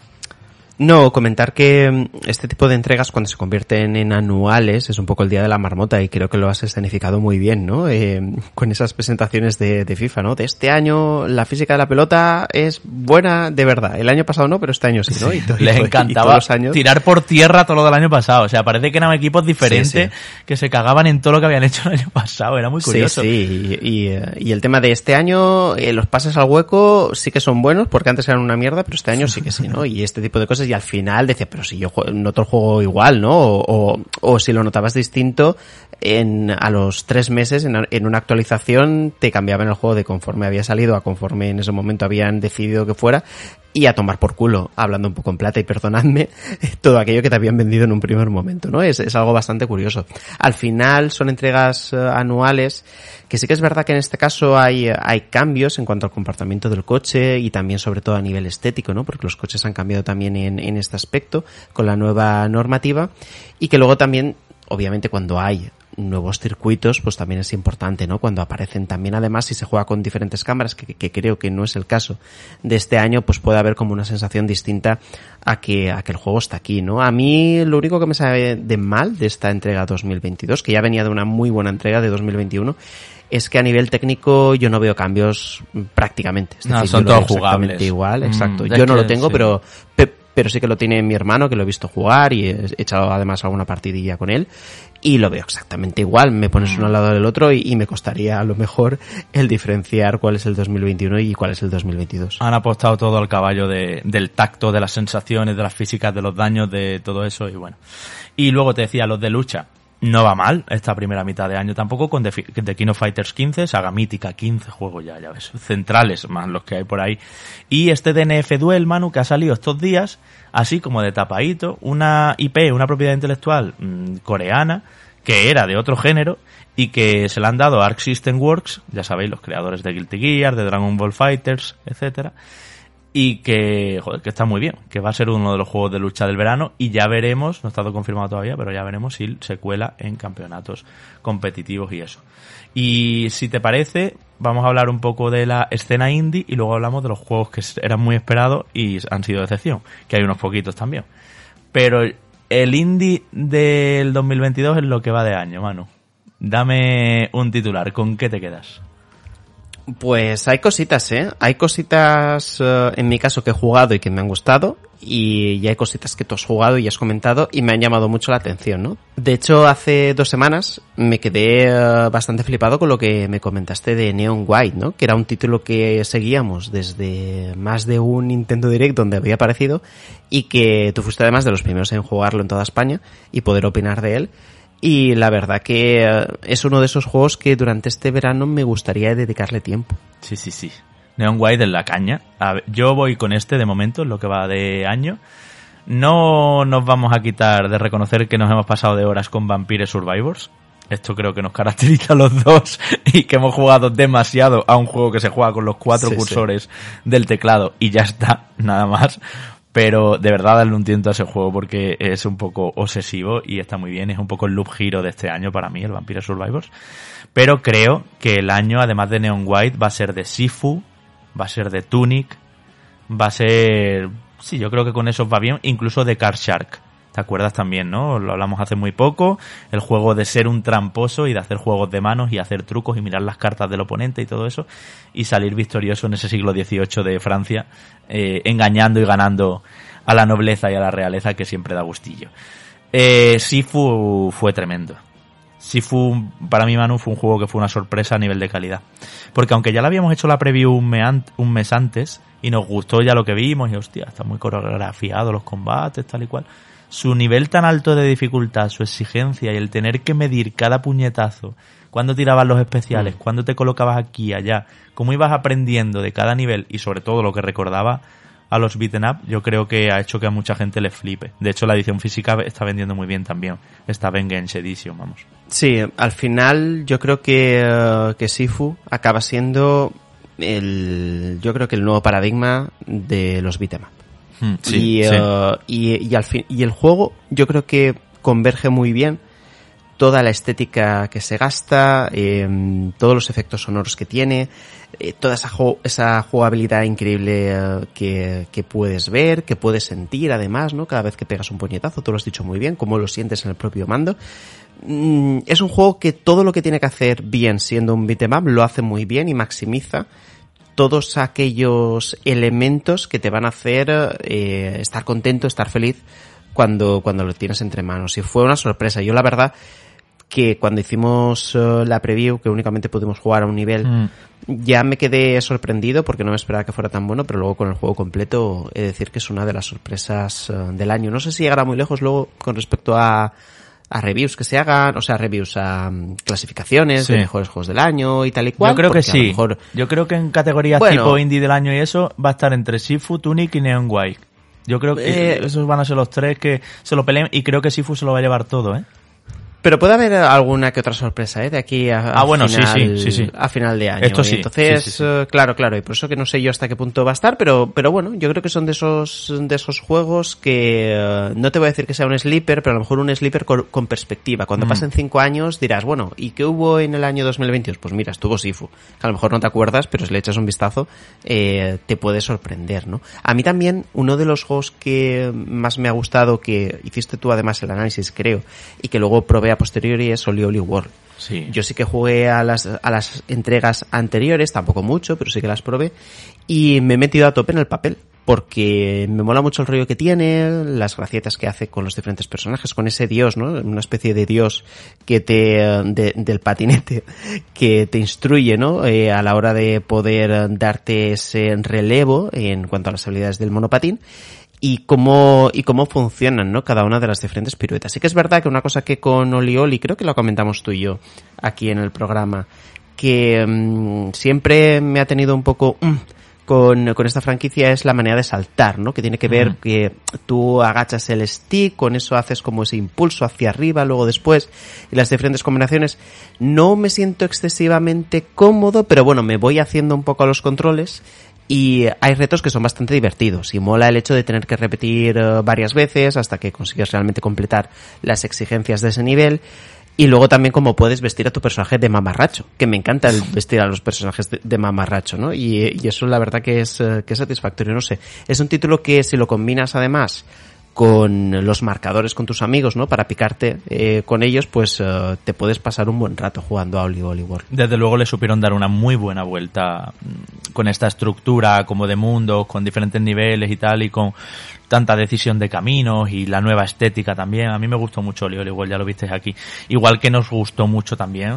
Speaker 2: No, comentar que este tipo de entregas cuando se convierten en anuales es un poco el día de la marmota y creo que lo has escenificado muy bien, ¿no? Eh, con esas presentaciones de, de FIFA, ¿no? De este año la física de la pelota es buena de verdad. El año pasado no, pero este año sí, ¿no?
Speaker 1: Sí,
Speaker 2: y to-
Speaker 1: les
Speaker 2: y to-
Speaker 1: encantaba
Speaker 2: y todos los años...
Speaker 1: tirar por tierra todo lo del año pasado. O sea, parece que eran equipos diferentes sí, sí. que se cagaban en todo lo que habían hecho el año pasado. Era muy curioso.
Speaker 2: Sí, sí. Y, y, y el tema de este año, eh, los pases al hueco sí que son buenos porque antes eran una mierda, pero este año sí que sí, ¿no? Y este tipo de cosas y al final decía, pero si yo noto el juego igual, ¿no? O, o, o si lo notabas distinto, en, a los tres meses en, en una actualización te cambiaban el juego de conforme había salido a conforme en ese momento habían decidido que fuera y a tomar por culo, hablando un poco en plata y perdonadme, todo aquello que te habían vendido en un primer momento, ¿no? Es, es algo bastante curioso. Al final son entregas uh, anuales, que sí que es verdad que en este caso hay, hay cambios en cuanto al comportamiento del coche y también sobre todo a nivel estético, ¿no? Porque los coches han cambiado también en, en este aspecto con la nueva normativa y que luego también, obviamente cuando hay nuevos circuitos, pues también es importante, ¿no? Cuando aparecen también, además, si se juega con diferentes cámaras, que, que creo que no es el caso de este año, pues puede haber como una sensación distinta a que, a que el juego está aquí, ¿no? A mí, lo único que me sabe de mal de esta entrega dos mil veintidós, que ya venía de una muy buena entrega de dos mil veintiuno, es que a nivel técnico yo no veo cambios prácticamente. Es
Speaker 1: no,
Speaker 2: decir,
Speaker 1: son
Speaker 2: yo lo
Speaker 1: todos
Speaker 2: veo
Speaker 1: jugables.
Speaker 2: Igual, exacto.
Speaker 1: Mm,
Speaker 2: yo no
Speaker 1: que,
Speaker 2: lo tengo,
Speaker 1: sí.
Speaker 2: pero... Pe, pero sí que lo tiene mi hermano, que lo he visto jugar y he echado además alguna partidilla con él y lo veo exactamente igual. Me pones uno al lado del otro y, y me costaría a lo mejor el diferenciar cuál es el dos mil veintiuno y cuál es el dos mil veintidós.
Speaker 1: Han apostado todo al caballo de, del tacto, de las sensaciones, de las físicas, de los daños, de todo eso y bueno. Y luego te decía, los de lucha. No va mal esta primera mitad de año tampoco con The, The King of Fighters quince, saga mítica, quince juegos ya, ya ves, centrales más los que hay por ahí. Y este D N F Duel, Manu, que ha salido estos días, así como de tapadito, una I P, una propiedad intelectual mmm, coreana, que era de otro género y que se la han dado a Arc System Works, ya sabéis, los creadores de Guilty Gear, de Dragon Ball Fighters, etcétera. Y que, joder, que está muy bien, que va a ser uno de los juegos de lucha del verano y ya veremos, no está todo confirmado todavía, pero ya veremos si se cuela en campeonatos competitivos y eso. Y si te parece, vamos a hablar un poco de la escena indie y luego hablamos de los juegos que eran muy esperados y han sido de excepción, que hay unos poquitos también. Pero el indie del dos mil veintidós es lo que va de año, Manu. Dame un titular, ¿con qué te quedas?
Speaker 2: Pues hay cositas, ¿eh? Hay cositas, uh, en mi caso, que he jugado y que me han gustado, y, y hay cositas que tú has jugado y has comentado y me han llamado mucho la atención, ¿no? De hecho, hace dos semanas me quedé uh, bastante flipado con lo que me comentaste de Neon White, ¿no? Que era un título que seguíamos desde más de un Nintendo Direct donde había aparecido y que tú fuiste además de los primeros en jugarlo en toda España y poder opinar de él. Y la verdad que uh, es uno de esos juegos que durante este verano me gustaría dedicarle tiempo.
Speaker 1: Sí, sí, sí. Neon White en la caña. A ver, yo voy con este de momento, lo que va de año. No nos vamos a quitar de reconocer que nos hemos pasado de horas con Vampire Survivors. Esto creo que nos caracteriza a los dos y que hemos jugado demasiado a un juego que se juega con los cuatro sí, cursores sí. del teclado y ya está, nada más. Pero de verdad darle un tiento a ese juego porque es un poco obsesivo y está muy bien. Es un poco el loop hero de este año para mí, el Vampire Survivors. Pero creo que el año, además de Neon White, va a ser de Sifu, va a ser de Tunic, va a ser... Sí, yo creo que con eso va bien, incluso de Card Shark. ¿Te acuerdas también, no? Lo hablamos hace muy poco, el juego de ser un tramposo y de hacer juegos de manos y hacer trucos y mirar las cartas del oponente y todo eso, y salir victorioso en ese siglo dieciocho de Francia, eh, engañando y ganando a la nobleza y a la realeza, que siempre da gustillo. Eh, Sifu fue tremendo. Sifu, para mí, Manu, fue un juego que fue una sorpresa a nivel de calidad. Porque aunque ya le habíamos hecho la preview un, me un mes antes, y nos gustó ya lo que vimos, y hostia, está muy coreografiado los combates, tal y cual, su nivel tan alto de dificultad, su exigencia y el tener que medir cada puñetazo, cuándo tirabas los especiales, mm. cuándo te colocabas aquí, allá, cómo ibas aprendiendo de cada nivel y sobre todo lo que recordaba a los beaten up, yo creo que ha hecho que a mucha gente le flipe. De hecho, la edición física está vendiendo muy bien también. Esta Vengeance Edition, vamos.
Speaker 2: Sí, al final yo creo que, uh, que Sifu acaba siendo el, yo creo que el nuevo paradigma de los beaten up.
Speaker 1: Sí,
Speaker 2: y,
Speaker 1: sí.
Speaker 2: Uh, y, y, al fin, y el juego yo creo que converge muy bien toda la estética que se gasta, eh, todos los efectos sonoros que tiene, eh, toda esa, jo- esa jugabilidad increíble eh, que, que puedes ver, que puedes sentir además, ¿no? Cada vez que pegas un puñetazo, tú lo has dicho muy bien, cómo lo sientes en el propio mando. Mm, es un juego que todo lo que tiene que hacer bien siendo un beat'em up lo hace muy bien y maximiza todos aquellos elementos que te van a hacer eh, estar contento, estar feliz cuando, cuando lo tienes entre manos. Y fue una sorpresa. Yo la verdad que cuando hicimos uh, la preview, que únicamente pudimos jugar a un nivel, mm. ya me quedé sorprendido porque no me esperaba que fuera tan bueno, pero luego con el juego completo he de decir que es una de las sorpresas uh, del año. No sé si llegará muy lejos luego con respecto a a reviews que se hagan, o sea, reviews a um, clasificaciones sí. de mejores juegos del año y tal y cual.
Speaker 1: Yo creo que sí. Mejor... Yo creo que en categorías bueno, tipo indie del año y eso va a estar entre Sifu, Tunic y Neon White. Yo creo que eh, esos van a ser los tres que se lo peleen y creo que Sifu se lo va a llevar todo, ¿eh?
Speaker 2: Pero puede haber alguna que otra sorpresa, ¿eh? De aquí a, a
Speaker 1: ah, bueno,
Speaker 2: final,
Speaker 1: sí, sí, sí, sí.
Speaker 2: a final de año.
Speaker 1: Esto sí.
Speaker 2: Entonces,
Speaker 1: sí, sí, sí.
Speaker 2: Uh, claro, claro, y por eso que no sé yo hasta qué punto va a estar, pero, pero bueno, yo creo que son de esos, de esos juegos que, uh, no te voy a decir que sea un sleeper, pero a lo mejor un sleeper con, con perspectiva. Cuando mm. pasen cinco años dirás, bueno, ¿y qué hubo en el año dos mil veintidós? Pues mira, estuvo Sifu. Que a lo mejor no te acuerdas, pero si le echas un vistazo, eh, te puede sorprender, ¿no? A mí también, uno de los juegos que más me ha gustado, que hiciste tú además el análisis, creo, y que luego probé a posteriori es Oli Oli World.
Speaker 1: Sí.
Speaker 2: Yo sí que jugué a las, a las entregas anteriores, tampoco mucho, pero sí que las probé, y me he metido a tope en el papel, porque me mola mucho el rollo que tiene, las gracietas que hace con los diferentes personajes, con ese dios, ¿no? Una especie de dios que te, de, del patinete, que te instruye, ¿no? Eh, a la hora de poder darte ese relevo en cuanto a las habilidades del monopatín. Y cómo, y cómo funcionan, ¿no? Cada una de las diferentes piruetas. Sí que es verdad que una cosa que con Oli Oli, creo que lo comentamos tú y yo aquí en el programa, que um, siempre me ha tenido un poco um, con, con esta franquicia es la manera de saltar, ¿no? Que tiene que ver uh-huh. que tú agachas el stick, con eso haces como ese impulso hacia arriba, luego después, y las diferentes combinaciones. No me siento excesivamente cómodo, pero bueno, me voy haciendo un poco a los controles. Y hay retos que son bastante divertidos y mola el hecho de tener que repetir uh, varias veces hasta que consigues realmente completar las exigencias de ese nivel. Y luego también cómo puedes vestir a tu personaje de mamarracho, que me encanta el vestir a los personajes de, de mamarracho, ¿no? Y, y eso la verdad que es, uh, que es satisfactorio, no sé. Es un título que si lo combinas además con los marcadores con tus amigos, ¿no? Para picarte eh, con ellos, pues uh, te puedes pasar un buen rato jugando a Oli Oli World.
Speaker 1: Desde luego le supieron dar una muy buena vuelta con esta estructura como de mundos, con diferentes niveles y tal, y con tanta decisión de caminos y la nueva estética también. A mí me gustó mucho Oli Oli World, ya lo visteis aquí. Igual que nos gustó mucho también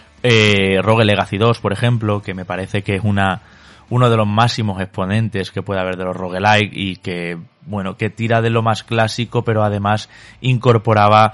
Speaker 1: eh, Rogue Legacy dos, por ejemplo, que me parece que es una uno de los máximos exponentes que puede haber de los roguelike y que, bueno, que tira de lo más clásico, pero además incorporaba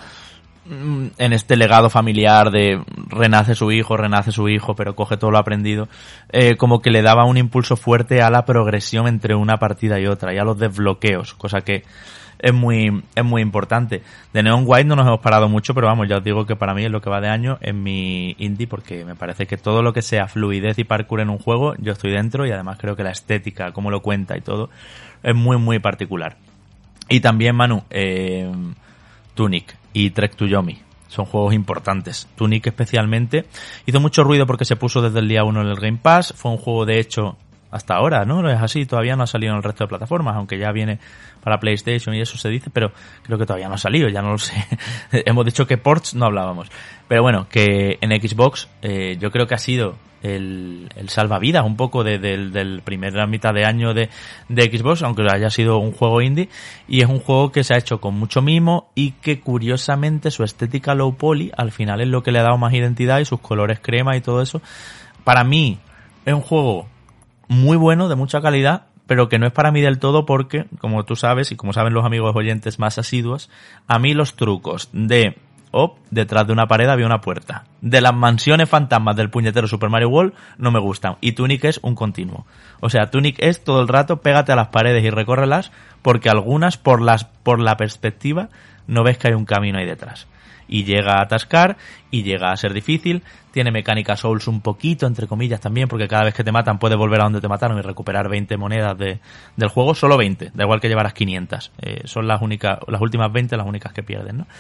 Speaker 1: mm, en este legado familiar de renace su hijo, renace su hijo, pero coge todo lo aprendido, eh, como que le daba un impulso fuerte a la progresión entre una partida y otra y a los desbloqueos, cosa que es muy es muy importante. De Neon White no nos hemos parado mucho, pero vamos, ya os digo que para mí es lo que va de año en mi indie, porque me parece que todo lo que sea fluidez y parkour en un juego, yo estoy dentro, y además creo que la estética, cómo lo cuenta y todo, es muy muy particular. Y también, Manu, eh, Tunic y Trek to Yomi son juegos importantes. Tunic especialmente hizo mucho ruido porque se puso desde el día uno en el Game Pass, fue un juego de hecho hasta ahora, ¿no? Es así, todavía no ha salido en el resto de plataformas, aunque ya viene para PlayStation y eso se dice, pero creo que todavía no ha salido, ya no lo sé. Hemos dicho que ports no hablábamos. Pero bueno, que en Xbox eh, yo creo que ha sido el, el salvavidas un poco de, de, del primer mitad de año de, de Xbox, aunque haya sido un juego indie, y es un juego que se ha hecho con mucho mimo y que curiosamente su estética low poly al final es lo que le ha dado más identidad, y sus colores crema y todo eso. Para mí es un juego muy bueno, de mucha calidad, pero que no es para mí del todo porque, como tú sabes y como saben los amigos oyentes más asiduos, a mí los trucos de oh, detrás de una pared había una puerta, de las mansiones fantasmas del puñetero Super Mario World no me gustan, y Tunic es un continuo. O sea, Tunic es todo el rato pégate a las paredes y recórrelas, porque algunas por las por la perspectiva no ves que hay un camino ahí detrás. Y llega a atascar, y llega a ser difícil. Tiene mecánica Souls un poquito, entre comillas también, porque cada vez que te matan puedes volver a donde te mataron y recuperar veinte monedas de, del juego. Solo veinte, da igual que llevaras quinientas. Eh, son las únicas, las últimas veinte las únicas que pierden, ¿no?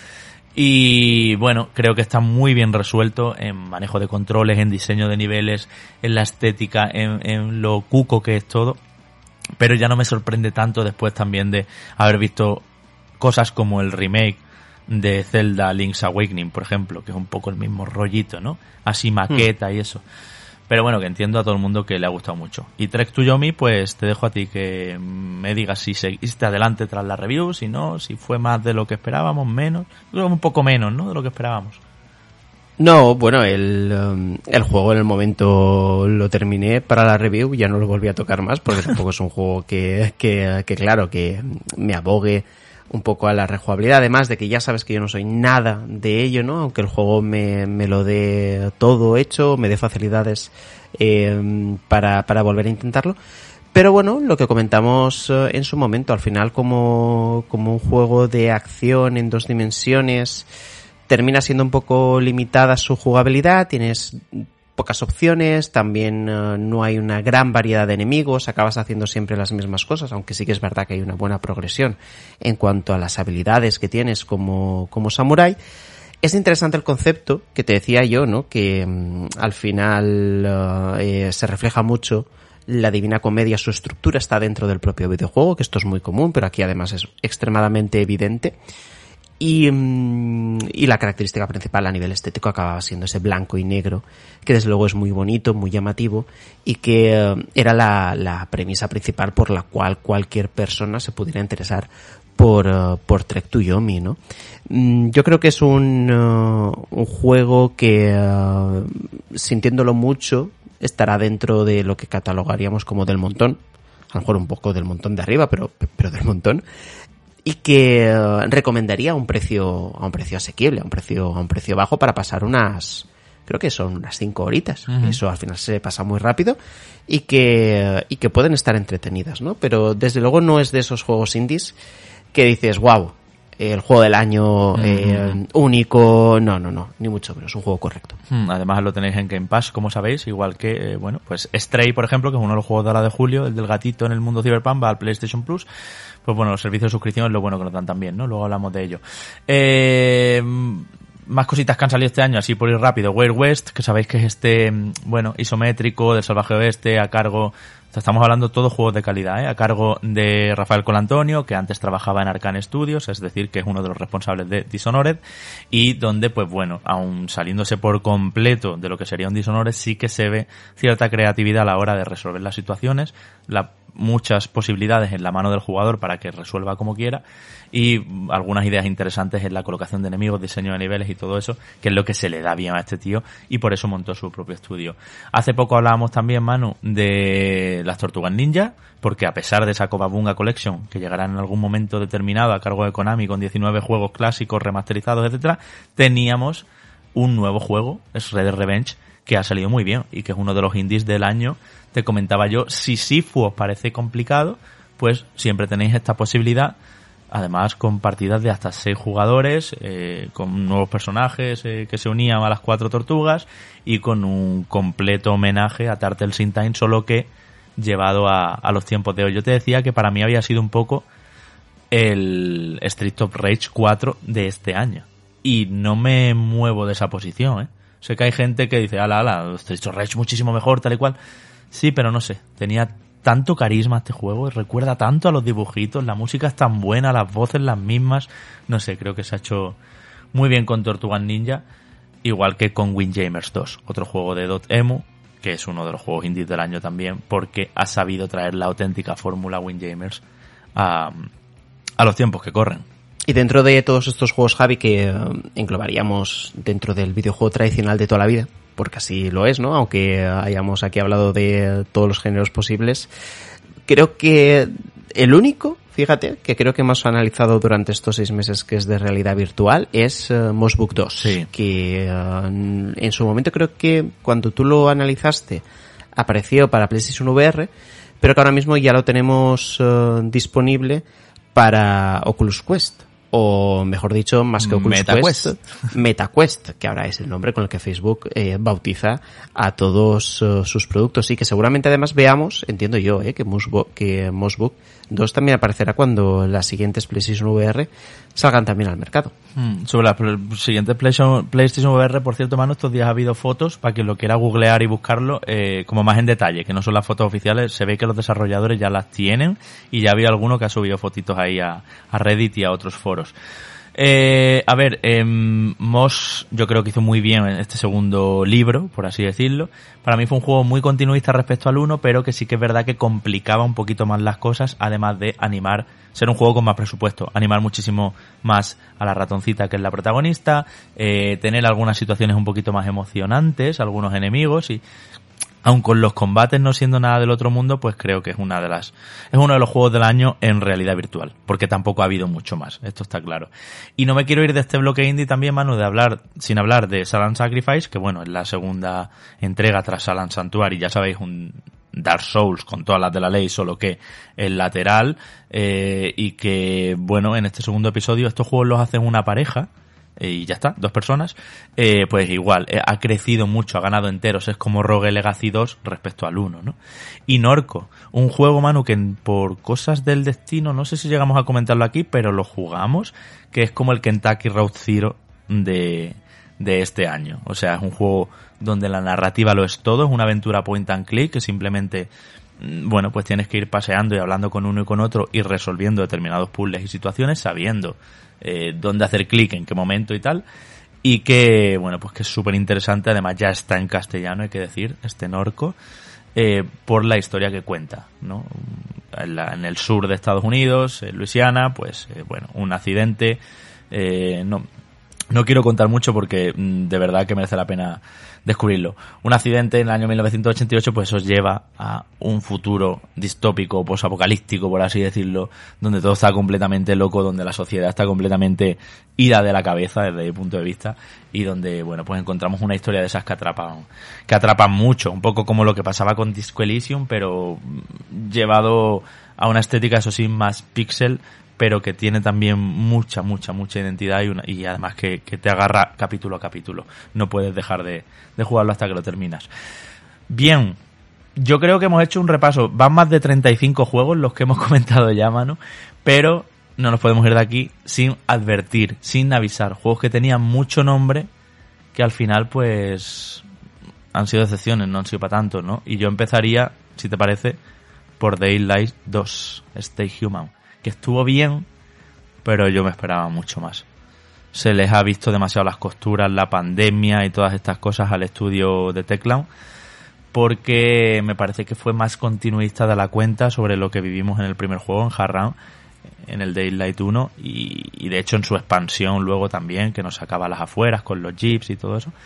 Speaker 1: Y bueno, creo que está muy bien resuelto en manejo de controles, en diseño de niveles, en la estética, en, en lo cuco que es todo. Pero ya no me sorprende tanto después también de haber visto cosas como el remake de Zelda Link's Awakening, por ejemplo, que es un poco el mismo rollito, ¿no? Así maqueta hmm. y eso. Pero bueno, que entiendo a todo el mundo que le ha gustado mucho. Y Trek to Yomi, pues te dejo a ti que me digas si seguiste adelante tras la review, si no, si fue más de lo que esperábamos, menos. Creo que un poco menos, ¿no? De lo que esperábamos.
Speaker 2: No, bueno, el, um, el juego en el momento lo terminé para la review, ya no lo volví a tocar más, porque tampoco es un juego que, que, que claro, que me abogue un poco a la rejugabilidad, además de que ya sabes que yo no soy nada de ello, ¿no? Aunque el juego me, me lo dé todo hecho, me dé facilidades eh, para, para volver a intentarlo. Pero bueno, lo que comentamos en su momento, al final como, como un juego de acción en dos dimensiones, termina siendo un poco limitada su jugabilidad, tienes pocas opciones, también uh, no hay una gran variedad de enemigos, acabas haciendo siempre las mismas cosas, aunque sí que es verdad que hay una buena progresión en cuanto a las habilidades que tienes como, como samurái. Es interesante el concepto que te decía yo, ¿no? Que um, al final uh, eh, se refleja mucho la Divina Comedia, su estructura está dentro del propio videojuego, que esto es muy común, pero aquí además es extremadamente evidente. Y, y la característica principal a nivel estético acababa siendo ese blanco y negro, que desde luego es muy bonito, muy llamativo, y que uh, era la, la premisa principal por la cual cualquier persona se pudiera interesar por, uh, por Trek to Yomi, ¿no? Mm, yo creo que es un, uh, un juego que, uh, sintiéndolo mucho, estará dentro de lo que catalogaríamos como del montón, a lo mejor un poco del montón de arriba, pero, pero del montón. Y que uh, recomendaría a un precio, a un precio asequible, a un precio, a un precio bajo para pasar unas, creo que son unas cinco horitas. Uh-huh. Eso al final se pasa muy rápido y que, y que pueden estar entretenidas, ¿no? Pero desde luego no es de esos juegos indies que dices, wow, el juego del año, uh-huh. eh, único, no, no, no, ni mucho, pero es un juego correcto.
Speaker 1: Además lo tenéis en Game Pass, como sabéis, igual que, eh, bueno, pues Stray, por ejemplo, que es uno de los juegos de ahora de julio, el del gatito en el mundo Cyberpunk, va al PlayStation Plus. Pues bueno, los servicios de suscripción es lo bueno que nos dan también, ¿no? Luego hablamos de ello. Eh, más cositas que han salido este año, así por ir rápido. Wild West, que sabéis que es este, bueno, isométrico del salvaje oeste, a cargo, estamos hablando de todos juegos de calidad, ¿eh? A cargo de Rafael Colantonio, que antes trabajaba en Arcane Studios, es decir, que es uno de los responsables de Dishonored, y donde, pues bueno, aun saliéndose por completo de lo que sería un Dishonored, sí que se ve cierta creatividad a la hora de resolver las situaciones, la muchas posibilidades en la mano del jugador para que resuelva como quiera, y algunas ideas interesantes en la colocación de enemigos, diseño de niveles y todo eso, que es lo que se le da bien a este tío, y por eso montó su propio estudio. Hace poco hablábamos también, Manu, de las Tortugas Ninja, porque a pesar de esa Cobabunga Collection, que llegará en algún momento determinado a cargo de Konami con diecinueve juegos clásicos, remasterizados, etcétera, teníamos un nuevo juego, es Red Dead Revenge, que ha salido muy bien y que es uno de los indies del año. Te comentaba yo, si Sifu os parece complicado, pues siempre tenéis esta posibilidad, además con partidas de hasta seis jugadores, eh, con nuevos personajes eh, que se unían a las cuatro tortugas y con un completo homenaje a Turtles in Time, solo que llevado a, a los tiempos de hoy. Yo te decía que para mí había sido un poco el Streets of Rage cuatro de este año y no me muevo de esa posición, ¿eh? Sé que hay gente que dice, ala, ala, Streets of Rage muchísimo mejor, tal y cual. Sí, pero no sé, tenía tanto carisma este juego, recuerda tanto a los dibujitos, la música es tan buena, las voces las mismas, no sé, creo que se ha hecho muy bien con Tortugas Ninja, igual que con Windjammers dos, otro juego de Dotemu, que es uno de los juegos indies del año también, porque ha sabido traer la auténtica fórmula Windjammers a, a los tiempos que corren.
Speaker 2: Y dentro de todos estos juegos, Javi, que uh, englobaríamos dentro del videojuego tradicional de toda la vida, porque así lo es, ¿no? Aunque hayamos aquí hablado de todos los géneros posibles, creo que el único, fíjate, que creo que hemos analizado durante estos seis meses que es de realidad virtual es uh, Moss Book dos,
Speaker 1: sí.
Speaker 2: que uh, en su momento creo que cuando tú lo analizaste apareció para PlayStation V R, pero que ahora mismo ya lo tenemos uh, disponible para Oculus Quest. O mejor dicho, más que Oculus
Speaker 1: MetaQuest.
Speaker 2: Quest, MetaQuest, que ahora es el nombre con el que Facebook eh, bautiza a todos uh, sus productos y que seguramente además veamos, entiendo yo, eh, que Mossbook, que Mossbook dos también aparecerá cuando las siguientes PlayStation V R salgan también al mercado.
Speaker 1: Mm, sobre las pl- siguientes PlayStation, PlayStation V R, por cierto, Manu, estos días ha habido fotos para quien lo quiera googlear y buscarlo, eh, como más en detalle, que no son las fotos oficiales, se ve que los desarrolladores ya las tienen y ya había alguno que ha subido fotitos ahí a, a Reddit y a otros foros. Eh, a ver, eh, Moss yo creo que hizo muy bien en este segundo libro, por así decirlo. Para mí fue un juego muy continuista respecto al uno, pero que sí que es verdad que complicaba un poquito más las cosas, además de animar, ser un juego con más presupuesto, animar muchísimo más a la ratoncita que es la protagonista, eh, tener algunas situaciones un poquito más emocionantes, algunos enemigos y... Aun con los combates no siendo nada del otro mundo, pues creo que es una de las, es uno de los juegos del año en realidad virtual, porque tampoco ha habido mucho más, esto está claro. Y no me quiero ir de este bloque indie también, Manu, de hablar, sin hablar de Salant Sacrifice, que bueno, es la segunda entrega tras Salant Sanctuary, ya sabéis, un Dark Souls con todas las de la ley, solo que el lateral, eh, y que, bueno, en este segundo episodio estos juegos los hacen una pareja, y ya está, dos personas, eh, pues igual, eh, ha crecido mucho, ha ganado enteros, es como Rogue Legacy dos respecto al uno, ¿no? Y Norco, un juego, Manu, que por cosas del destino, no sé si llegamos a comentarlo aquí, pero lo jugamos, que es como el Kentucky Road Zero de, de este año. O sea, es un juego donde la narrativa lo es todo, es una aventura point and click, que simplemente, bueno, pues tienes que ir paseando y hablando con uno y con otro y resolviendo determinados puzzles y situaciones, sabiendo eh, dónde hacer clic, en qué momento y tal, y que, bueno, pues que es súper interesante, además ya está en castellano, hay que decir, este Norco, eh, por la historia que cuenta, ¿no? En, la, en el sur de Estados Unidos, en Luisiana, pues, eh, bueno, un accidente, eh, no, no quiero contar mucho porque mm, de verdad que merece la pena descubrirlo. Un accidente en el año mil novecientos ochenta y ocho pues os lleva a un futuro distópico, posapocalíptico, por así decirlo, donde todo está completamente loco, donde la sociedad está completamente ida de la cabeza desde mi punto de vista y donde, bueno, pues encontramos una historia de esas que atrapan, que atrapan mucho, un poco como lo que pasaba con Disco Elysium, pero llevado a una estética, eso sí, más pixel, pero que tiene también mucha, mucha, mucha identidad y, una, y además que, que te agarra capítulo a capítulo. No puedes dejar de, de jugarlo hasta que lo terminas. Bien, yo creo que hemos hecho un repaso. Van más de treinta y cinco juegos los que hemos comentado ya, Manu, pero no nos podemos ir de aquí sin advertir, sin avisar. Juegos que tenían mucho nombre, que al final pues han sido decepciones, no han sido para tanto, ¿no? Y yo empezaría, si te parece, por Daylight dos, Stay Human, que estuvo bien, pero yo me esperaba mucho más. Se les ha visto demasiado las costuras, la pandemia y todas estas cosas al estudio de Techland, porque me parece que fue más continuista de la cuenta sobre lo que vivimos en el primer juego, en Hard Round, en el Daylight uno, y, y de hecho en su expansión luego también, que nos sacaba a las afueras con los jeeps y todo eso.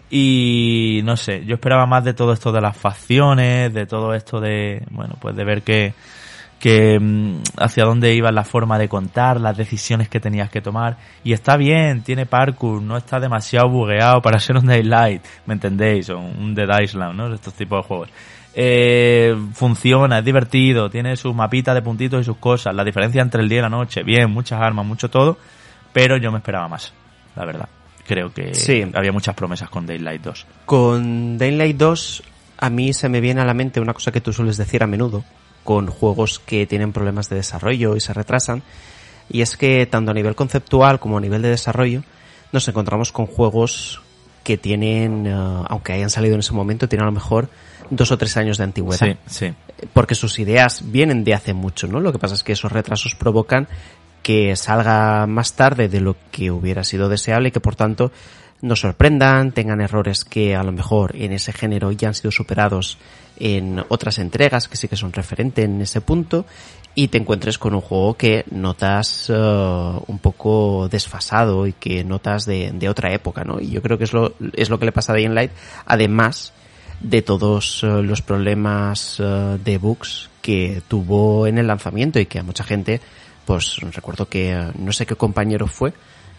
Speaker 1: Y no sé, yo esperaba más de todo esto de las facciones, de todo esto de, bueno, pues de ver que que hacia dónde iba la forma de contar, las decisiones que tenías que tomar, y está bien, tiene parkour, no está demasiado bugueado para ser un Daylight, ¿me entendéis? O un Dead Island, ¿no? Estos tipos de juegos. Eh, funciona, es divertido, tiene sus mapitas de puntitos y sus cosas, la diferencia entre el día y la noche, bien, muchas armas, mucho todo, pero yo me esperaba más, la verdad. Creo que sí, había muchas promesas con Daylight dos.
Speaker 2: Con Daylight dos a mí se me viene a la mente una cosa que tú sueles decir a menudo, con juegos que tienen problemas de desarrollo y se retrasan, y es que tanto a nivel conceptual como a nivel de desarrollo nos encontramos con juegos que tienen, uh, aunque hayan salido en ese momento, tienen a lo mejor dos o tres años de antigüedad.
Speaker 1: Sí, sí.
Speaker 2: Porque sus ideas vienen de hace mucho, ¿no? Lo que pasa es que esos retrasos provocan que salga más tarde de lo que hubiera sido deseable y que por tanto nos sorprendan, tengan errores que a lo mejor en ese género ya han sido superados en otras entregas que sí que son referentes en ese punto, y te encuentres con un juego que notas uh, un poco desfasado y que notas de, de otra época, ¿no? Y yo creo que es lo, es lo que le pasa a Dying Light, además de todos uh, los problemas uh, de bugs que tuvo en el lanzamiento y que a mucha gente, pues recuerdo que uh, no sé qué compañero fue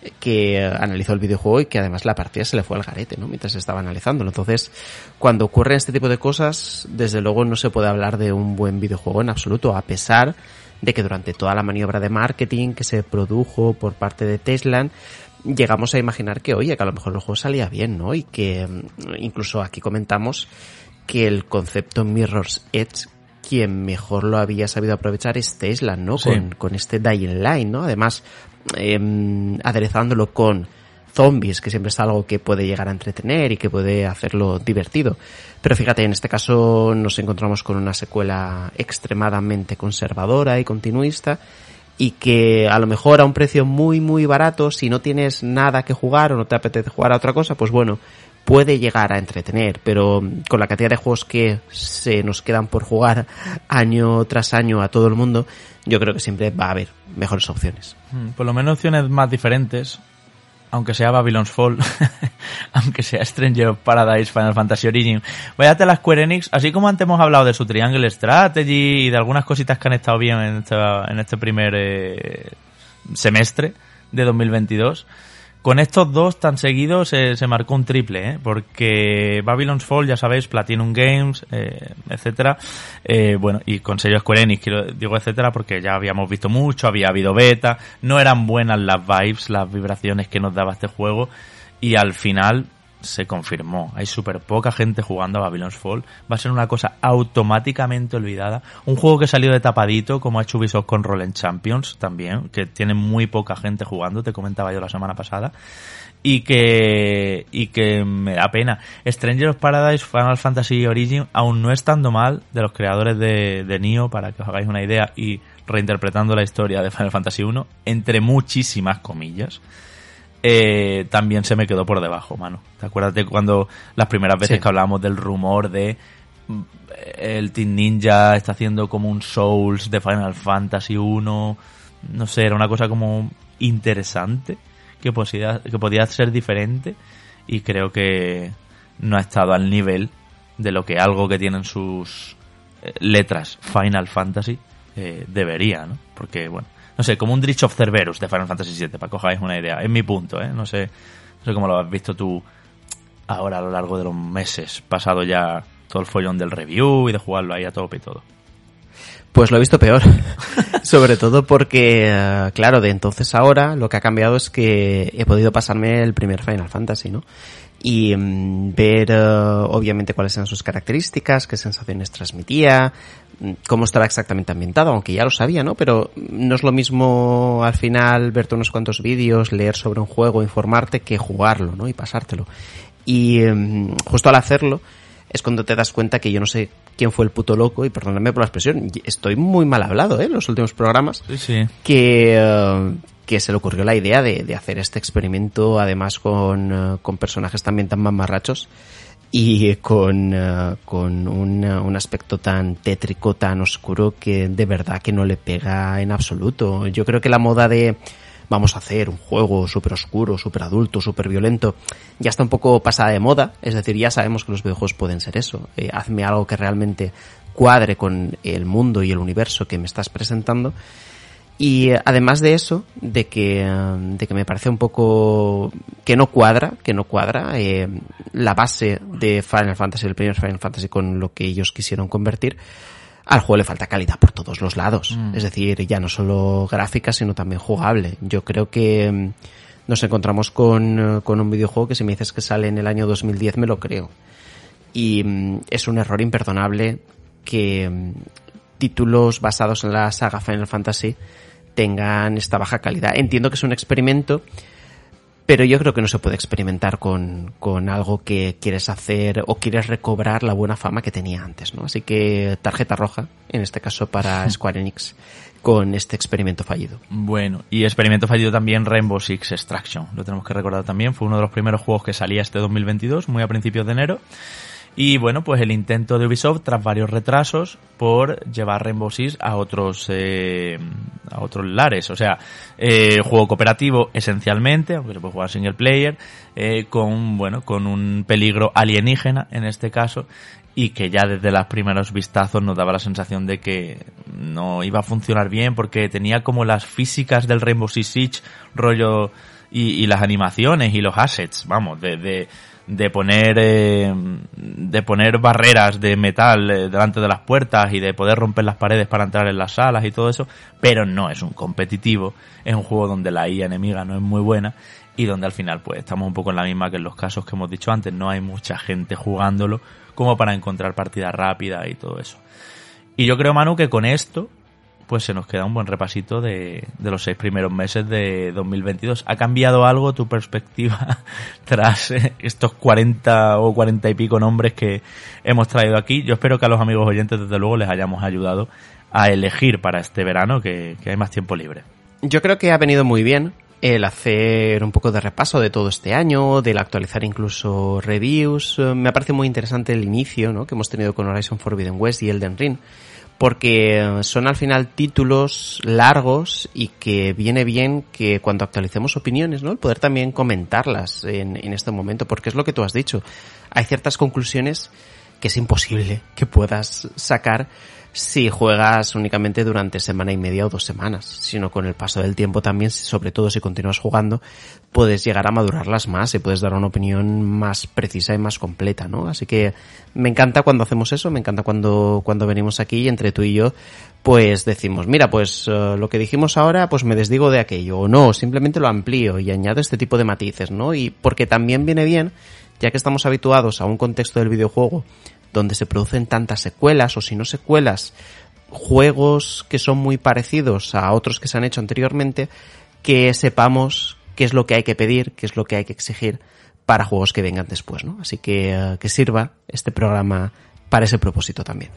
Speaker 2: que analizó el videojuego y que además la partida se le fue al garete, ¿no? Mientras estaba analizándolo. Entonces, cuando ocurren este tipo de cosas, desde luego no se puede hablar de un buen videojuego en absoluto, a pesar de que durante toda la maniobra de marketing que se produjo por parte de Tesla, llegamos a imaginar que, oye, que a lo mejor el juego salía bien, ¿no? Y que incluso aquí comentamos que el concepto Mirror's Edge, quien mejor lo había sabido aprovechar es Tesla, ¿no?
Speaker 1: Sí.
Speaker 2: Con, con este Dying Light, ¿no? Además, eh, aderezándolo con zombies, que siempre es algo que puede llegar a entretener y que puede hacerlo divertido. Pero fíjate, en este caso nos encontramos con una secuela extremadamente conservadora y continuista, y que a lo mejor a un precio muy muy barato, si no tienes nada que jugar o no te apetece jugar a otra cosa, pues bueno, puede llegar a entretener, pero con la cantidad de juegos que se nos quedan por jugar año tras año a todo el mundo, yo creo que siempre va a haber mejores opciones.
Speaker 1: Por lo menos opciones más diferentes, aunque sea Babylon's Fall, aunque sea Stranger of Paradise, Final Fantasy Origin. Váyate a la Square Enix, así como antes hemos hablado de su Triangle Strategy y de algunas cositas que han estado bien en este, en este primer eh, semestre de dos mil veintidós. Con estos dos tan seguidos se, se marcó un triple, ¿eh? Porque Babylon's Fall, ya sabéis, Platinum Games, eh, etcétera, eh, bueno, y con sello Square Enix, quiero, digo etcétera, porque ya habíamos visto mucho, había habido beta, no eran buenas las vibes, las vibraciones que nos daba este juego, y al final se confirmó. Hay súper poca gente jugando a Babylon's Fall. Va a ser una cosa automáticamente olvidada. Un juego que salió de tapadito, como ha hecho Ubisoft con Rolling Champions también, que tiene muy poca gente jugando, te comentaba yo la semana pasada. Y que, y que me da pena. Stranger of Paradise, Final Fantasy Origin, aún no estando mal, de los creadores de, de Nioh, para que os hagáis una idea, y reinterpretando la historia de Final Fantasy uno, entre muchísimas comillas. Eh, también se me quedó por debajo, mano. ¿Te acuerdas de cuando las primeras veces sí. que hablábamos del rumor de el Team Ninja está haciendo como un Souls de Final Fantasy uno? No sé, era una cosa como interesante que podía, que podía ser diferente, y creo que no ha estado al nivel de lo que algo que tienen sus letras Final Fantasy eh, debería, ¿no? Porque, bueno, no sé, como un Dritch of Cerberus de Final Fantasy siete, para que os hagáis una idea. Es mi punto, ¿eh? No sé, no sé cómo lo has visto tú ahora a lo largo de los meses, pasado ya todo el follón del review y de jugarlo ahí a tope y todo.
Speaker 2: Pues lo he visto peor. Sobre todo porque, claro, de entonces a ahora lo que ha cambiado es que he podido pasarme el primer Final Fantasy, ¿no? Y um, ver, uh, obviamente, cuáles eran sus características, qué sensaciones transmitía, cómo estaba exactamente ambientado, aunque ya lo sabía, ¿no? Pero no es lo mismo al final verte unos cuantos vídeos, leer sobre un juego, informarte, que jugarlo, ¿no? Y pasártelo. Y um, justo al hacerlo es cuando te das cuenta que yo no sé quién fue el puto loco, y perdóname por la expresión, estoy muy mal hablado, ¿eh? En los últimos programas.
Speaker 1: Sí, sí.
Speaker 2: Que... Uh, que se le ocurrió la idea de, de hacer este experimento, además con, uh, con personajes también tan mamarrachos y con, uh, con un, uh, un aspecto tan tétrico, tan oscuro, que de verdad que no le pega en absoluto. Yo creo que la moda de vamos a hacer un juego súper oscuro, súper adulto, súper violento, ya está un poco pasada de moda. Es decir, ya sabemos que los videojuegos pueden ser eso. Eh, hazme algo que realmente cuadre con el mundo y el universo que me estás presentando. Y además de eso, de que, de que me parece un poco que no cuadra, que no cuadra eh, la base de Final Fantasy, el primer Final Fantasy, con lo que ellos quisieron convertir, al juego le falta calidad por todos los lados. Mm. Es decir, ya no solo gráfica, sino también jugable. Yo creo que nos encontramos con, con un videojuego que si me dices que sale en el año dos mil diez me lo creo. Y es un error imperdonable que títulos basados en la saga Final Fantasy tengan esta baja calidad. Entiendo que es un experimento, pero yo creo que no se puede experimentar con, con algo que quieres hacer o quieres recobrar la buena fama que tenía antes, ¿no? Así que tarjeta roja, en este caso para Square Enix, con este experimento fallido.
Speaker 1: Bueno, y experimento fallido también Rainbow Six Extraction, lo tenemos que recordar también, fue uno de los primeros juegos que salía este dos mil veintidós, muy a principios de enero. Y bueno, pues el intento de Ubisoft, tras varios retrasos, por llevar Rainbow Six a otros eh, a otros lares. O sea, eh, juego cooperativo esencialmente, aunque se puede jugar single player, eh, con bueno con un peligro alienígena en este caso, y que ya desde los primeros vistazos nos daba la sensación de que no iba a funcionar bien, porque tenía como las físicas del Rainbow Six Siege, rollo, y, y las animaciones y los assets, vamos, de... de de poner eh, de poner barreras de metal eh, delante de las puertas y de poder romper las paredes para entrar en las salas y todo eso, pero no es un competitivo, es un juego donde la I A enemiga no es muy buena y donde al final pues estamos un poco en la misma que en los casos que hemos dicho antes, no hay mucha gente jugándolo como para encontrar partidas rápidas y todo eso. Y yo creo, Manu, que con esto pues se nos queda un buen repasito de, de los seis primeros meses de dos mil veintidós. ¿Ha cambiado algo tu perspectiva tras eh, estos cuarenta o cuarenta y pico nombres que hemos traído aquí? Yo espero que a los amigos oyentes, desde luego, les hayamos ayudado a elegir para este verano, que, que hay más tiempo libre.
Speaker 2: Yo creo que ha venido muy bien el hacer un poco de repaso de todo este año, del actualizar incluso reviews. Me ha parecido muy interesante el inicio, ¿no?, que hemos tenido con Horizon Forbidden West y Elden Ring, porque son al final títulos largos y que viene bien que cuando actualicemos opiniones, ¿no?, el poder también comentarlas en, en este momento, porque es lo que tú has dicho. Hay ciertas conclusiones que es imposible que puedas sacar si juegas únicamente durante semana y media o dos semanas, sino con el paso del tiempo también, sobre todo si continúas jugando, puedes llegar a madurarlas más y puedes dar una opinión más precisa y más completa, ¿no? Así que me encanta cuando hacemos eso, me encanta cuando cuando venimos aquí y entre tú y yo pues decimos, mira, pues uh, lo que dijimos ahora, pues me desdigo de aquello, o no, simplemente lo amplío y añado este tipo de matices, ¿no? Y porque también viene bien, ya que estamos habituados a un contexto del videojuego donde se producen tantas secuelas, o si no secuelas, juegos que son muy parecidos a otros que se han hecho anteriormente, que sepamos qué es lo que hay que pedir, qué es lo que hay que exigir para juegos que vengan después, ¿no? Así que uh, que sirva este programa para ese propósito también.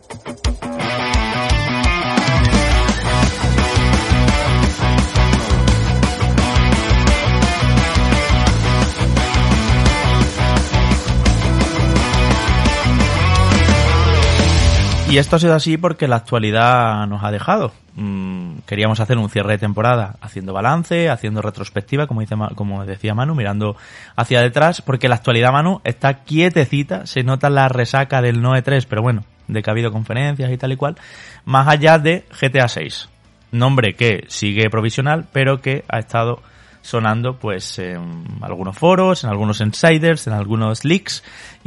Speaker 1: Y esto ha sido así porque la actualidad nos ha dejado. Mm, queríamos hacer un cierre de temporada haciendo balance, haciendo retrospectiva, como dice, como decía Manu, mirando hacia detrás, porque la actualidad, Manu, está quietecita, se nota la resaca del no E tres, pero bueno, de que ha habido conferencias y tal y cual, más allá de G T A seis. Nombre que sigue provisional, pero que ha estado sonando pues en algunos foros, en algunos insiders, en algunos leaks,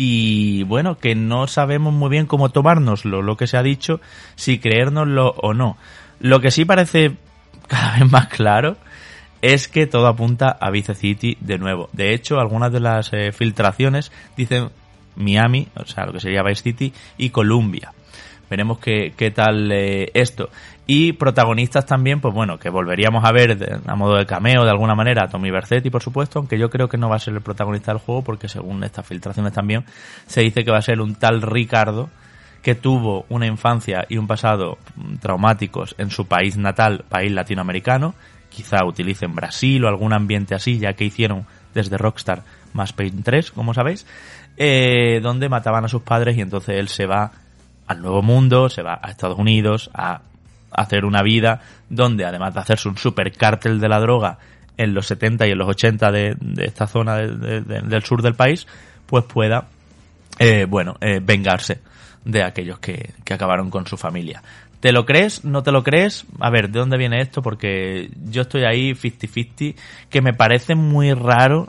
Speaker 1: y bueno, que no sabemos muy bien cómo tomárnoslo, lo que se ha dicho, si creérnoslo o no. Lo que sí parece cada vez más claro es que todo apunta a Vice City de nuevo. De hecho, algunas de las eh, filtraciones dicen Miami, o sea, lo que sería Vice City, y Columbia. Veremos qué, qué tal eh, esto. Y protagonistas también, pues bueno, que volveríamos a ver de, a modo de cameo de alguna manera a Tommy Vercetti, por supuesto, aunque yo creo que no va a ser el protagonista del juego, porque según estas filtraciones también se dice que va a ser un tal Ricardo que tuvo una infancia y un pasado traumáticos en su país natal, país latinoamericano, quizá utilicen Brasil o algún ambiente así, ya que hicieron desde Rockstar Max Payne tres, como sabéis, eh, donde mataban a sus padres y entonces él se va al Nuevo Mundo, se va a Estados Unidos a hacer una vida donde, además de hacerse un super cártel de la droga en los setenta y en los ochenta de, de esta zona de, de, de, del sur del país, pues pueda, eh, bueno, eh, vengarse de aquellos que, que acabaron con su familia. ¿Te lo crees? ¿No te lo crees? A ver, ¿de dónde viene esto? Porque yo estoy ahí cincuenta cincuenta, que me parece muy raro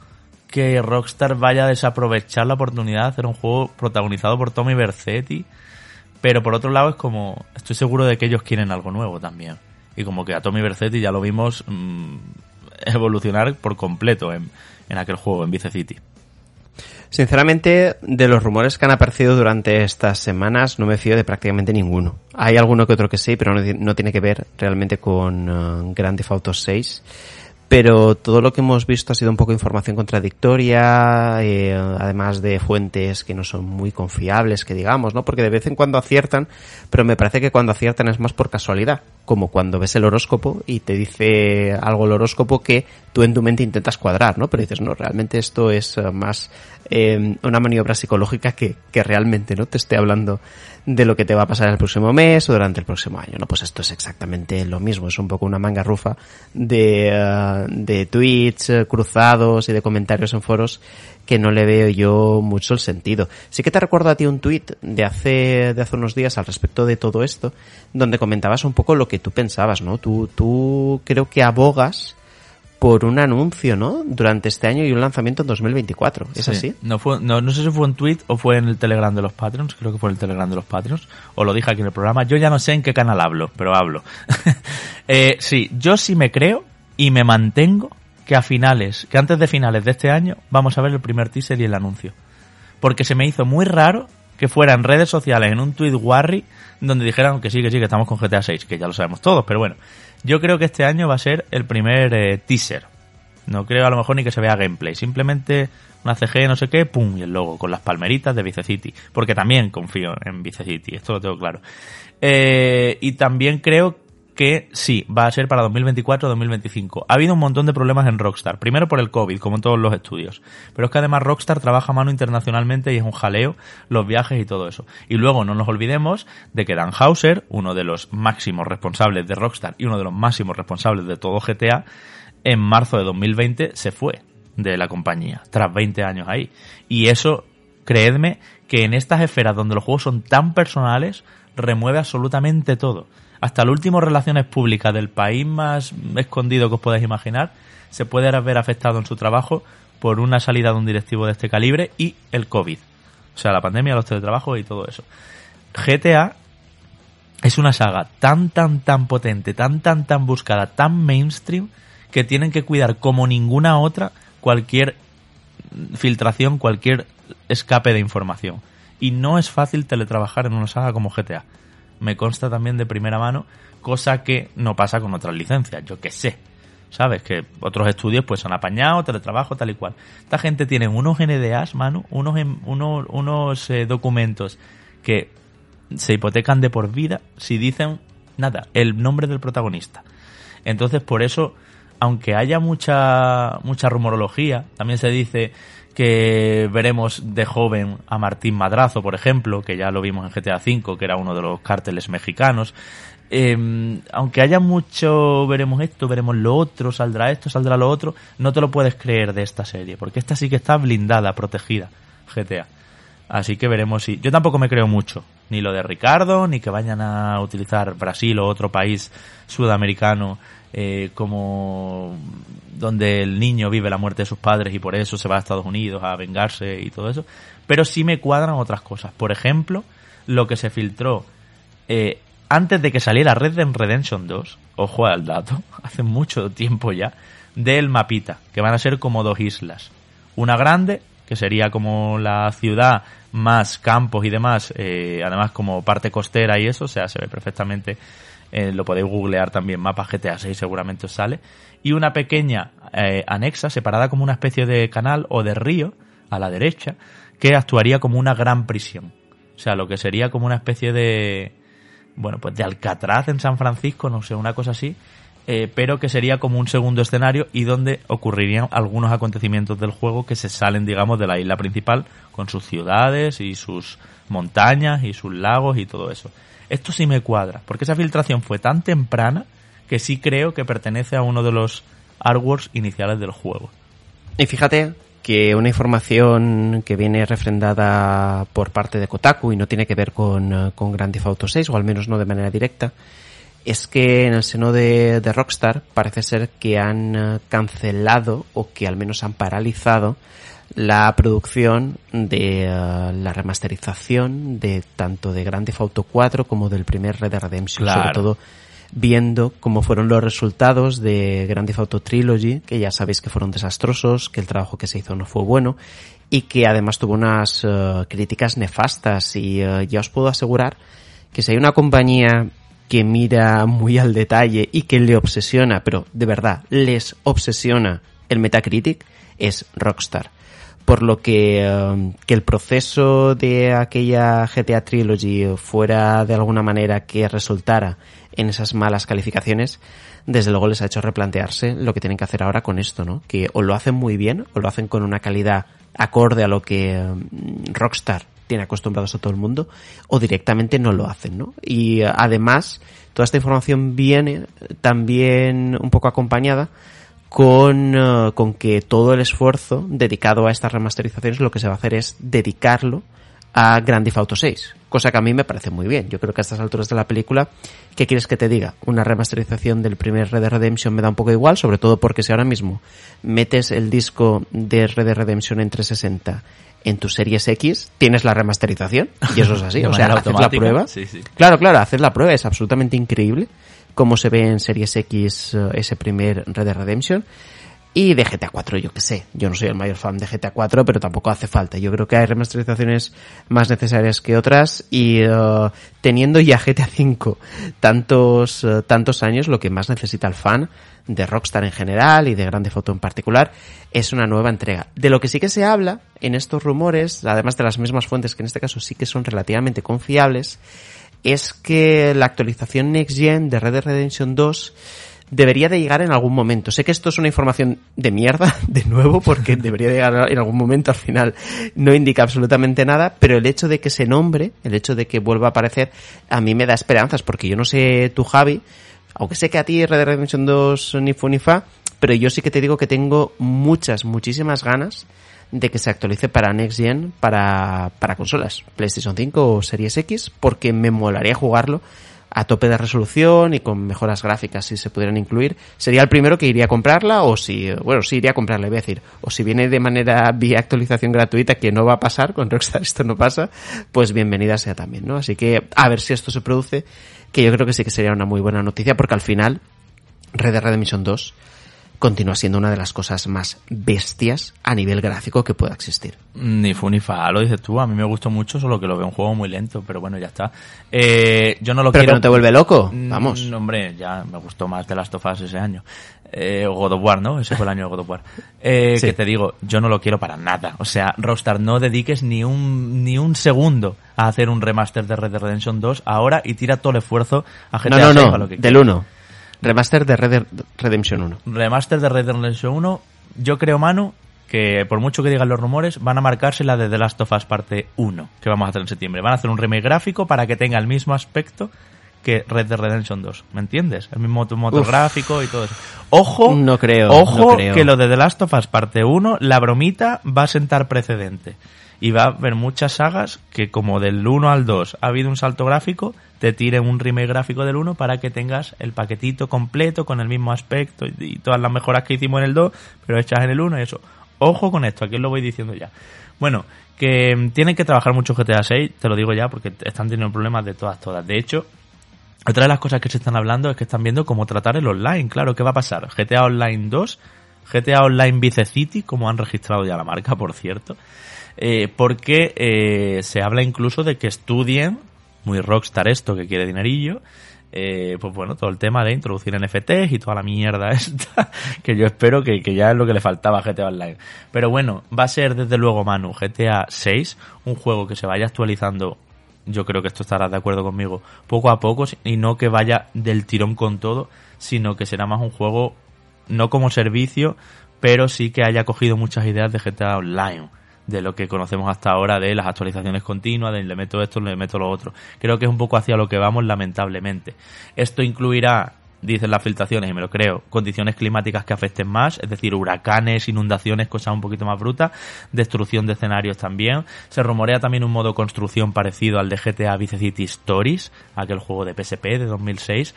Speaker 1: que Rockstar vaya a desaprovechar la oportunidad de hacer un juego protagonizado por Tommy Vercetti. Pero por otro lado es como, estoy seguro de que ellos quieren algo nuevo también. Y como que a Tommy Vercetti ya lo vimos mmm, evolucionar por completo en, en aquel juego, en Vice City.
Speaker 2: Sinceramente, de los rumores que han aparecido durante estas semanas, no me fío de prácticamente ninguno. Hay alguno que otro que sí, pero no, no tiene que ver realmente con uh, Grand Theft Auto seis. pero todo lo que hemos visto ha sido un poco información contradictoria, eh, además de fuentes que no son muy confiables, que digamos, ¿no? Porque de vez en cuando aciertan, pero me parece que cuando aciertan es más por casualidad, como cuando ves el horóscopo y te dice algo el horóscopo que tú en tu mente intentas cuadrar, ¿no? Pero dices, no, realmente esto es uh, más eh, una maniobra psicológica que, que realmente, ¿no? Te esté hablando de lo que te va a pasar el próximo mes o durante el próximo año, ¿no? Pues esto es exactamente lo mismo, es un poco una manga rufa de, uh, de tweets uh, cruzados y de comentarios en foros que no le veo yo mucho el sentido. Sí que te recuerdo a ti un tweet de hace, de hace unos días al respecto de todo esto, donde comentabas un poco lo que tú pensabas, ¿no? Tú, tú creo que abogas por un anuncio, ¿no? Durante este año y un lanzamiento en dos mil veinticuatro. ¿Es
Speaker 1: sí.
Speaker 2: así?
Speaker 1: No, fue, no, no sé si fue un tweet o fue en el Telegram de los Patreons. Creo que fue en el Telegram de los Patreons. O lo dije aquí en el programa. Yo ya no sé en qué canal hablo, pero hablo. eh, sí, yo sí me creo y me mantengo que a finales, que antes de finales de este año vamos a ver el primer teaser y el anuncio. Porque se me hizo muy raro que fuera en redes sociales, en un tweet Warry, donde dijeran que sí, que sí, que estamos con G T A seis, que ya lo sabemos todos, pero bueno. Yo creo que este año va a ser el primer eh, teaser. No creo a lo mejor ni que se vea gameplay. Simplemente una C G, no sé qué, pum, y el logo, con las palmeritas de Vice City. Porque también confío en Vice City, esto lo tengo claro. Eh, y también creo que sí, va a ser para dos mil veinticuatro dos mil veinticinco. Ha habido un montón de problemas en Rockstar. Primero por el COVID, como en todos los estudios. Pero es que además Rockstar trabaja a mano internacionalmente y es un jaleo los viajes y todo eso. Y luego no nos olvidemos de que Dan Houser, uno de los máximos responsables de Rockstar y uno de los máximos responsables de todo G T A, en marzo de dos mil veinte se fue de la compañía, tras veinte años ahí. Y eso, creedme, que en estas esferas donde los juegos son tan personales, remueve absolutamente todo. Hasta el último relaciones públicas del país más escondido que os podáis imaginar se puede ver afectado en su trabajo por una salida de un directivo de este calibre y el COVID. O sea, la pandemia, los teletrabajos y todo eso. G T A es una saga tan, tan, tan potente, tan, tan, tan buscada, tan mainstream, que tienen que cuidar como ninguna otra cualquier filtración, cualquier escape de información. Y no es fácil teletrabajar en una saga como G T A. Me consta también de primera mano, cosa que no pasa con otras licencias, yo que sé. ¿Sabes? Que otros estudios pues han apañado, teletrabajo, tal y cual. Esta gente tiene unos N D As, mano, unos, unos, unos eh, documentos que se hipotecan de por vida si dicen, nada, el nombre del protagonista. Entonces, por eso, aunque haya mucha mucha rumorología, también se dice que veremos de joven a Martín Madrazo, por ejemplo, que ya lo vimos en G T A cinco, que era uno de los cárteles mexicanos. Eh, aunque haya mucho, veremos esto, veremos lo otro, saldrá esto, saldrá lo otro, no te lo puedes creer de esta serie, porque esta sí que está blindada, protegida, G T A. Así que veremos si... Yo tampoco me creo mucho, ni lo de Ricardo, ni que vayan a utilizar Brasil o otro país sudamericano eh, como donde el niño vive la muerte de sus padres y por eso se va a Estados Unidos a vengarse y todo eso. Pero sí me cuadran otras cosas. Por ejemplo, lo que se filtró eh, antes de que saliera Red Dead Redemption dos, ojo al dato, hace mucho tiempo ya, del mapita, que van a ser como dos islas. Una grande, que sería como la ciudad más campos y demás, eh, además como parte costera y eso, o sea, se ve perfectamente, eh, lo podéis googlear también, mapa G T A seis seguramente os sale, y una pequeña eh, anexa, separada como una especie de canal o de río, a la derecha, que actuaría como una gran prisión. O sea, lo que sería como una especie de, bueno, pues de Alcatraz en San Francisco, no sé, una cosa así, eh, pero que sería como un segundo escenario y donde ocurrirían algunos acontecimientos del juego que se salen, digamos, de la isla principal, con sus ciudades y sus montañas y sus lagos y todo eso. Esto sí me cuadra, porque esa filtración fue tan temprana que sí creo que pertenece a uno de los artworks iniciales del juego.
Speaker 2: Y fíjate que una información que viene refrendada por parte de Kotaku y no tiene que ver con, con Grand Theft Auto seis, o al menos no de manera directa, es que en el seno de, de Rockstar parece ser que han cancelado o que al menos han paralizado la producción de uh, la remasterización de tanto de Grand Theft Auto cuatro como del primer Red Dead Redemption,
Speaker 1: claro.
Speaker 2: Sobre todo viendo cómo fueron los resultados de Grand Theft Auto Trilogy, que ya sabéis que fueron desastrosos, que el trabajo que se hizo no fue bueno y que además tuvo unas uh, críticas nefastas y uh, ya os puedo asegurar que si hay una compañía que mira muy al detalle y que le obsesiona, pero de verdad, les obsesiona el Metacritic, es Rockstar. Por lo que, um, que el proceso de aquella G T A Trilogy fuera de alguna manera que resultara en esas malas calificaciones, desde luego les ha hecho replantearse lo que tienen que hacer ahora con esto, ¿no? Que o lo hacen muy bien, o lo hacen con una calidad acorde a lo que um, Rockstar tiene acostumbrados a todo el mundo, o directamente no lo hacen, ¿no? Y uh, además, toda esta información viene también un poco acompañada con, uh, con que todo el esfuerzo dedicado a estas remasterizaciones lo que se va a hacer es dedicarlo a Grand Theft Auto seis, cosa que a mí me parece muy bien. Yo creo que a estas alturas de la película, ¿qué quieres que te diga? Una remasterización del primer Red Dead Redemption me da un poco igual, sobre todo porque si ahora mismo metes el disco de Red Dead Redemption en trescientos sesenta en tu Series X, tienes la remasterización, y eso es así, o sea, haces la prueba.
Speaker 1: Sí, sí.
Speaker 2: Claro, claro, haces la prueba, es absolutamente increíble cómo se ve en Series X uh, ese primer Red Dead Redemption. Y de G T A cuatro, yo qué sé, yo no soy el mayor fan de G T A cuatro, pero tampoco hace falta. Yo creo que hay remasterizaciones más necesarias que otras, y uh, teniendo ya G T A cinco tantos uh, tantos años, lo que más necesita el fan de Rockstar en general y de Grand Theft Auto en particular es una nueva entrega. De lo que sí que se habla en estos rumores, además de las mismas fuentes que en este caso sí que son relativamente confiables, es que la actualización Next Gen de Red Dead Redemption dos debería de llegar en algún momento. Sé que esto es una información de mierda, de nuevo, porque debería de llegar en algún momento, al final no indica absolutamente nada, pero el hecho de que se nombre, el hecho de que vuelva a aparecer, a mí me da esperanzas, porque yo no sé tú, Javi, aunque sé que a ti Red Dead Redemption dos ni fu ni fa, pero yo sí que te digo que tengo muchas, muchísimas ganas de que se actualice para Next Gen, para, para consolas, PlayStation cinco o Series X, porque me molaría jugarlo a tope de resolución y con mejoras gráficas si se pudieran incluir. Sería el primero que iría a comprarla, o si, bueno, sí iría a comprarla, voy a decir, o si viene de manera vía actualización gratuita, que no va a pasar, con Rockstar esto no pasa, pues bienvenida sea también, ¿no? Así que a ver si esto se produce, que yo creo que sí que sería una muy buena noticia, porque al final Red Dead Redemption dos continúa siendo una de las cosas más bestias a nivel gráfico que pueda existir.
Speaker 1: Ni fu ni fa, lo dices tú. A mí me gustó mucho, solo que lo veo un juego muy lento, pero bueno, ya está. Eh, yo no lo
Speaker 2: ¿Pero
Speaker 1: quiero...
Speaker 2: que no te vuelve loco? Vamos.
Speaker 1: Mm, hombre, ya me gustó más The Last of Us ese año. Eh, o God of War, ¿no? Ese fue el año de God of War. Eh, sí. Que te digo, yo no lo quiero para nada. O sea, Rockstar, no dediques ni un ni un segundo a hacer un remaster de Red Dead Redemption dos ahora y tira todo el esfuerzo a G T A
Speaker 2: no, no,
Speaker 1: seis
Speaker 2: no,
Speaker 1: para lo que
Speaker 2: del uno. Remaster de Red Dead Redemption uno.
Speaker 1: Remaster de Red Dead Redemption uno. Yo creo, Manu, que por mucho que digan los rumores, van a marcarse la de The Last of Us parte uno, que vamos a hacer en septiembre. Van a hacer un remake gráfico para que tenga el mismo aspecto que Red Dead Redemption dos. ¿Me entiendes? El mismo motor gráfico y todo eso. Ojo,
Speaker 2: no creo,
Speaker 1: ojo
Speaker 2: no creo.
Speaker 1: que lo de The Last of Us parte uno, la bromita va a sentar precedente. Y va a haber muchas sagas que, como del uno al dos ha habido un salto gráfico, te tiren un remake gráfico del uno para que tengas el paquetito completo con el mismo aspecto y, y todas las mejoras que hicimos en el dos, pero hechas en el uno y eso. Ojo con esto, aquí os lo voy diciendo ya. Bueno, que tienen que trabajar mucho G T A seis, te lo digo ya, porque están teniendo problemas de todas, todas. De hecho, otra de las cosas que se están hablando es que están viendo cómo tratar el online. Claro, ¿qué va a pasar? G T A Online dos, G T A Online Vice City, como han registrado ya la marca, por cierto. Eh, porque eh, se habla incluso de que estudien, muy Rockstar esto, que quiere dinerillo, eh, pues bueno, todo el tema de introducir N F Ts y toda la mierda esta, que yo espero que, que ya es lo que le faltaba a G T A Online. Pero bueno, va a ser desde luego, Manu, G T A seis, un juego que se vaya actualizando, yo creo que esto estarás de acuerdo conmigo, poco a poco, y no que vaya del tirón con todo, sino que será más un juego, no como servicio, pero sí que haya cogido muchas ideas de G T A Online, de lo que conocemos hasta ahora, de las actualizaciones continuas, de le meto esto, le meto lo otro. Creo que es un poco hacia lo que vamos, lamentablemente. Esto incluirá, dicen las filtraciones, y me lo creo, condiciones climáticas que afecten más, es decir, huracanes, inundaciones, cosas un poquito más brutas, destrucción de escenarios también. Se rumorea también un modo construcción parecido al de G T A Vice City Stories, aquel juego de P S P de dos mil seis,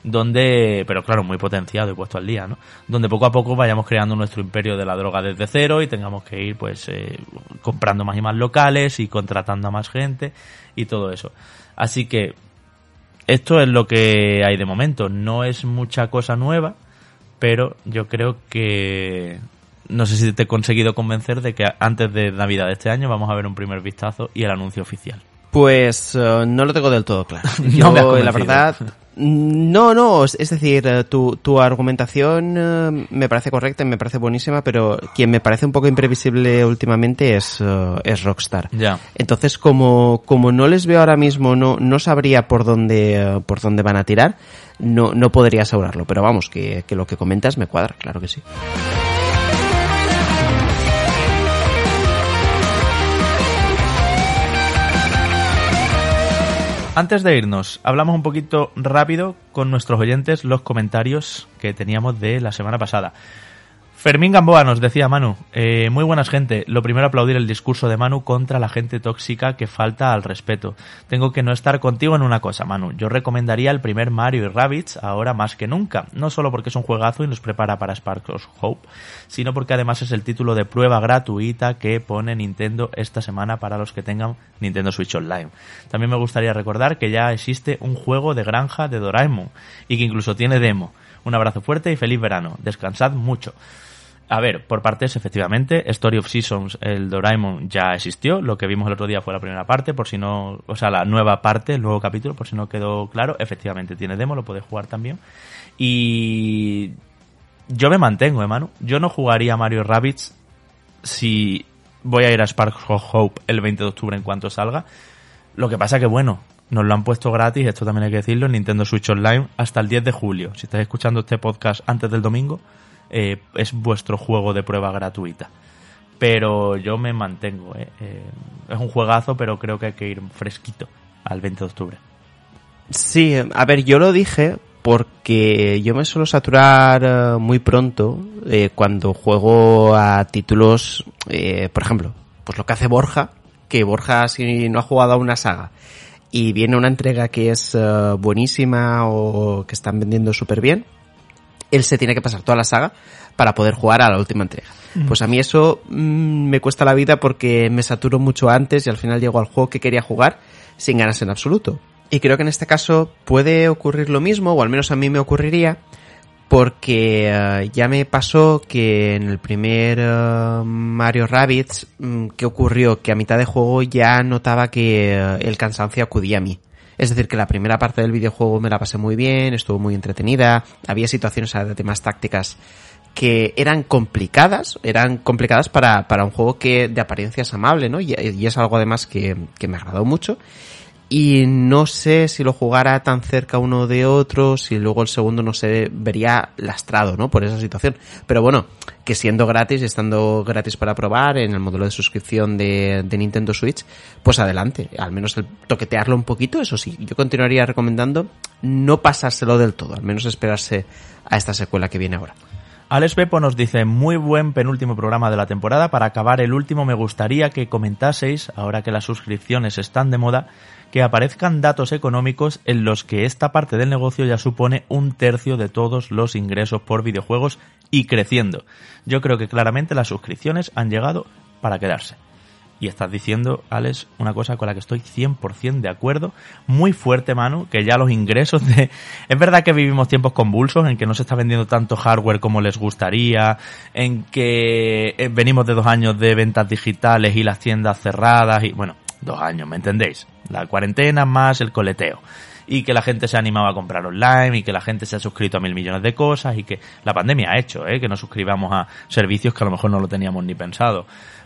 Speaker 1: donde, pero claro, muy potenciado y puesto al día, ¿no? Donde poco a poco vayamos creando nuestro imperio de la droga desde cero y tengamos que ir, pues, eh, comprando más y más locales y contratando a más gente y todo eso. Así que esto es lo que hay de momento. No es mucha cosa nueva, pero yo creo que, no sé si te he conseguido convencer de que antes de Navidad de este año vamos a ver un primer vistazo y el anuncio oficial.
Speaker 2: Pues uh, no lo tengo del todo claro. Yo,
Speaker 1: No me has convencido.
Speaker 2: la verdad... No, no, es decir, tu, tu argumentación uh, me parece correcta y me parece buenísima, pero quien me parece un poco imprevisible últimamente es, uh, es Rockstar.
Speaker 1: Ya.
Speaker 2: Entonces, como, como no les veo ahora mismo, no, no sabría por dónde, uh, por dónde van a tirar, no, no podría asegurarlo, pero vamos, que, que lo que comentas me cuadra, claro que sí.
Speaker 1: Antes de irnos, hablamos un poquito rápido con nuestros oyentes los comentarios que teníamos de la semana pasada. Fermín Gamboa nos decía, Manu, eh, muy buenas gente, lo primero aplaudir el discurso de Manu contra la gente tóxica que falta al respeto. Tengo que no estar contigo en una cosa, Manu, yo recomendaría el primer Mario y Rabbids ahora más que nunca, no solo porque es un juegazo y nos prepara para Sparks of Hope, sino porque además es el título de prueba gratuita que pone Nintendo esta semana para los que tengan Nintendo Switch Online. También me gustaría recordar que ya existe un juego de granja de Doraemon y que incluso tiene demo. Un abrazo fuerte y feliz verano, descansad mucho. A ver, por partes, efectivamente, Story of Seasons, el Doraemon ya existió, lo que vimos el otro día fue la primera parte, por si no, o sea, la nueva parte, el nuevo capítulo, por si no quedó claro, efectivamente tiene demo, lo podéis jugar también. Y yo me mantengo, ¿eh, Manu? Yo no jugaría Mario Rabbids si voy a ir a Sparks of Hope el veinte de octubre en cuanto salga. Lo que pasa que, bueno, nos lo han puesto gratis, esto también hay que decirlo, en Nintendo Switch Online hasta el diez de julio. Si estáis escuchando este podcast antes del domingo, Eh, es vuestro juego de prueba gratuita, pero yo me mantengo, ¿eh? Eh, es un juegazo, pero creo que hay que ir fresquito al veinte de octubre.
Speaker 2: Sí, a ver, yo lo dije porque yo me suelo saturar uh, muy pronto eh, cuando juego a títulos, eh, por ejemplo, pues lo que hace Borja, que Borja si no ha jugado a una saga y viene una entrega que es uh, buenísima o que están vendiendo súper bien, él se tiene que pasar toda la saga para poder jugar a la última entrega. Mm. Pues a mí eso mmm, me cuesta la vida porque me saturo mucho antes y al final llego al juego que quería jugar sin ganas en absoluto. Y creo que en este caso puede ocurrir lo mismo, o al menos a mí me ocurriría, porque uh, ya me pasó que en el primer uh, Mario Rabbids, um, ¿qué ocurrió? Que a mitad de juego ya notaba que uh, el cansancio acudía a mí. Es decir, que la primera parte del videojuego me la pasé muy bien, estuvo muy entretenida, había situaciones de temas tácticas que eran complicadas, eran complicadas para, para un juego que de apariencia es amable, ¿no? Y, y es algo además que, que me agradó mucho. Y no sé si lo jugara tan cerca uno de otro, si luego el segundo no se vería lastrado, ¿no? Por esa situación. Pero bueno, que siendo gratis, estando gratis para probar en el módulo de suscripción de, de Nintendo Switch, pues adelante. Al menos el toquetearlo un poquito, eso sí. Yo continuaría recomendando no pasárselo del todo, al menos esperarse a esta secuela que viene ahora.
Speaker 1: Alex Pepo nos dice, muy buen penúltimo programa de la temporada. Para acabar el último me gustaría que comentaseis, ahora que las suscripciones están de moda, que aparezcan datos económicos en los que esta parte del negocio ya supone un tercio de todos los ingresos por videojuegos y creciendo. Yo creo que claramente las suscripciones han llegado para quedarse. Y estás diciendo, Alex, una cosa con la que estoy cien por ciento de acuerdo. Muy fuerte, Manu, que ya los ingresos de... Es verdad que vivimos tiempos convulsos en que no se está vendiendo tanto hardware como les gustaría, en que venimos de dos años de ventas digitales y las tiendas cerradas y... Bueno, dos años, ¿me entendéis? La cuarentena más el coleteo. Y que la gente se ha animado a comprar online y que la gente se ha suscrito a mil millones de cosas y que la pandemia ha hecho, ¿eh? Que nos suscribamos a servicios que a lo mejor no lo teníamos ni pensado.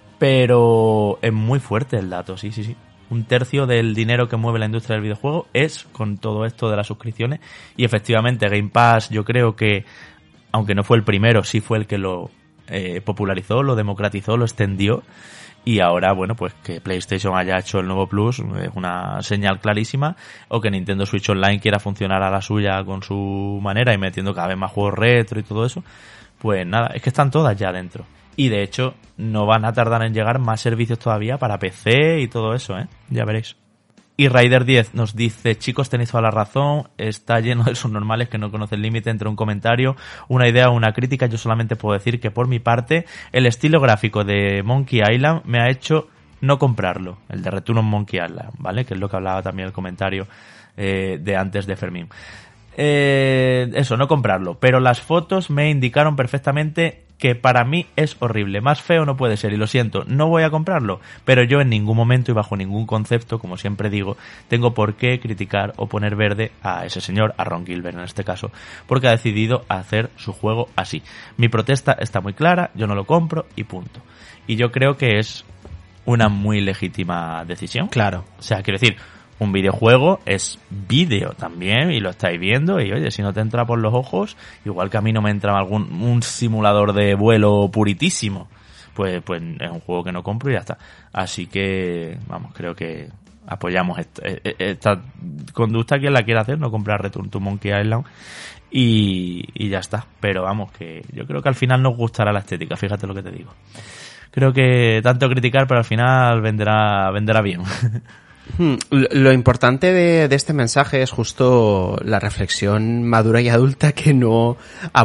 Speaker 1: Pero es muy fuerte el dato, sí, sí, sí. Un tercio del dinero que mueve la industria del videojuego es con todo esto de las suscripciones. Y efectivamente Game Pass, yo creo que, aunque no fue el primero, sí fue el que lo eh, popularizó, lo democratizó, lo extendió. Y ahora, bueno, pues que PlayStation haya hecho el nuevo Plus es una señal clarísima, o que Nintendo Switch Online quiera funcionar a la suya con su manera y metiendo cada vez más juegos retro y todo eso. Pues nada, es que están todas ya dentro. Y de hecho, no van a tardar en llegar más servicios todavía para P C y todo eso, ¿eh? Ya veréis. Y Raider diez nos dice, chicos, tenéis toda la razón, está lleno de subnormales que no conocen límite entre un comentario, una idea o una crítica. Yo solamente puedo decir que por mi parte, el estilo gráfico de Monkey Island me ha hecho no comprarlo, el de Return of Monkey Island, ¿vale? Que es lo que hablaba también el comentario eh, de antes de Fermín. Eh, eso, no comprarlo, pero las fotos me indicaron perfectamente que para mí es horrible, más feo no puede ser y lo siento, no voy a comprarlo, pero yo en ningún momento y bajo ningún concepto, como siempre digo, tengo por qué criticar o poner verde a ese señor, a Ron Gilbert en este caso, porque ha decidido hacer su juego así. Mi protesta está muy clara, yo no lo compro y punto. Y yo creo que es una muy legítima decisión.
Speaker 2: Claro.
Speaker 1: O sea, quiero decir, un videojuego es vídeo también y lo estáis viendo y oye, si no te entra por los ojos, igual que a mí no me entra algún un simulador de vuelo puritísimo, pues pues es un juego que no compro y ya está. Así que, vamos, creo que apoyamos esta, esta conducta. Quien la quiera hacer, no comprar Return to Monkey Island y, y ya está. Pero vamos, que yo creo que al final nos gustará la estética, fíjate lo que te digo. Creo que tanto criticar, pero al final venderá, venderá bien.
Speaker 2: Lo importante de, de este mensaje es justo la reflexión madura y adulta que no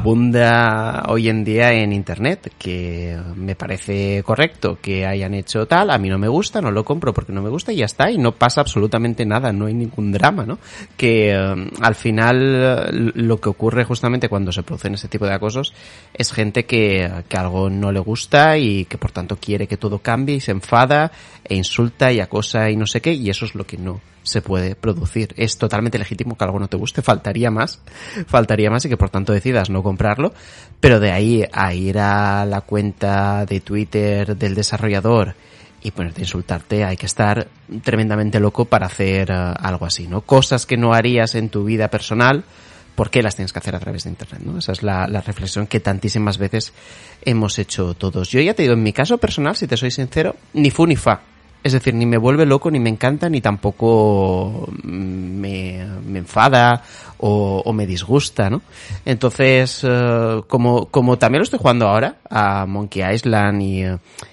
Speaker 2: abunda hoy en día en internet, que me parece correcto que hayan hecho tal, a mí no me gusta, no lo compro porque no me gusta y ya está, y no pasa absolutamente nada, no hay ningún drama, ¿no? Que um, al final lo que ocurre justamente cuando se producen ese tipo de acosos es gente que, que algo no le gusta y que por tanto quiere que todo cambie y se enfada e insulta y acosa y no sé qué, y eso es lo que no se puede producir. Es totalmente legítimo que algo no te guste, faltaría más, faltaría más y que por tanto decidas no comprarlo, pero de ahí a ir a la cuenta de Twitter del desarrollador y ponerte a insultarte, hay que estar tremendamente loco para hacer uh, algo así, ¿no? Cosas que no harías en tu vida personal, ¿por qué las tienes que hacer a través de internet, no? Esa es la, la reflexión que tantísimas veces hemos hecho todos. Yo ya te digo, en mi caso personal, si te soy sincero, ni fu ni fa. Es decir, ni me vuelve loco, ni me encanta, ni tampoco me, me enfada o, o me disgusta, ¿no? Entonces, uh, como, como también lo estoy jugando ahora a Monkey Island y,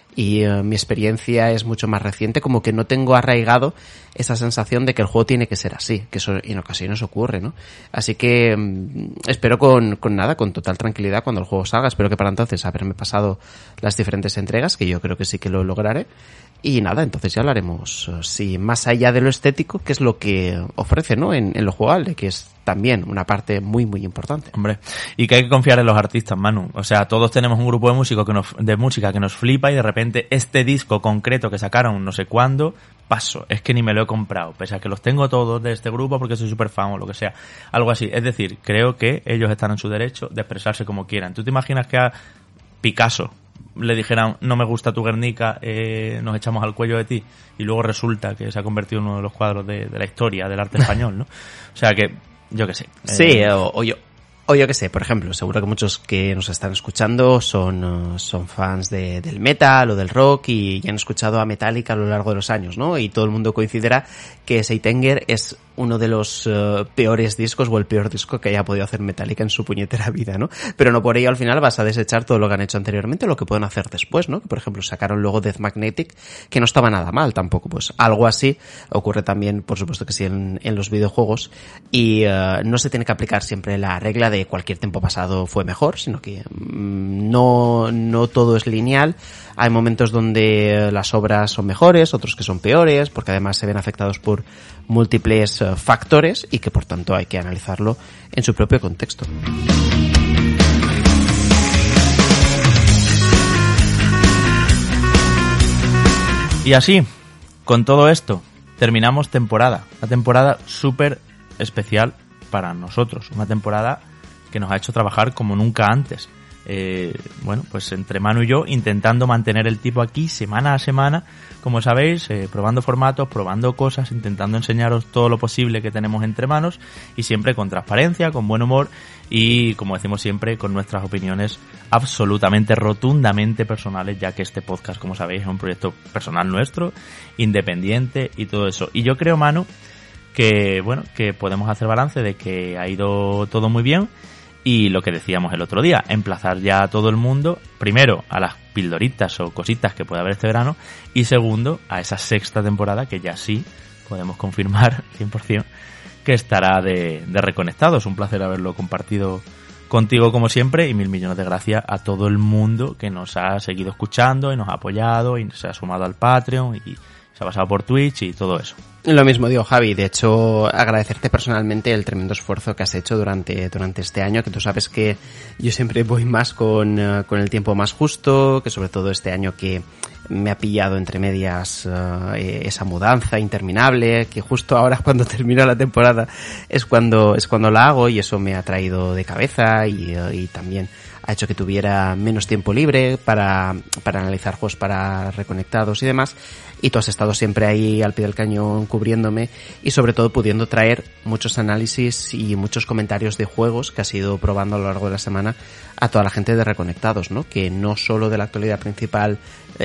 Speaker 2: y uh, mi experiencia es mucho más reciente, como que no tengo arraigado esa sensación de que el juego tiene que ser así, que eso en ocasiones ocurre, ¿no? Así que um, espero con, con nada, con total tranquilidad cuando el juego salga, espero que para entonces haberme pasado las diferentes entregas, que yo creo que sí que lo lograré. Y nada, entonces ya hablaremos, sí, más allá de lo estético, que es lo que ofrece, ¿no? En, en lo jugable, que es también una parte muy, muy importante.
Speaker 1: Hombre, y que hay que confiar en los artistas, Manu. O sea, todos tenemos un grupo de músicos que nos, de música que nos flipa y de repente este disco concreto que sacaron no sé cuándo, paso, es que ni me lo he comprado, pese a que los tengo todos de este grupo porque soy súper fan o lo que sea. Algo así. Es decir, creo que ellos están en su derecho de expresarse como quieran. ¿Tú te imaginas que a Picasso le dijeran, no me gusta tu Guernica, eh, nos echamos al cuello de ti, y luego resulta que se ha convertido en uno de los cuadros de, de la historia del arte español, ¿no? O sea que, yo qué sé.
Speaker 2: Sí,
Speaker 1: eh,
Speaker 2: o, o yo... O yo que sé, por ejemplo, seguro que muchos que nos están escuchando son, uh, son fans de, del metal o del rock y, y han escuchado a Metallica a lo largo de los años, ¿no? Y todo el mundo coincidirá que Seitenger es uno de los uh, peores discos o el peor disco que haya podido hacer Metallica en su puñetera vida, ¿no? Pero no por ello al final vas a desechar todo lo que han hecho anteriormente, lo que pueden hacer después, ¿no? Que por ejemplo sacaron luego Death Magnetic, que no estaba nada mal tampoco, pues algo así ocurre también, por supuesto que sí, en, en los videojuegos, y uh, no se tiene que aplicar siempre la regla de cualquier tiempo pasado fue mejor, sino que mm, no, no todo es lineal. Hay momentos donde las obras son mejores, otros que son peores, porque además se ven afectados por múltiples uh, factores y que por tanto hay que analizarlo en su propio contexto.
Speaker 1: Y así, con todo esto, terminamos temporada. Una temporada súper especial para nosotros. Una temporada que nos ha hecho trabajar como nunca antes. Eh, bueno, pues entre Manu y yo intentando mantener el tipo aquí semana a semana, como sabéis, eh, probando formatos, probando cosas, intentando enseñaros todo lo posible que tenemos entre manos y siempre con transparencia, con buen humor y, como decimos siempre, con nuestras opiniones absolutamente, rotundamente personales, ya que este podcast, como sabéis, es un proyecto personal nuestro, independiente y todo eso. Y yo creo, Manu, que bueno, que podemos hacer balance de que ha ido todo muy bien. Y lo que decíamos el otro día, emplazar ya a todo el mundo, primero, a las pildoritas o cositas que puede haber este verano, y segundo, a esa sexta temporada que ya sí podemos confirmar cien por ciento que estará de, de Reconectados. Un placer haberlo compartido contigo como siempre y mil millones de gracias a todo el mundo que nos ha seguido escuchando y nos ha apoyado y se ha sumado al Patreon y se ha pasado por Twitch y todo eso.
Speaker 2: Lo mismo digo, Javi. De hecho, agradecerte personalmente el tremendo esfuerzo que has hecho durante durante este año, que tú sabes que yo siempre voy más con, uh, con el tiempo más justo, que sobre todo este año que me ha pillado entre medias uh, esa mudanza interminable, que justo ahora cuando termina la temporada es cuando es cuando la hago, y eso me ha traído de cabeza y, uh, y también ha hecho que tuviera menos tiempo libre para, para analizar juegos para Reconectados y demás. Y tú has estado siempre ahí al pie del cañón cubriéndome y sobre todo pudiendo traer muchos análisis y muchos comentarios de juegos que has ido probando a lo largo de la semana a toda la gente de Reconectados, ¿no? Que no solo de la actualidad principal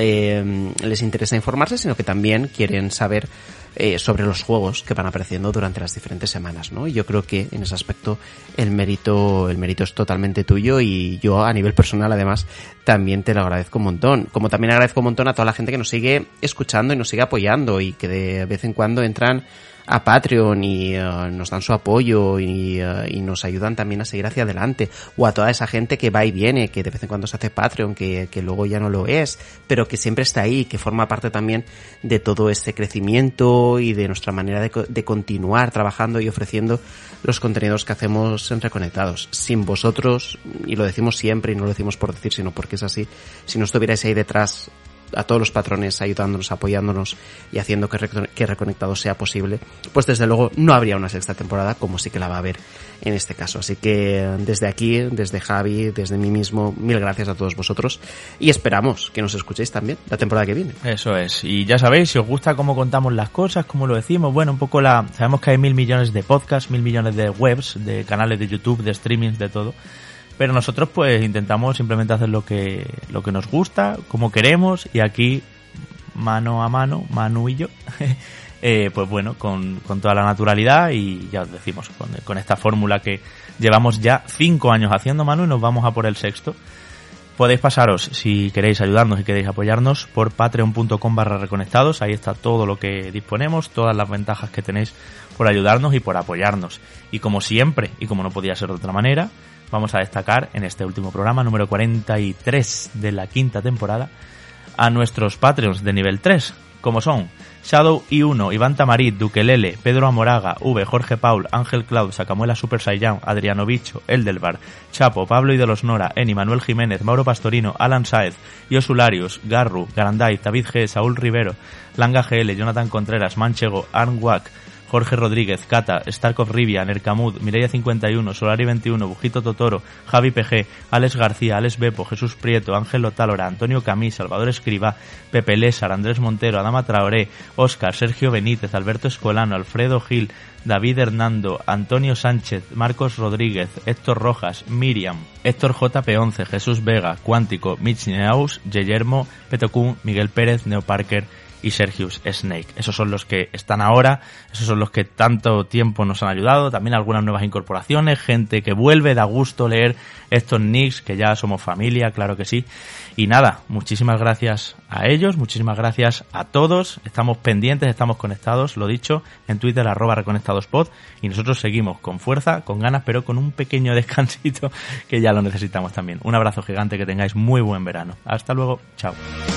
Speaker 2: eh, les interesa informarse, sino que también quieren saber eh, sobre los juegos que van apareciendo durante las diferentes semanas, ¿no? Y yo creo que en ese aspecto el mérito, el mérito es totalmente tuyo, y yo a nivel personal además también te lo agradezco un montón. Como también agradezco un montón a toda la gente que nos sigue escuchando y nos sigue apoyando y que de vez en cuando entran a Patreon y uh, nos dan su apoyo y, uh, y nos ayudan también a seguir hacia adelante, o a toda esa gente que va y viene, que de vez en cuando se hace Patreon, que, que luego ya no lo es, pero que siempre está ahí, que forma parte también de todo ese crecimiento y de nuestra manera de, de continuar trabajando y ofreciendo los contenidos que hacemos en Reconectados. Sin vosotros, y lo decimos siempre y no lo decimos por decir, sino porque es así, si no estuvierais ahí detrás a todos los patrones ayudándonos, apoyándonos y haciendo que, Recon- que Reconectados sea posible, pues desde luego no habría una sexta temporada, como sí que la va a haber en este caso. Así que desde aquí, desde Javi, desde mí mismo, mil gracias a todos vosotros, y esperamos que nos escuchéis también la temporada que viene.
Speaker 1: Eso es, y ya sabéis, si os gusta cómo contamos las cosas, cómo lo decimos, bueno, un poco la... Sabemos que hay mil millones de podcasts, mil millones de webs, de canales de YouTube, de streamings, de todo. Pero nosotros pues intentamos simplemente hacer lo que lo que nos gusta, como queremos, y aquí mano a mano, Manu y yo, eh, pues bueno, con, con toda la naturalidad, y ya os decimos, con, con esta fórmula que llevamos ya cinco años haciendo, Manu, y nos vamos a por el sexto. Podéis pasaros, si queréis ayudarnos y queréis apoyarnos, por patreon.com barra reconectados. Ahí está todo lo que disponemos, todas las ventajas que tenéis por ayudarnos y por apoyarnos. Y como siempre, y como no podía ser de otra manera, vamos a destacar en este último programa, número cuarenta y tres de la quinta temporada, a nuestros Patreons de nivel tres, como son Shadow I uno, Iván Tamarit, Dukelele, Pedro Amoraga, V, Jorge Paul, Ángel Cloud, Sacamuela Super Saiyan, Adriano Bicho, Eldelbar, Chapo, Pablo y de los Nora, Eni, Manuel Jiménez, Mauro Pastorino, Alan Saez, Yosularius, Garru, Garanday, David G, Saúl Rivero, Langa G L, Jonathan Contreras, Manchego, Arnwak, Jorge Rodríguez, Cata, Starkov Rivia, Nercamud, Mireia cincuenta y uno, Solari veintiuno, Bujito Totoro, Javi P G, Alex García, Alex Bepo, Jesús Prieto, Ángel Otálora, Antonio Camí, Salvador Escribá, Pepe Lésar, Andrés Montero, Adama Traoré, Óscar, Sergio Benítez, Alberto Escolano, Alfredo Gil, David Hernando, Antonio Sánchez, Marcos Rodríguez, Héctor Rojas, Miriam, Héctor J P once, Jesús Vega, Cuántico, Mitch Neaus, Guillermo, Petocún, Miguel Pérez, Neo Parker y Sergius Snake. Esos son los que están ahora, esos son los que tanto tiempo nos han ayudado, también algunas nuevas incorporaciones, gente que vuelve, da gusto leer estos nicks, que ya somos familia, claro que sí. Y nada, muchísimas gracias a ellos, muchísimas gracias a todos, estamos pendientes, estamos conectados, lo dicho, en Twitter, arroba reconectadospod, y nosotros seguimos con fuerza, con ganas, pero con un pequeño descansito que ya lo necesitamos también. Un abrazo gigante, que tengáis muy buen verano. Hasta luego, chao.